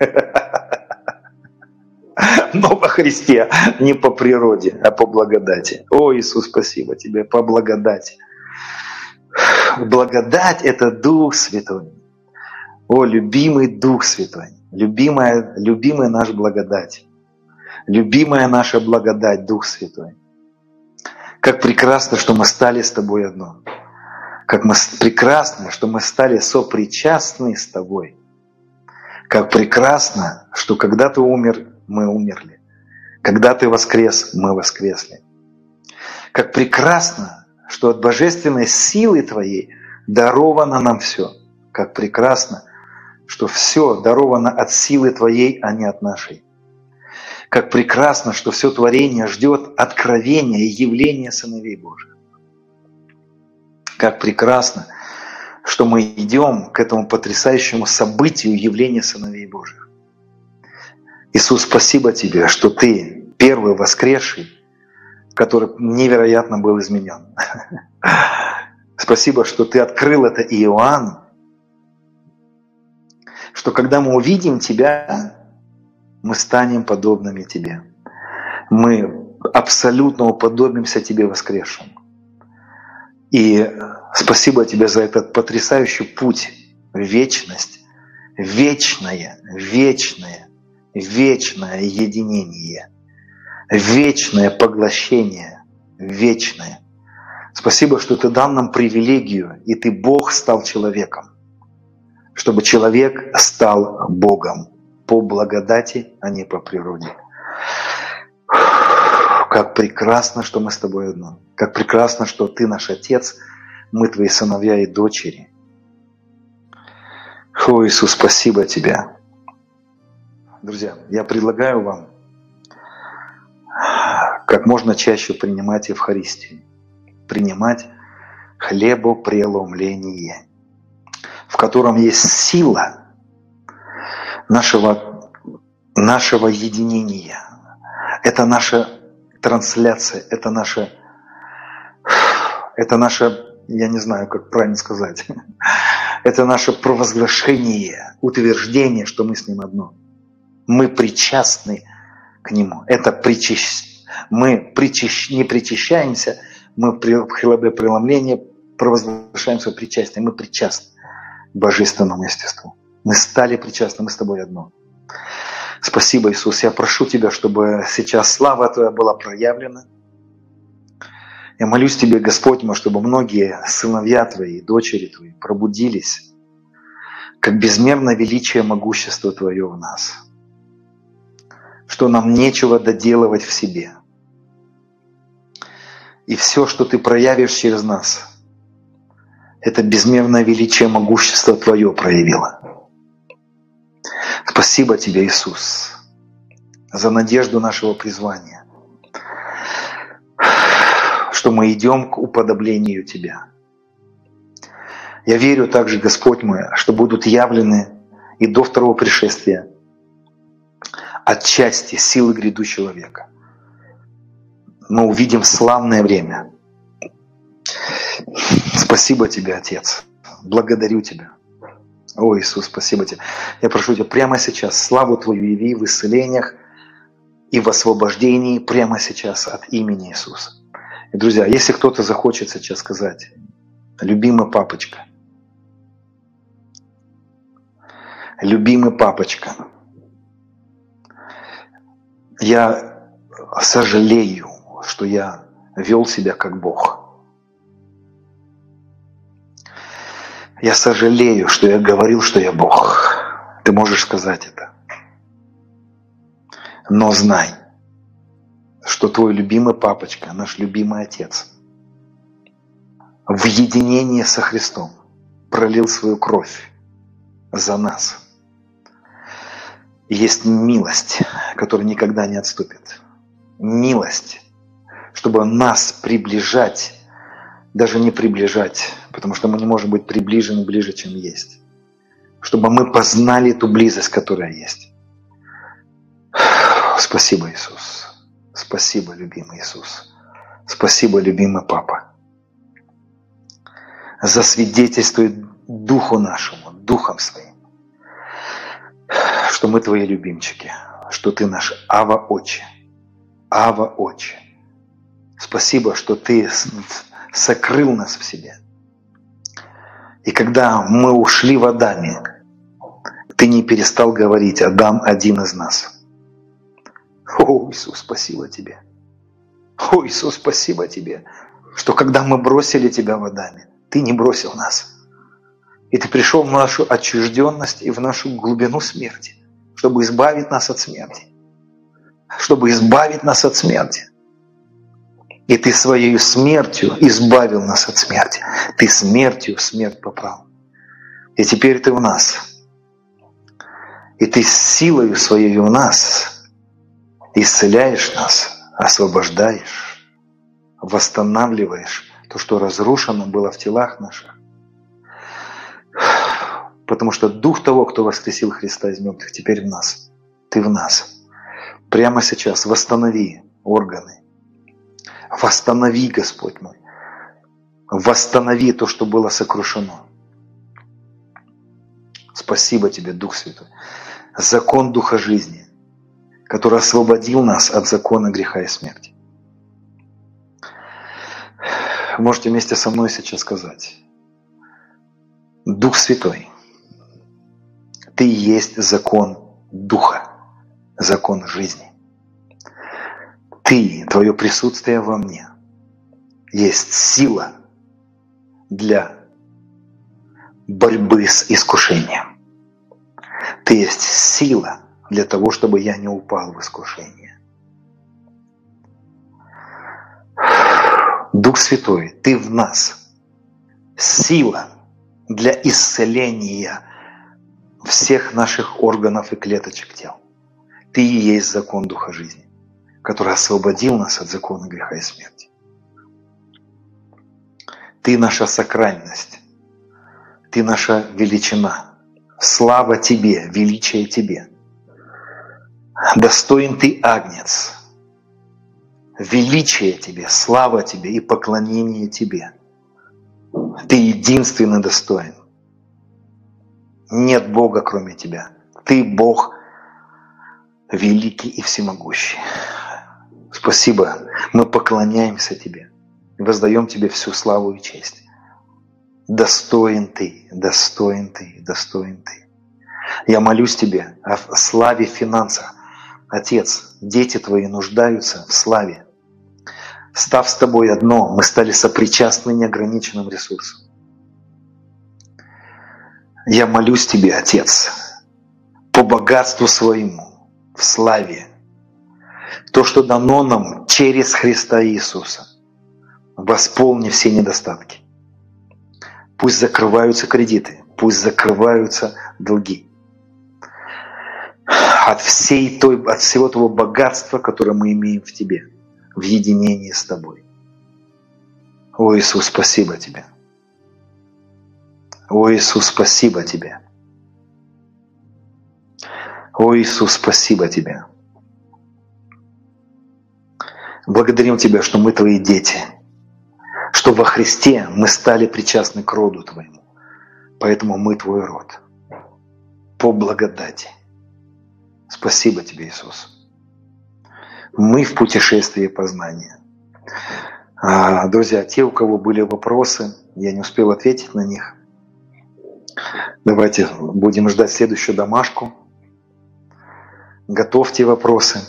Но во Христе, не по природе, а по благодати. О, Иисус, спасибо тебе, по благодати. Благодать – это Дух Святой. О, любимый Дух Святой, любимая наша благодать. Любимая наша благодать, Дух Святой. Как прекрасно, что мы стали с Тобой одно. Как прекрасно, что мы стали сопричастны с Тобой. Как прекрасно, что когда Ты умер, мы умерли. Когда Ты воскрес, мы воскресли. Как прекрасно, что от божественной силы Твоей даровано нам все. Как прекрасно, что все даровано от силы Твоей, а не от нашей. Как прекрасно, что все творение ждет откровения и явления сыновей Божьих. Как прекрасно, что мы идем к этому потрясающему событию явления сыновей Божьих. Иисус, спасибо Тебе, что Ты первый воскресший, который невероятно был изменен. Спасибо, что Ты открыл это Иоанну, что когда мы увидим Тебя, мы станем подобными Тебе. Мы абсолютно уподобимся Тебе воскресшему. И спасибо Тебе за этот потрясающий путь в вечность, вечное единение, вечное поглощение, вечное. Спасибо, что Ты дал нам привилегию, и Ты, Бог, стал человеком, чтобы человек стал Богом по благодати, а не по природе. Как прекрасно, что мы с Тобой одно. Как прекрасно, что Ты наш Отец, мы Твои сыновья и дочери. О, Иисус, спасибо Тебе. Друзья, я предлагаю вам как можно чаще принимать Евхаристию, принимать хлебопреломление, в котором есть сила нашего единения. Это наша трансляция, это наше, я не знаю, как правильно сказать, это наше провозглашение, утверждение, что мы с Ним одно. Мы причастны к Нему. Это мы не причащаемся, мы в хлебопреломлении провозглашаем свое причастие. Мы причастны к божественному естеству. Мы стали причастны, мы с Тобой одно. Спасибо, Иисус. Я прошу Тебя, чтобы сейчас слава Твоя была проявлена. Я молюсь Тебе, Господь мой, чтобы многие сыновья Твои и дочери Твои пробудились, как безмерно величие могущества Твое в нас, что нам нечего доделывать в себе. И все, что Ты проявишь через нас, это безмерное величие могущества Твое проявило. Спасибо Тебе, Иисус, за надежду нашего призвания, что мы идем к уподоблению Тебя. Я верю также, Господь мой, что будут явлены и до второго пришествия отчасти силы грядущего века. Мы увидим славное время. Спасибо Тебе, Отец. Благодарю Тебя. О, Иисус, спасибо Тебе. Я прошу Тебя прямо сейчас славу Твою яви в исцелениях и в освобождении прямо сейчас от имени Иисуса. И, друзья, если кто-то захочет сейчас сказать: любимый папочка, я сожалею, что я вел себя как Бог. Я сожалею, что я говорил, что я Бог. Ты можешь сказать это. Но знай, что твой любимый папочка, наш любимый Отец, в единении со Христом пролил свою кровь за нас. И есть милость, которая никогда не отступит. Милость, чтобы нас приближать, даже не приближать, потому что мы не можем быть приближены ближе, чем есть. Чтобы мы познали ту близость, которая есть. Спасибо, Иисус. Спасибо, любимый Иисус. Спасибо, любимый Папа. Засвидетельствуй Духу нашему, Духом Своим, что мы Твои любимчики, что Ты наш Ава Отче. Ава Отче. Спасибо, что Ты сокрыл нас в себе. И когда мы ушли в Адаме, Ты не перестал говорить: Адам один из нас. О, Иисус, спасибо Тебе. О, Иисус, спасибо Тебе, что когда мы бросили Тебя в Адаме, Ты не бросил нас. И Ты пришел в нашу отчужденность и в нашу глубину смерти, чтобы избавить нас от смерти. Чтобы избавить нас от смерти. И Ты Своей смертью избавил нас от смерти. Ты смертью смерть поправил. И теперь Ты в нас. И Ты силою Своей в нас исцеляешь нас, освобождаешь, восстанавливаешь то, что разрушено было в телах наших. Потому что Дух того, кто воскресил Христа из мертвых, теперь в нас. Ты в нас. Прямо сейчас восстанови органы. Восстанови, Господь мой. Восстанови то, что было сокрушено. Спасибо Тебе, Дух Святой. Закон Духа жизни, который освободил нас от закона греха и смерти. Вы можете вместе со мной сейчас сказать: Дух Святой, Ты есть закон Духа, закон жизни. Ты, Твое присутствие во мне есть сила для борьбы с искушением. Ты есть сила для того, чтобы я не упал в искушение. Дух Святой, Ты в нас. Сила для исцеления всех наших органов и клеточек тел. Ты и есть закон Духа жизни, который освободил нас от закона греха и смерти. Ты наша сакральность. Ты наша величина. Слава Тебе, величие Тебе. Достоин Ты, Агнец. Величие Тебе, слава Тебе и поклонение Тебе. Ты единственно достоин. Нет Бога, кроме Тебя. Ты Бог великий и всемогущий. Спасибо. Мы поклоняемся Тебе. Воздаем Тебе всю славу и честь. Достоин Ты, достоин Ты, достоин Ты. Я молюсь Тебе о славе в финансах. Отец, дети Твои нуждаются в славе. Став с Тобой одно, мы стали сопричастны неограниченным ресурсом. Я молюсь Тебе, Отец, по богатству Своему, в славе. То, что дано нам через Христа Иисуса, восполни все недостатки. Пусть закрываются кредиты, пусть закрываются долги. От всего того богатства, которое мы имеем в Тебе, в единении с Тобой. О, Иисус, спасибо Тебе. О, Иисус, спасибо Тебе. О, Иисус, спасибо Тебе. Благодарим Тебя, что мы Твои дети, что во Христе мы стали причастны к роду Твоему. Поэтому мы Твой род. По благодати. Спасибо Тебе, Иисус. Мы в путешествии познания. Друзья, те, у кого были вопросы, я не успел ответить на них. Давайте будем ждать следующую домашку. Готовьте вопросы.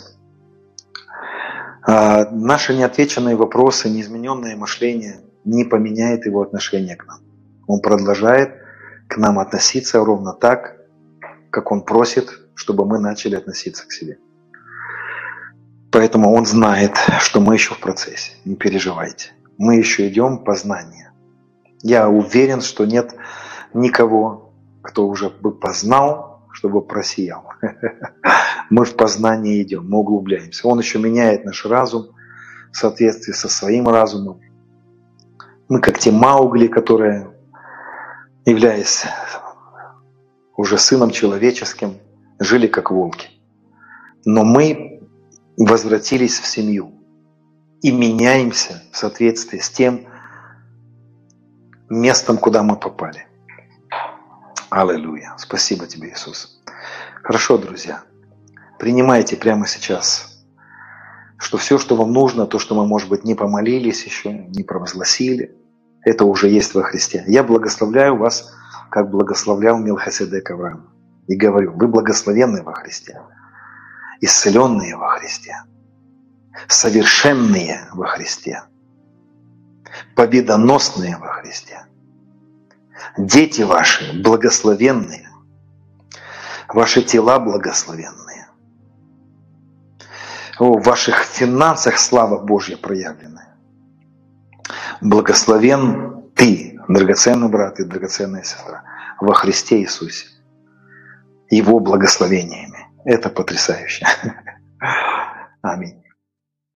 Наши неотвеченные вопросы, неизмененное мышление не поменяет его отношение к нам. Он продолжает к нам относиться ровно так, как он просит, чтобы мы начали относиться к себе. Поэтому он знает, что мы еще в процессе. Не переживайте. Мы еще идем по знанию. Я уверен, что нет никого, кто уже бы познал, чтобы просиял. Мы в познании идем, мы углубляемся. Он еще меняет наш разум в соответствии со своим разумом. Мы как те Маугли, которые, являясь уже сыном человеческим, жили как волки. Но мы возвратились в семью и меняемся в соответствии с тем местом, куда мы попали. Аллилуйя. Спасибо Тебе, Иисус. Хорошо, друзья. Принимайте прямо сейчас, что все, что вам нужно, то, что мы, может быть, не помолились еще, не провозгласили, это уже есть во Христе. Я благословляю вас, как благословлял Мелхиседек Авраам. И говорю, вы благословенные во Христе, исцеленные во Христе, совершенные во Христе, победоносные во Христе. Дети ваши благословенные, ваши тела благословенные. В ваших финансах слава Божья проявленная. Благословен ты, драгоценный брат и драгоценная сестра, во Христе Иисусе. Его благословениями. Это потрясающе. Аминь.